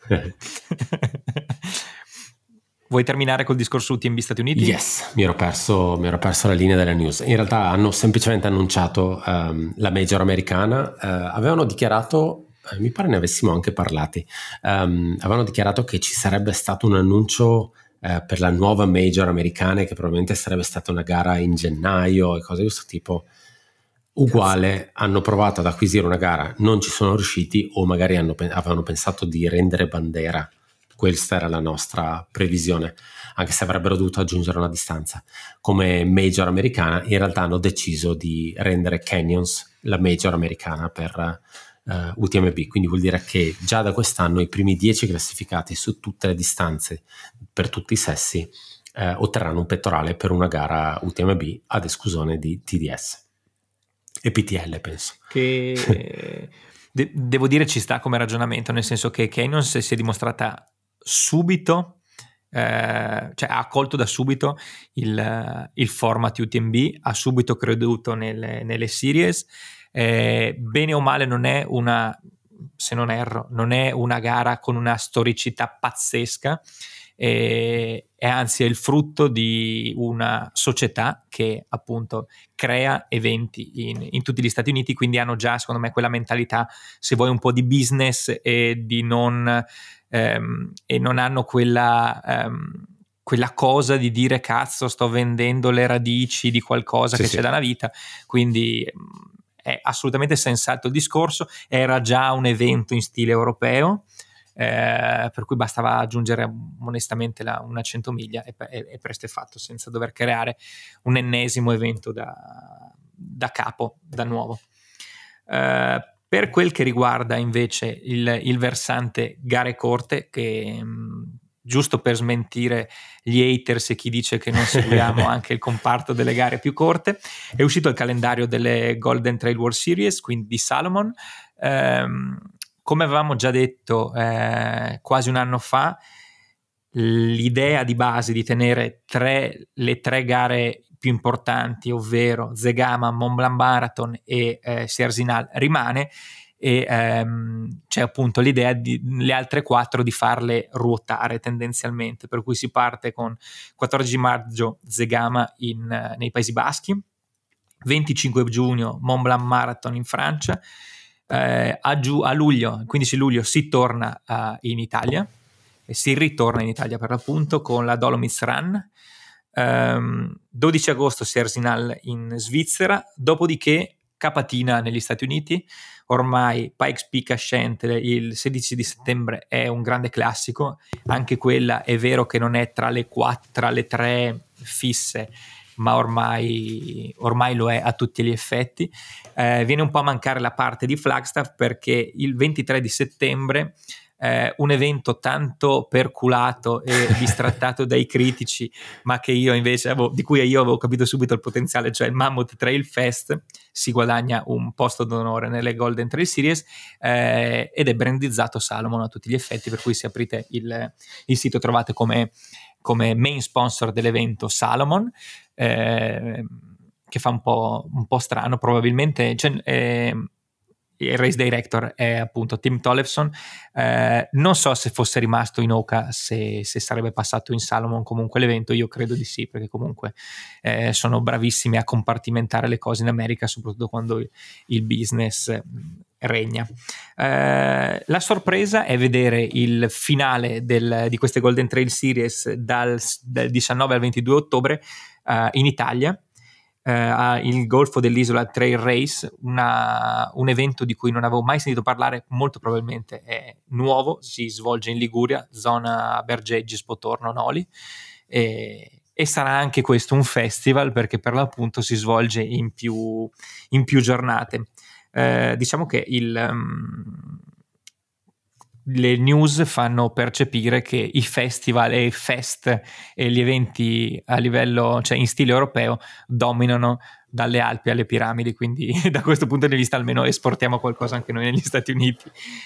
S2: Vuoi terminare col discorso UTMB Stati Uniti?
S1: Yes, mi ero perso la linea della news. In realtà hanno semplicemente annunciato la major americana. Avevano dichiarato, mi pare ne avessimo anche parlati, avevano dichiarato che ci sarebbe stato un annuncio per la nuova major americana, che probabilmente sarebbe stata una gara in gennaio e cose di questo tipo. Uguale, hanno provato ad acquisire una gara, non ci sono riusciti, o magari avevano pensato di rendere bandera. Questa era la nostra previsione, anche se avrebbero dovuto aggiungere una distanza. Come major americana, in realtà hanno deciso di rendere Canyons la major americana per UTMB, quindi vuol dire che già da quest'anno i primi 10 classificati su tutte le distanze per tutti i sessi otterranno un pettorale per una gara UTMB, ad esclusione di TDS e PTL, penso.
S2: Che devo dire ci sta come ragionamento, nel senso che Canyons si è dimostrata subito, cioè ha accolto da subito il format UTMB, ha subito creduto nelle series. Bene o male non è se non erro, non è una gara con una storicità pazzesca, e anzi è il frutto di una società che appunto crea eventi in tutti gli Stati Uniti, quindi hanno già, secondo me, quella mentalità, se vuoi, un po' di business, e non hanno quella cosa di dire cazzo, sto vendendo le radici di qualcosa che c'è da una vita. Quindi è assolutamente sensato il discorso. Era già un evento in stile europeo, per cui bastava aggiungere onestamente una 100 miglia e presto è fatto, senza dover creare un ennesimo evento da capo, da nuovo. Per quel che riguarda invece il versante gare corte, che giusto per smentire gli haters e chi dice che non seguiamo anche il comparto delle gare più corte, è uscito il calendario delle Golden Trail World Series, quindi di Salomon. Come avevamo già detto quasi un anno fa, l'idea di base di tenere le tre gare più importanti, ovvero Zegama, Mont Blanc Marathon e Sierre-Zinal, rimane, e c'è appunto l'idea di le altre 4 di farle ruotare tendenzialmente, per cui si parte con 14 maggio Zegama nei Paesi Baschi, 25 giugno Mont Blanc Marathon in Francia, a luglio, 15 luglio si torna in Italia e si ritorna in Italia per l'appunto con la Dolomites Run, 12 agosto Sierre-Zinal in Svizzera, dopodiché Capatina negli Stati Uniti. Ormai Pikes Peak Ascent il 16 di settembre è un grande classico, anche quella è vero che non è tra le 3 fisse, ma ormai lo è a tutti gli effetti. Viene un po' a mancare la parte di Flagstaff, perché il 23 di settembre un evento tanto perculato e bistrattato dai critici, ma che io invece di cui io avevo capito subito il potenziale, cioè il Mammoth Trail Fest, si guadagna un posto d'onore nelle Golden Trail Series, ed è brandizzato Salomon a tutti gli effetti, per cui se aprite il sito trovate come main sponsor dell'evento Salomon, che fa un po' strano, probabilmente il race director è appunto Tim Tollefson. Non so se fosse rimasto in Oka, se sarebbe passato in Salomon comunque l'evento. Io credo di sì, perché comunque sono bravissimi a compartimentare le cose in America, soprattutto quando il business regna. La sorpresa è vedere il finale di queste Golden Trail Series dal 19 al 22 ottobre in Italia, il Golfo dell'Isola Trail Race, un evento di cui non avevo mai sentito parlare, molto probabilmente è nuovo, si svolge in Liguria, zona Bergeggi, Spotorno, Noli, e sarà anche questo un festival, perché per l'appunto si svolge in più giornate. Diciamo che le news fanno percepire che i festival e i fest e gli eventi a livello, cioè in stile europeo, dominano dalle Alpi alle piramidi, quindi da questo punto di vista almeno esportiamo qualcosa anche noi negli Stati Uniti.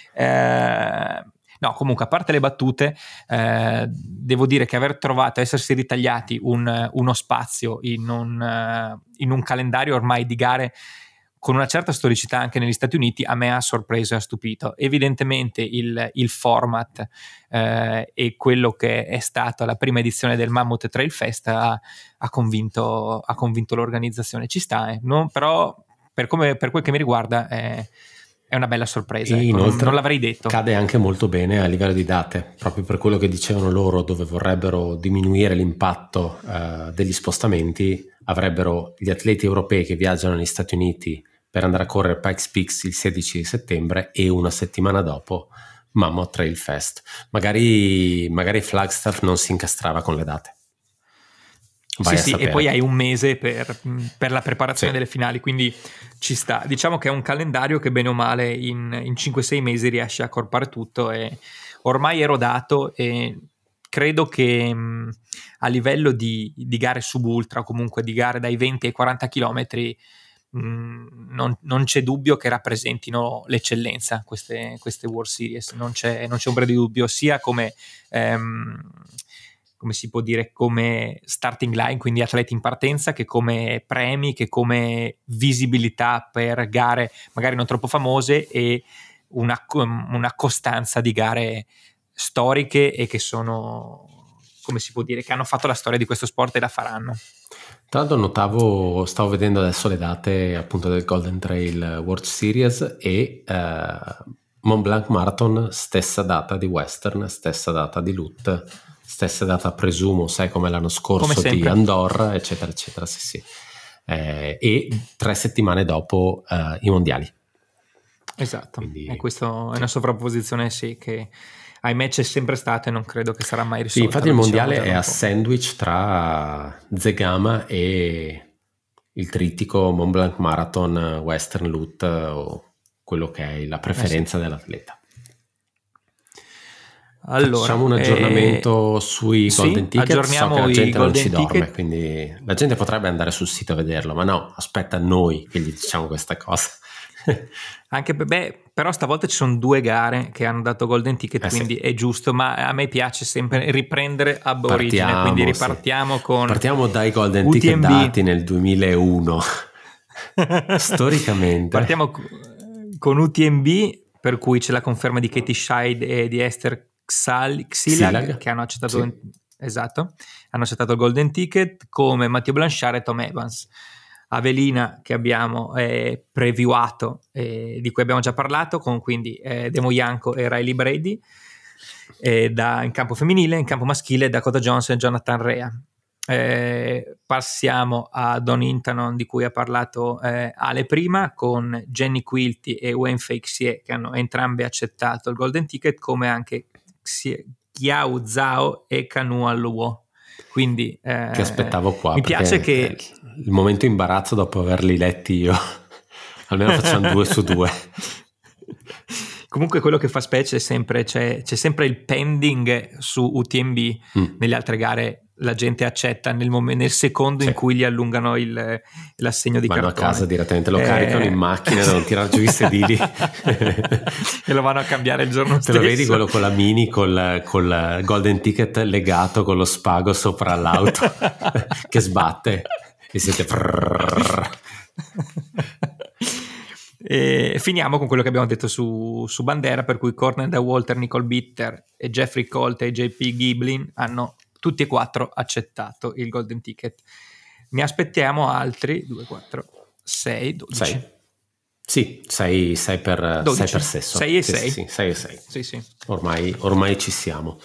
S2: No, comunque, a parte le battute, devo dire che aver trovato, essersi ritagliati uno spazio in un calendario ormai di gare con una certa storicità anche negli Stati Uniti, a me ha sorpreso e ha stupito. Evidentemente il format e quello che è stata la prima edizione del Mammoth Trail Fest ha convinto l'organizzazione. Ci sta, no? Però per quel che mi riguarda è una bella sorpresa.
S1: Inoltre,
S2: non l'avrei detto.
S1: Cade anche molto bene a livello di date, proprio per quello che dicevano loro, dove vorrebbero diminuire l'impatto degli spostamenti. Avrebbero gli atleti europei che viaggiano negli Stati Uniti per andare a correre Pikes Peak il 16 di settembre e una settimana dopo Mammoth Trail Fest. Magari Flagstaff non si incastrava con le date.
S2: Sì, e poi hai un mese per la preparazione delle finali, quindi ci sta. Diciamo che è un calendario che bene o male in 5-6 mesi riesce a accorpare tutto, e ormai è rodato, e credo che a livello di gare sub-ultra, o comunque di gare dai 20 ai 40 chilometri, non c'è dubbio che rappresentino l'eccellenza queste World Series, non c'è ombra di dubbio, sia come si può dire, come starting line, quindi atleti in partenza, che come premi, che come visibilità per gare magari non troppo famose, e una costanza di gare storiche e che sono, come si può dire, che hanno fatto la storia di questo sport e la faranno.
S1: Tra l'altro stavo vedendo adesso le date appunto del Golden Trail World Series, e Mont Blanc Marathon stessa data di Western, stessa data di Lut, stessa data presumo, sai, come l'anno scorso, come di Andorra, eccetera eccetera, sì. E 3 settimane dopo i mondiali.
S2: Esatto. Quindi, e questo è una sovrapposizione, sì, che ahimè c'è sempre stata e non credo che sarà mai risolta.
S1: Sì, infatti il mondiale è a sandwich tra Zegama e il trittico Mont Blanc Marathon, Western, Lut o quello che è la preferenza dell'atleta.
S2: Allora,
S1: facciamo un aggiornamento sui Golden Ticket.
S2: Aggiorniamo
S1: so che la gente non ci
S2: Ticket.
S1: dorme, quindi la gente potrebbe andare sul sito a vederlo, ma no, aspetta noi che gli diciamo questa cosa.
S2: Anche però stavolta ci sono 2 gare che hanno dato Golden Ticket, quindi sì, è giusto, ma a me piace sempre riprendere ab origine, quindi ripartiamo
S1: partiamo dai Golden UTMB. Ticket dati nel 2001 storicamente.
S2: Partiamo con UTMB, per cui c'è la conferma di Katie Scheid e di Esther Xilag che hanno accettato, sì, esatto, hanno accettato il Golden Ticket, come Mathieu Blanchard e Tom Evans. Avelina, che abbiamo previewato, di cui abbiamo già parlato, con quindi Demo Janko e Riley Brady, in campo femminile. In campo maschile Dakota Johnson e Jonathan Rea. Passiamo a Don Intanon, di cui ha parlato Ale prima, con Jenny Quilty e Wayne Feixie, che hanno entrambe accettato il Golden Ticket, come anche Xiao Zhao e Kanu Luo. Quindi
S1: che aspettavo qua,
S2: mi piace che
S1: il momento imbarazzo dopo averli letti io almeno facciamo 2 su 2.
S2: Comunque quello che fa specie è sempre c'è sempre il pending su UTMB. Nelle altre gare la gente accetta nel secondo, sì, in cui gli allungano l'assegno di
S1: vanno
S2: cartone.
S1: A casa direttamente, lo caricano in macchina, devono tirare giù i sedili
S2: e lo vanno a cambiare il giorno stesso.
S1: Te lo vedi quello con la Mini col Golden Ticket legato con lo spago sopra l'auto che sbatte e siete
S2: e finiamo con quello che abbiamo detto su Bandera, per cui Courtney Walter, Nicole Bitter e Jeffrey Colt e JP Giblin hanno tutti e 4 accettato il Golden Ticket. Ne aspettiamo altri 2, 4, 6, 12.
S1: Sì, 6 per
S2: 12.
S1: 6 per sesso.
S2: 6 e 6.
S1: Sì, 6 e 6.
S2: Sì, sì.
S1: Ormai ci siamo.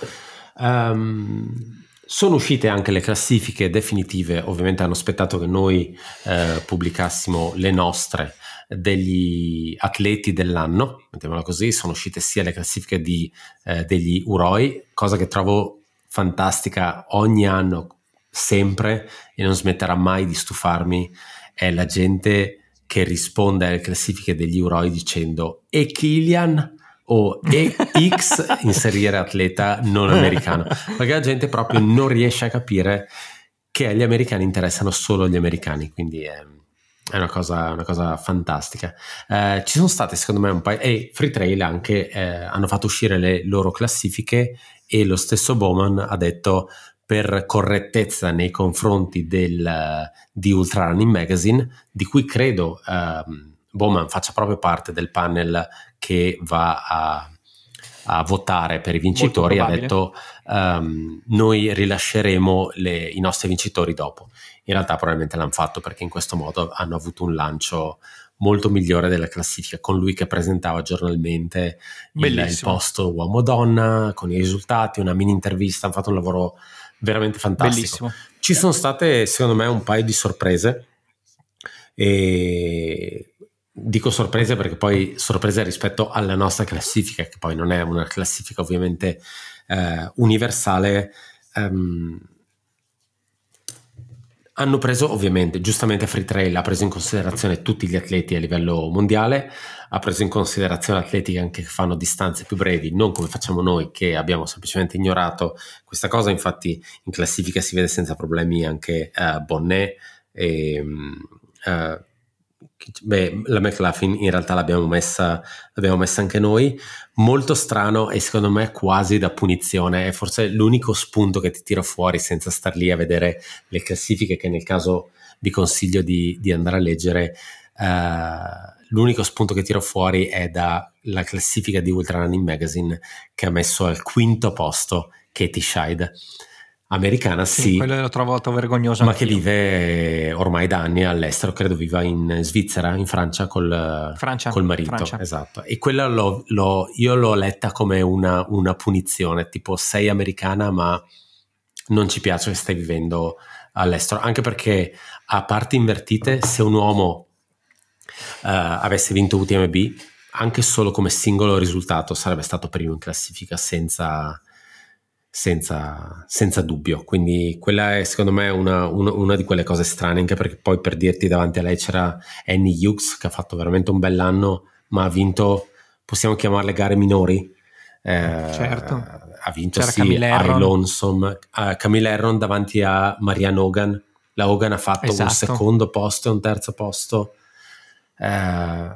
S1: Sono uscite anche le classifiche definitive, ovviamente hanno aspettato che noi pubblicassimo le nostre degli atleti dell'anno, mettiamola così. Sono uscite sia le classifiche degli Uroi, cosa che trovo fantastica ogni anno, sempre, e non smetterà mai di stufarmi, è la gente che risponde alle classifiche degli Uroi dicendo e Kilian o e X inserire atleta non americano, perché la gente proprio non riesce a capire che agli americani interessano solo gli americani, quindi è una cosa fantastica. Ci sono state secondo me un paio, e Free Trail anche hanno fatto uscire le loro classifiche, e lo stesso Bowman ha detto, per correttezza nei confronti di Ultra Running Magazine, di cui credo Bowman faccia proprio parte del panel che va a votare per i vincitori, ha detto noi rilasceremo i nostri vincitori dopo. In realtà probabilmente l'hanno fatto perché in questo modo hanno avuto un lancio molto migliore della classifica, con lui che presentava giornalmente il posto uomo-donna con i risultati, una mini intervista. Hanno fatto un lavoro veramente fantastico.
S2: Bellissimo.
S1: Ci sono state secondo me un paio di sorprese, e dico sorprese perché poi sorprese rispetto alla nostra classifica, che poi non è una classifica ovviamente universale. Hanno preso, ovviamente, giustamente Free Trail ha preso in considerazione tutti gli atleti a livello mondiale, ha preso in considerazione atleti anche che fanno distanze più brevi, non come facciamo noi che abbiamo semplicemente ignorato questa cosa. Infatti in classifica si vede senza problemi anche Bonnet e la McLaughlin in realtà l'abbiamo messa anche noi. Molto strano, e secondo me quasi da punizione, è forse l'unico spunto che ti tiro fuori senza star lì a vedere le classifiche, che nel caso vi consiglio di andare a leggere. L'unico spunto che tiro fuori è dalla classifica di Ultra Running Magazine, che ha messo al 5° posto Katie Scheid, americana, sì,
S2: quello l'ho trovato vergognoso,
S1: ma anch'io, che vive ormai da anni all'estero, credo viva in Svizzera, in Francia col marito. Francia. Esatto. E quella io l'ho letta come una punizione, tipo sei americana ma non ci piace che stai vivendo all'estero, anche perché a parti invertite, se un uomo avesse vinto UTMB, anche solo come singolo risultato sarebbe stato primo in classifica senza dubbio. Quindi quella è secondo me una di quelle cose strane, anche perché poi, per dirti, davanti a lei c'era Annie Hughes che ha fatto veramente un bell'anno, ma ha vinto, possiamo chiamarle gare minori.
S2: Certo.
S1: Ha vinto Ari Lonesome, Camille Herron davanti a Marianne Hogan. La Hogan ha fatto un secondo posto e un terzo posto tra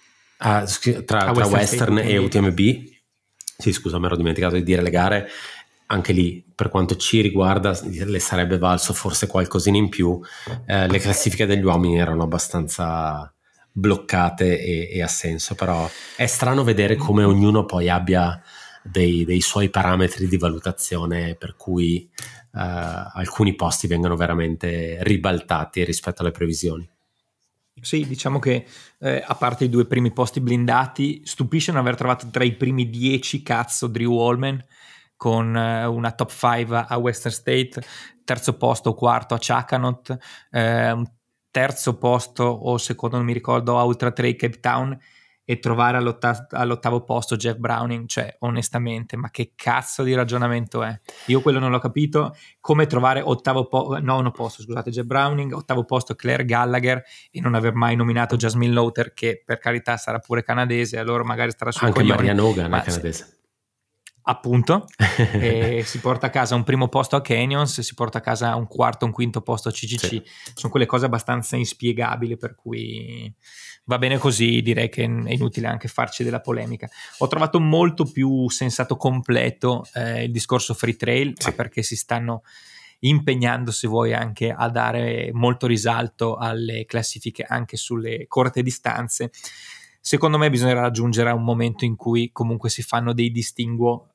S1: Western e UTMB. Sì, scusa, mi ero dimenticato di dire le gare. Anche lì, per quanto ci riguarda, le sarebbe valso forse qualcosina in più. Le classifiche degli uomini erano abbastanza bloccate e ha senso, però è strano vedere come ognuno poi abbia dei suoi parametri di valutazione, per cui alcuni posti vengono veramente ribaltati rispetto alle previsioni.
S2: Sì, diciamo che a parte i 2 primi posti blindati, stupisce non aver trovato tra i primi 10 Drew Allman, con una top 5 a Western State, terzo posto o quarto a Chakanot, un terzo posto o secondo, non mi ricordo, a Ultra Trail Cape Town, e trovare all'ottavo posto Jeff Browning. Cioè, onestamente, ma che cazzo di ragionamento è? Io quello non l'ho capito. Come trovare nono posto, scusate, Jeff Browning, ottavo posto Claire Gallagher, e non aver mai nominato Jasmine Lauter, che per carità sarà pure canadese, allora magari starà sul
S1: anche
S2: coglioni.
S1: Marianne Hogan è canadese.
S2: Appunto, e si porta a casa un primo posto a Canyons, si porta a casa un quarto, un quinto posto a CCC. Sì. Sono quelle cose abbastanza inspiegabili, per cui va bene così, direi che è inutile anche farci della polemica. Ho trovato molto più sensato, completo il discorso free trail, sì, ma perché si stanno impegnando, se vuoi, anche a dare molto risalto alle classifiche anche sulle corte distanze. Secondo me bisognerà raggiungere un momento in cui comunque si fanno dei distinguo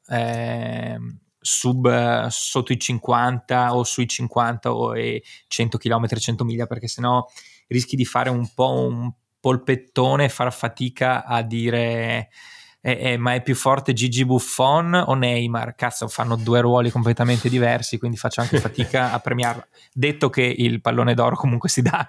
S2: sotto i 50 o sui 50 o 100 km, 100 miglia, perché sennò rischi di fare un po' un polpettone e far fatica a dire ma è più forte Gigi Buffon o Neymar? Cazzo, fanno 2 ruoli completamente diversi, quindi faccio anche fatica a premiarlo. Detto che il pallone d'oro comunque si dà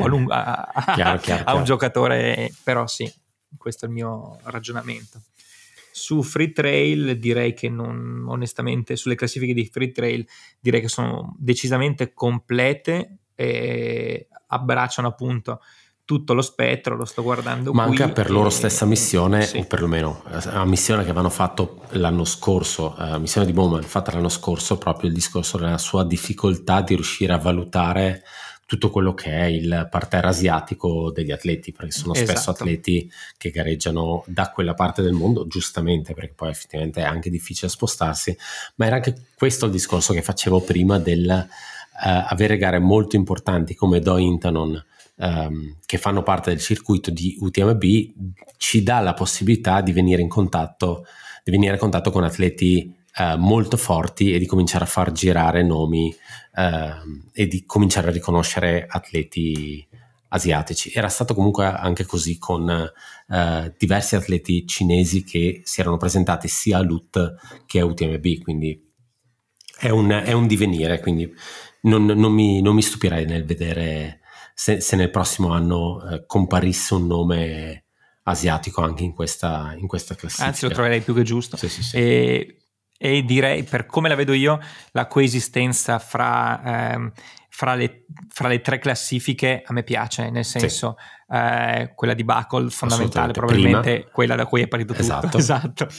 S2: a un giocatore, però sì, questo è il mio ragionamento. Su free trail direi che non, onestamente, sulle classifiche di free trail direi che sono decisamente complete e abbracciano appunto tutto lo spettro. Lo sto guardando
S1: manca
S2: qui,
S1: per loro stessa missione,
S2: sì,
S1: o perlomeno la missione che avevano fatto l'anno scorso, la missione di Bowman fatta l'anno scorso, proprio il discorso della sua difficoltà di riuscire a valutare tutto quello che è il parterre asiatico degli atleti, perché sono spesso atleti che gareggiano da quella parte del mondo, giustamente, perché poi effettivamente è anche difficile spostarsi, ma era anche questo il discorso che facevo prima del avere gare molto importanti come Do Intanon, che fanno parte del circuito di UTMB, ci dà la possibilità di venire a contatto con atleti molto forti e di cominciare a far girare nomi e di cominciare a riconoscere atleti asiatici. Era stato comunque anche così con diversi atleti cinesi che si erano presentati sia a LUT che a UTMB, quindi è un divenire, quindi non mi stupirei nel vedere se nel prossimo anno comparisse un nome asiatico anche in questa classifica.
S2: Anzi, lo troverei più che giusto.
S1: Sì.
S2: E direi, per come la vedo io, la coesistenza fra le 3 classifiche a me piace, nel senso quella di Buckle fondamentale, probabilmente prima, quella da cui è partito tutto. Esatto.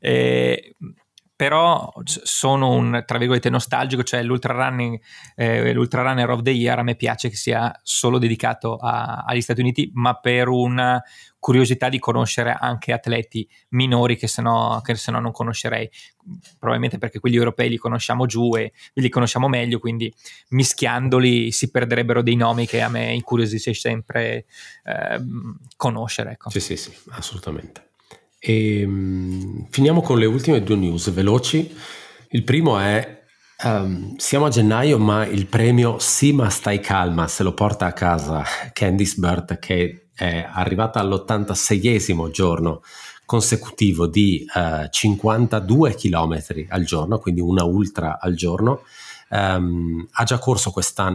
S2: Però sono un, tra virgolette, nostalgico, cioè l'Ultrarunner of the Year a me piace che sia solo dedicato agli Stati Uniti, ma per una curiosità di conoscere anche atleti minori che se no non conoscerei, probabilmente perché quelli europei li conosciamo giù e li conosciamo meglio, quindi mischiandoli si perderebbero dei nomi che a me incuriosisce sempre conoscere, ecco.
S1: Sì, assolutamente. E finiamo con le ultime 2 news veloci. Il primo è siamo a gennaio, ma il premio Sì ma stai calma se lo porta a casa Candice Burt, che è arrivata all'86esimo giorno consecutivo di 52 km al giorno, quindi una ultra al giorno. Ha già corso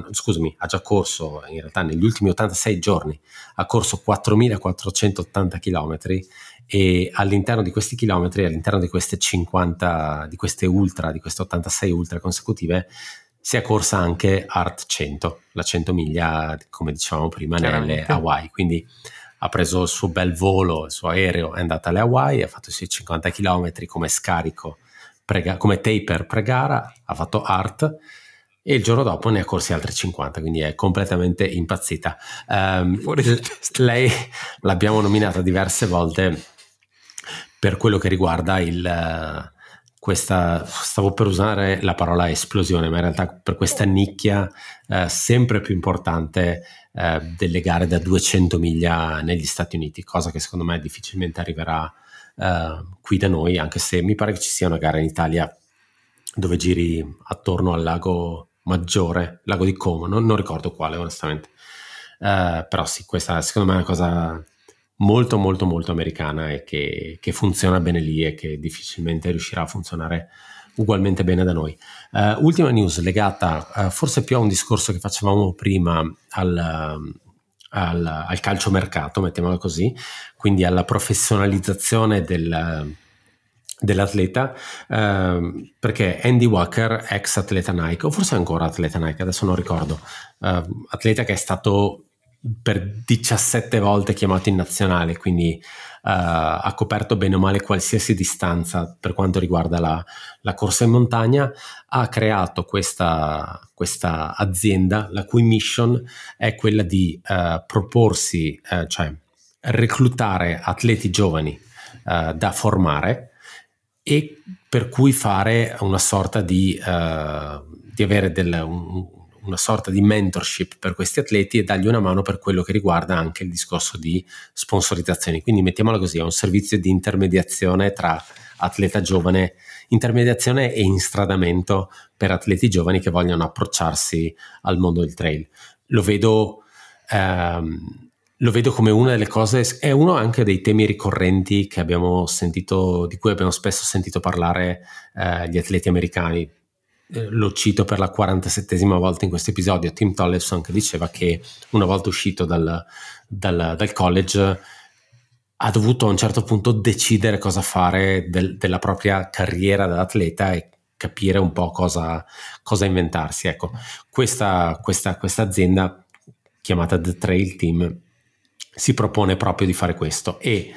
S1: in realtà negli ultimi 86 giorni ha corso 4.480 km, e all'interno di questi chilometri, all'interno di queste 50, di queste 86 ultra consecutive, si è corsa anche Art 100, la 100 miglia, come dicevamo prima, nelle Hawaii. Quindi ha preso il suo bel volo, il suo aereo, è andata alle Hawaii, ha fatto i suoi 50 km come scarico, come taper pre-gara, ha fatto art e il giorno dopo ne ha corsi altri 50, quindi è completamente impazzita. Lei l'abbiamo nominata diverse volte per quello che riguarda stavo per usare la parola esplosione, ma in realtà per questa nicchia sempre più importante delle gare da 200 miglia negli Stati Uniti, cosa che secondo me difficilmente arriverà qui da noi, anche se mi pare che ci sia una gara in Italia dove giri attorno al lago Maggiore, lago di Como, non ricordo quale onestamente, però sì, questa secondo me è una cosa molto molto molto americana e che funziona bene lì e che difficilmente riuscirà a funzionare ugualmente bene da noi. Ultima news legata forse più a un discorso che facevamo prima al calciomercato, mettiamolo così, quindi alla professionalizzazione dell'atleta, perché Andy Walker, ex atleta Nike, o forse ancora atleta Nike, adesso non ricordo, atleta che è stato per 17 volte chiamato in nazionale, quindi ha coperto bene o male qualsiasi distanza per quanto riguarda la corsa in montagna, ha creato questa azienda la cui mission è quella di proporsi, cioè reclutare atleti giovani da formare, e per cui fare una sorta di avere una sorta di mentorship per questi atleti e dargli una mano per quello che riguarda anche il discorso di sponsorizzazioni. Quindi mettiamolo così, è un servizio di intermediazione tra atleta giovane, intermediazione e instradamento per atleti giovani che vogliono approcciarsi al mondo del trail. Lo vedo come una delle cose, è uno anche dei temi ricorrenti che abbiamo sentito, di cui abbiamo spesso sentito parlare gli atleti americani. Lo cito per la 47esima volta in questo episodio. Tim Tollefson che diceva che una volta uscito dal college ha dovuto a un certo punto decidere cosa fare della propria carriera da atleta e capire un po' cosa inventarsi. Ecco, questa azienda chiamata The Trail Team si propone proprio di fare questo, e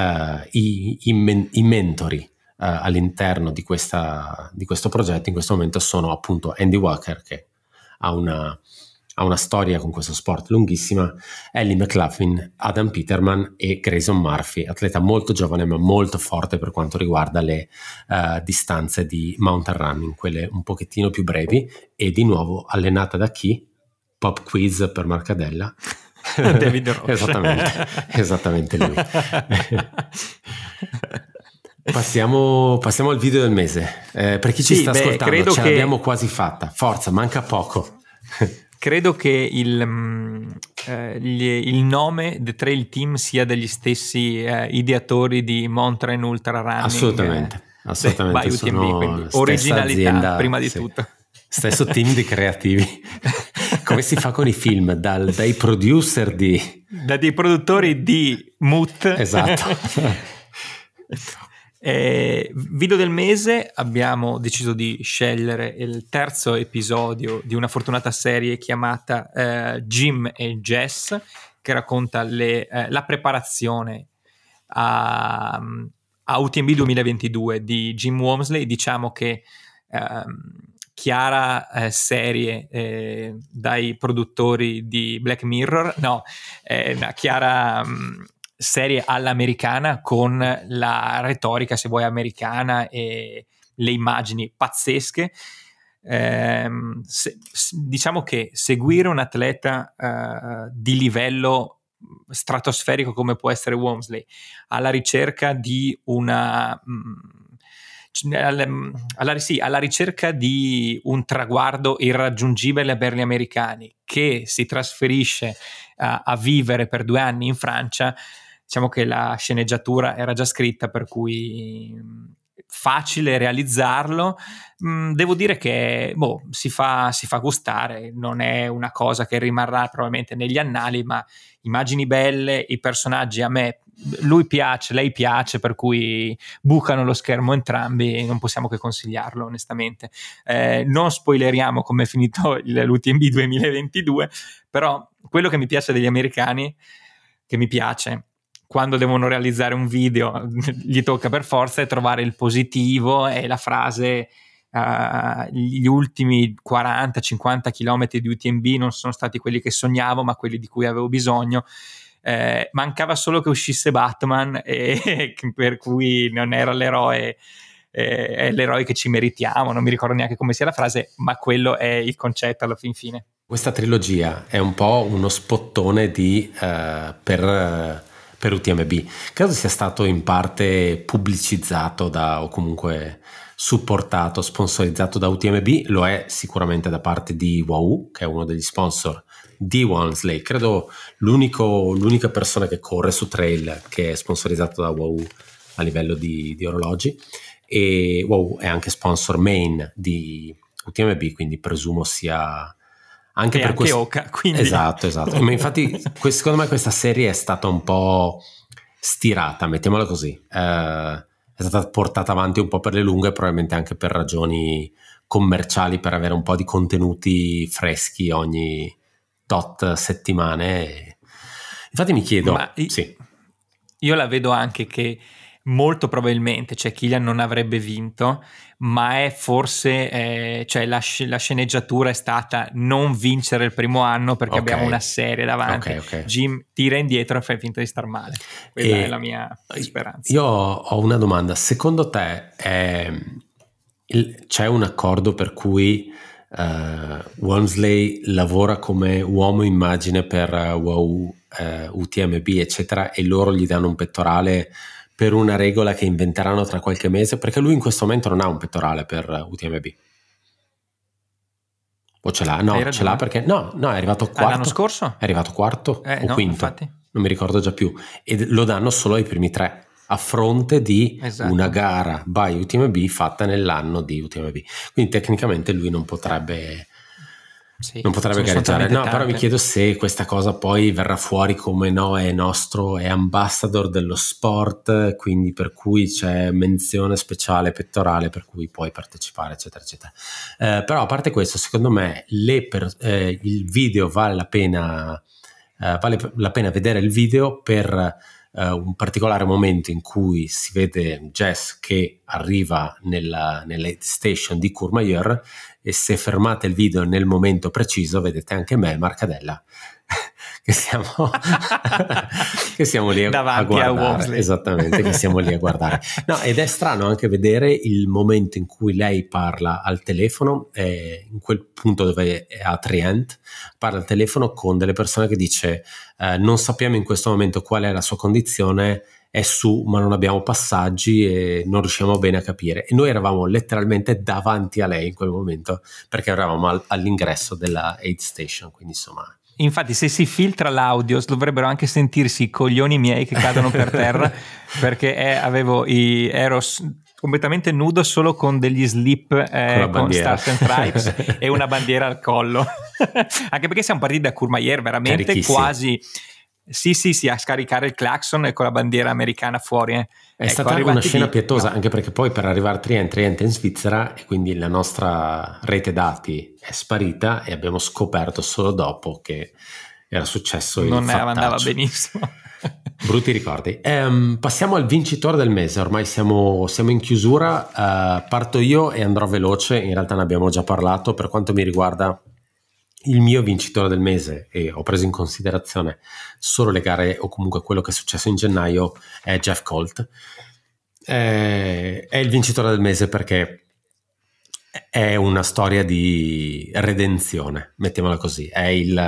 S1: i mentori all'interno di questo progetto in questo momento sono appunto Andy Walker, che ha una storia con questo sport lunghissima, Ellie McLaughlin, Adam Peterman e Grayson Murphy, atleta molto giovane ma molto forte per quanto riguarda le distanze di mountain running, quelle un pochettino più brevi, e di nuovo allenata da chi? Pop quiz per Marcadella.
S2: David Roche.
S1: esattamente lui. Passiamo al video del mese. Per chi ci sta ascoltando, l'abbiamo quasi fatta. Forza, manca poco.
S2: Credo che il nome The Trail Team sia degli stessi ideatori di Mountain Ultra Running.
S1: Assolutamente.
S2: By UTMB, quindi originalità azienda, prima di tutto.
S1: Stesso team di creativi. Come si fa con i film? Dai producer
S2: dei produttori di Moot.
S1: Esatto.
S2: Video del mese, abbiamo deciso di scegliere il terzo episodio di una fortunata serie chiamata Jim e Jess, che racconta la preparazione a UTMB 2022 di Jim Walmsley. Diciamo che chiara serie dai produttori di Black Mirror, una chiara serie all'americana, con la retorica, se vuoi, americana e le immagini pazzesche. Diciamo che seguire un atleta di livello stratosferico come può essere Walmsley, alla ricerca di alla ricerca di un traguardo irraggiungibile per gli americani, che si trasferisce a vivere per 2 anni in Francia. Diciamo che la sceneggiatura era già scritta, per cui facile realizzarlo. Devo dire che si fa gustare, non è una cosa che rimarrà probabilmente negli annali, ma immagini belle, i personaggi a me, lui piace, lei piace, per cui bucano lo schermo entrambi e non possiamo che consigliarlo onestamente. Non spoileriamo come è finito l'UTMB 2022, però quello che mi piace degli americani, che mi piace. Quando devono realizzare un video gli tocca per forza trovare il positivo e la frase gli ultimi 40-50 km di UTMB non sono stati quelli che sognavo ma quelli di cui avevo bisogno. Mancava solo che uscisse Batman e per cui non era l'eroe, è l'eroe che ci meritiamo, non mi ricordo neanche come sia la frase, ma quello è il concetto alla fin fine.
S1: Questa trilogia è un po' uno spottone per UTMB. Credo sia stato in parte pubblicizzato o comunque supportato, sponsorizzato da UTMB, lo è sicuramente da parte di Wahoo, che è uno degli sponsor di Walmsley. Credo l'unica persona che corre su trail che è sponsorizzato da Wahoo a livello di orologi, e Wahoo è anche sponsor main di UTMB, quindi presumo sia anche
S2: e
S1: per
S2: anche Oka, quindi.
S1: Esatto. Ma infatti secondo me questa serie è stata un po' stirata, mettiamola così, è stata portata avanti un po' per le lunghe, probabilmente anche per ragioni commerciali, per avere un po' di contenuti freschi ogni tot settimane. Infatti mi chiedo, sì.
S2: Io la vedo anche che molto probabilmente, cioè Kilian non avrebbe vinto, ma è forse cioè la sceneggiatura è stata non vincere il primo anno perché abbiamo una serie davanti.
S1: Okay.
S2: Jim tira indietro e fai finta di star male. Quella è la mia speranza.
S1: Io ho una domanda: secondo te c'è un accordo per cui Walmsley lavora come uomo immagine per Wahoo, UTMB eccetera, e loro gli danno un pettorale per una regola che inventeranno tra qualche mese? Perché lui in questo momento non ha un pettorale per UTMB. O ce l'ha? No, ce l'ha perché no, è arrivato quarto.
S2: L'anno scorso?
S1: È arrivato quarto o quinto,
S2: infatti.
S1: Non mi ricordo già più, e lo danno solo ai primi 3 a fronte di una gara by UTMB fatta nell'anno di UTMB, quindi tecnicamente lui non potrebbe gareggiare. No, però mi chiedo se questa cosa poi verrà fuori come è ambassador dello sport, quindi per cui c'è menzione speciale pettorale per cui puoi partecipare eccetera eccetera. Però a parte questo, secondo me il video vale la pena vedere il video per un particolare momento in cui si vede Jess che arriva nella station di Courmayeur, e se fermate il video nel momento preciso vedete anche me e Marcadella che siamo lì a guardare, esattamente, che siamo lì a guardare. No, ed è strano anche vedere il momento in cui lei parla al telefono, in quel punto dove è a Trient, parla al telefono con delle persone che dice non sappiamo in questo momento qual è la sua condizione, è su ma non abbiamo passaggi e non riusciamo bene a capire, e noi eravamo letteralmente davanti a lei in quel momento perché eravamo all'ingresso della aid station, quindi insomma.
S2: Infatti se si filtra l'audio dovrebbero anche sentirsi i coglioni miei che cadono per terra perché ero completamente nudo solo con degli slip con Stars and Stripes e una bandiera al collo anche perché siamo partiti da Courmayeur veramente quasi sì a scaricare il clacson e con la bandiera americana fuori.
S1: È stata una scena pietosa, anche perché poi per arrivare a Trient è in Svizzera e quindi la nostra rete dati è sparita e abbiamo scoperto solo dopo che era successo il fattaccio. Non andava
S2: benissimo.
S1: Brutti ricordi. Passiamo al vincitore del mese, ormai siamo in chiusura. Parto io e andrò veloce, in realtà ne abbiamo già parlato. Per quanto mi riguarda, il mio vincitore del mese, e ho preso in considerazione solo le gare o comunque quello che è successo in gennaio, è Jeff Colt. È il vincitore del mese perché è una storia di redenzione, mettiamola così. È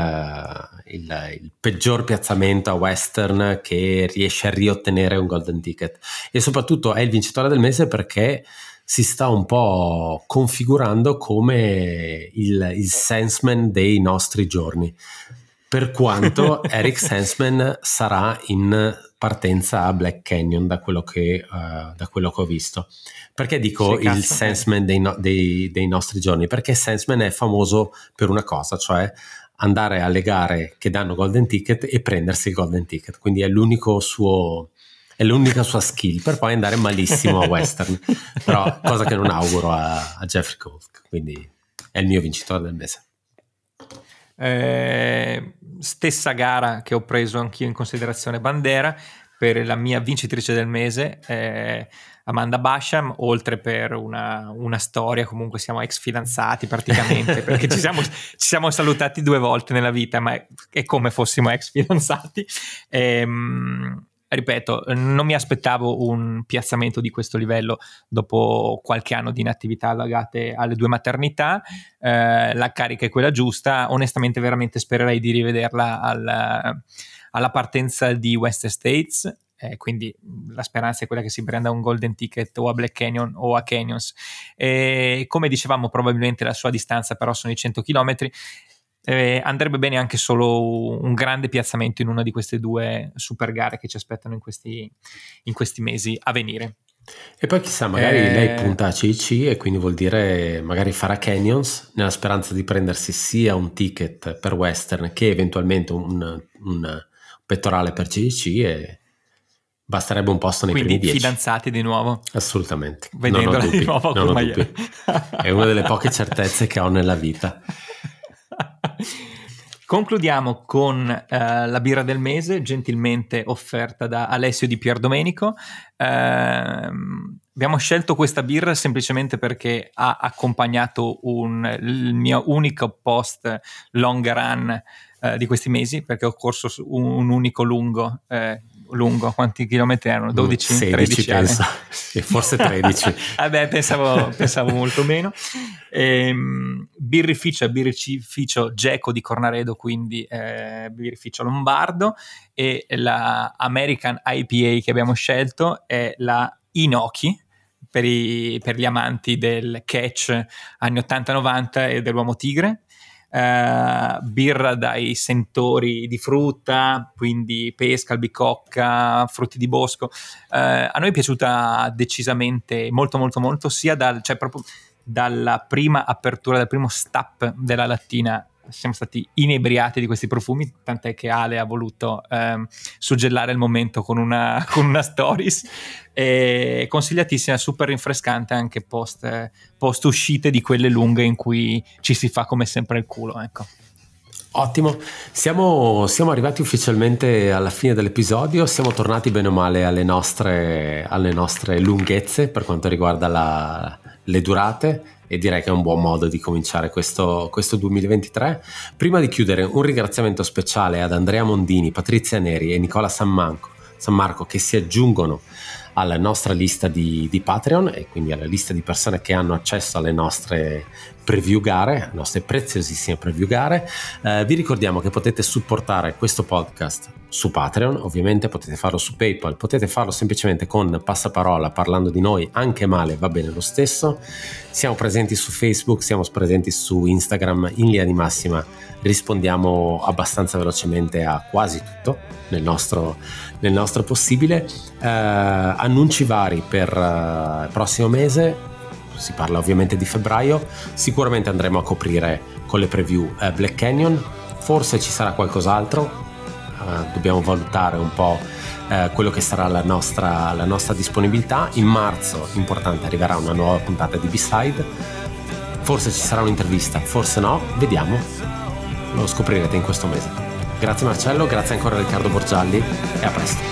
S1: il peggior piazzamento a Western che riesce a riottenere un golden ticket, e soprattutto è il vincitore del mese perché si sta un po' configurando come il Sensman dei nostri giorni, per quanto Eric Sensman sarà in partenza a Black Canyon da quello che ho visto. Perché dico il Sensman dei nostri giorni? Perché Sensman è famoso per una cosa, cioè andare alle gare che danno golden ticket e prendersi il golden ticket, quindi è l'unica sua skill, per poi andare malissimo a Western, però cosa che non auguro a Jeffrey Colt, quindi è il mio vincitore del mese.
S2: Stessa gara che ho preso anch'io in considerazione Bandera per la mia vincitrice del mese, Amanda Basham, oltre per una storia, comunque siamo ex fidanzati praticamente, perché ci siamo salutati 2 volte nella vita, ma è come fossimo ex fidanzati. Ripeto, non mi aspettavo un piazzamento di questo livello dopo qualche anno di inattività legate alle 2 maternità. La carica è quella giusta, onestamente veramente spererei di rivederla alla partenza di Western States, quindi la speranza è quella che si prenda un golden ticket o a Black Canyon o a Canyons. Come dicevamo, probabilmente la sua distanza però sono i 100 km. Andrebbe bene anche solo un grande piazzamento in una di queste 2 super gare che ci aspettano in questi mesi a venire.
S1: E poi chissà, magari lei punta a CIC e quindi vuol dire magari farà Canyons nella speranza di prendersi sia un ticket per Western che eventualmente un pettorale per CIC, e basterebbe un posto nei primi 10.
S2: Quindi fidanzati di nuovo?
S1: Assolutamente,
S2: vedendola
S1: non ho dubbi,
S2: di nuovo
S1: non ho dubbi. È una delle poche certezze che ho nella vita.
S2: Concludiamo con la birra del mese, gentilmente offerta da Alessio di Pierdomenico. Abbiamo scelto questa birra semplicemente perché ha accompagnato il mio unico post long run di questi mesi, perché ho corso un unico lungo, quanti chilometri erano? 12,
S1: 16
S2: 13
S1: penso, e forse 13.
S2: Vabbè, pensavo molto meno. Birrificio Geco di Cornaredo, quindi birrificio lombardo, e la American IPA che abbiamo scelto è la Inoki, per gli amanti del catch anni 80-90 e dell'uomo tigre. Birra dai sentori di frutta, quindi pesca, albicocca, frutti di bosco. A noi è piaciuta decisamente molto molto molto, sia proprio dalla prima apertura, dal primo step della lattina siamo stati inebriati di questi profumi, tant'è che Ale ha voluto suggellare il momento con una stories. Consigliatissima, super rinfrescante anche post uscite di quelle lunghe in cui ci si fa come sempre il culo, ecco.
S1: Ottimo, siamo arrivati ufficialmente alla fine dell'episodio, siamo tornati bene o male alle nostre lunghezze per quanto riguarda le durate, e direi che è un buon modo di cominciare questo 2023. Prima di chiudere, un ringraziamento speciale ad Andrea Mondini, Patrizia Neri e Nicola San Marco che si aggiungono alla nostra lista di Patreon, e quindi alla lista di persone che hanno accesso alle nostre preview gare, alle nostre preziosissime preview gare. Vi ricordiamo che potete supportare questo podcast su Patreon, ovviamente potete farlo su PayPal, potete farlo semplicemente con passaparola parlando di noi, anche male va bene lo stesso. Siamo presenti su Facebook, siamo presenti su Instagram, in linea di massima rispondiamo abbastanza velocemente a quasi tutto nel nostro possibile. Annunci vari per il prossimo mese, si parla ovviamente di febbraio, sicuramente andremo a coprire con le preview Black Canyon, forse ci sarà qualcos'altro, dobbiamo valutare un po' quello che sarà la nostra disponibilità. In marzo, importante, arriverà una nuova puntata di B-Side, forse ci sarà un'intervista, forse no, vediamo, lo scoprirete in questo mese. Grazie Marcello, grazie ancora a Riccardo Borgialli e a presto.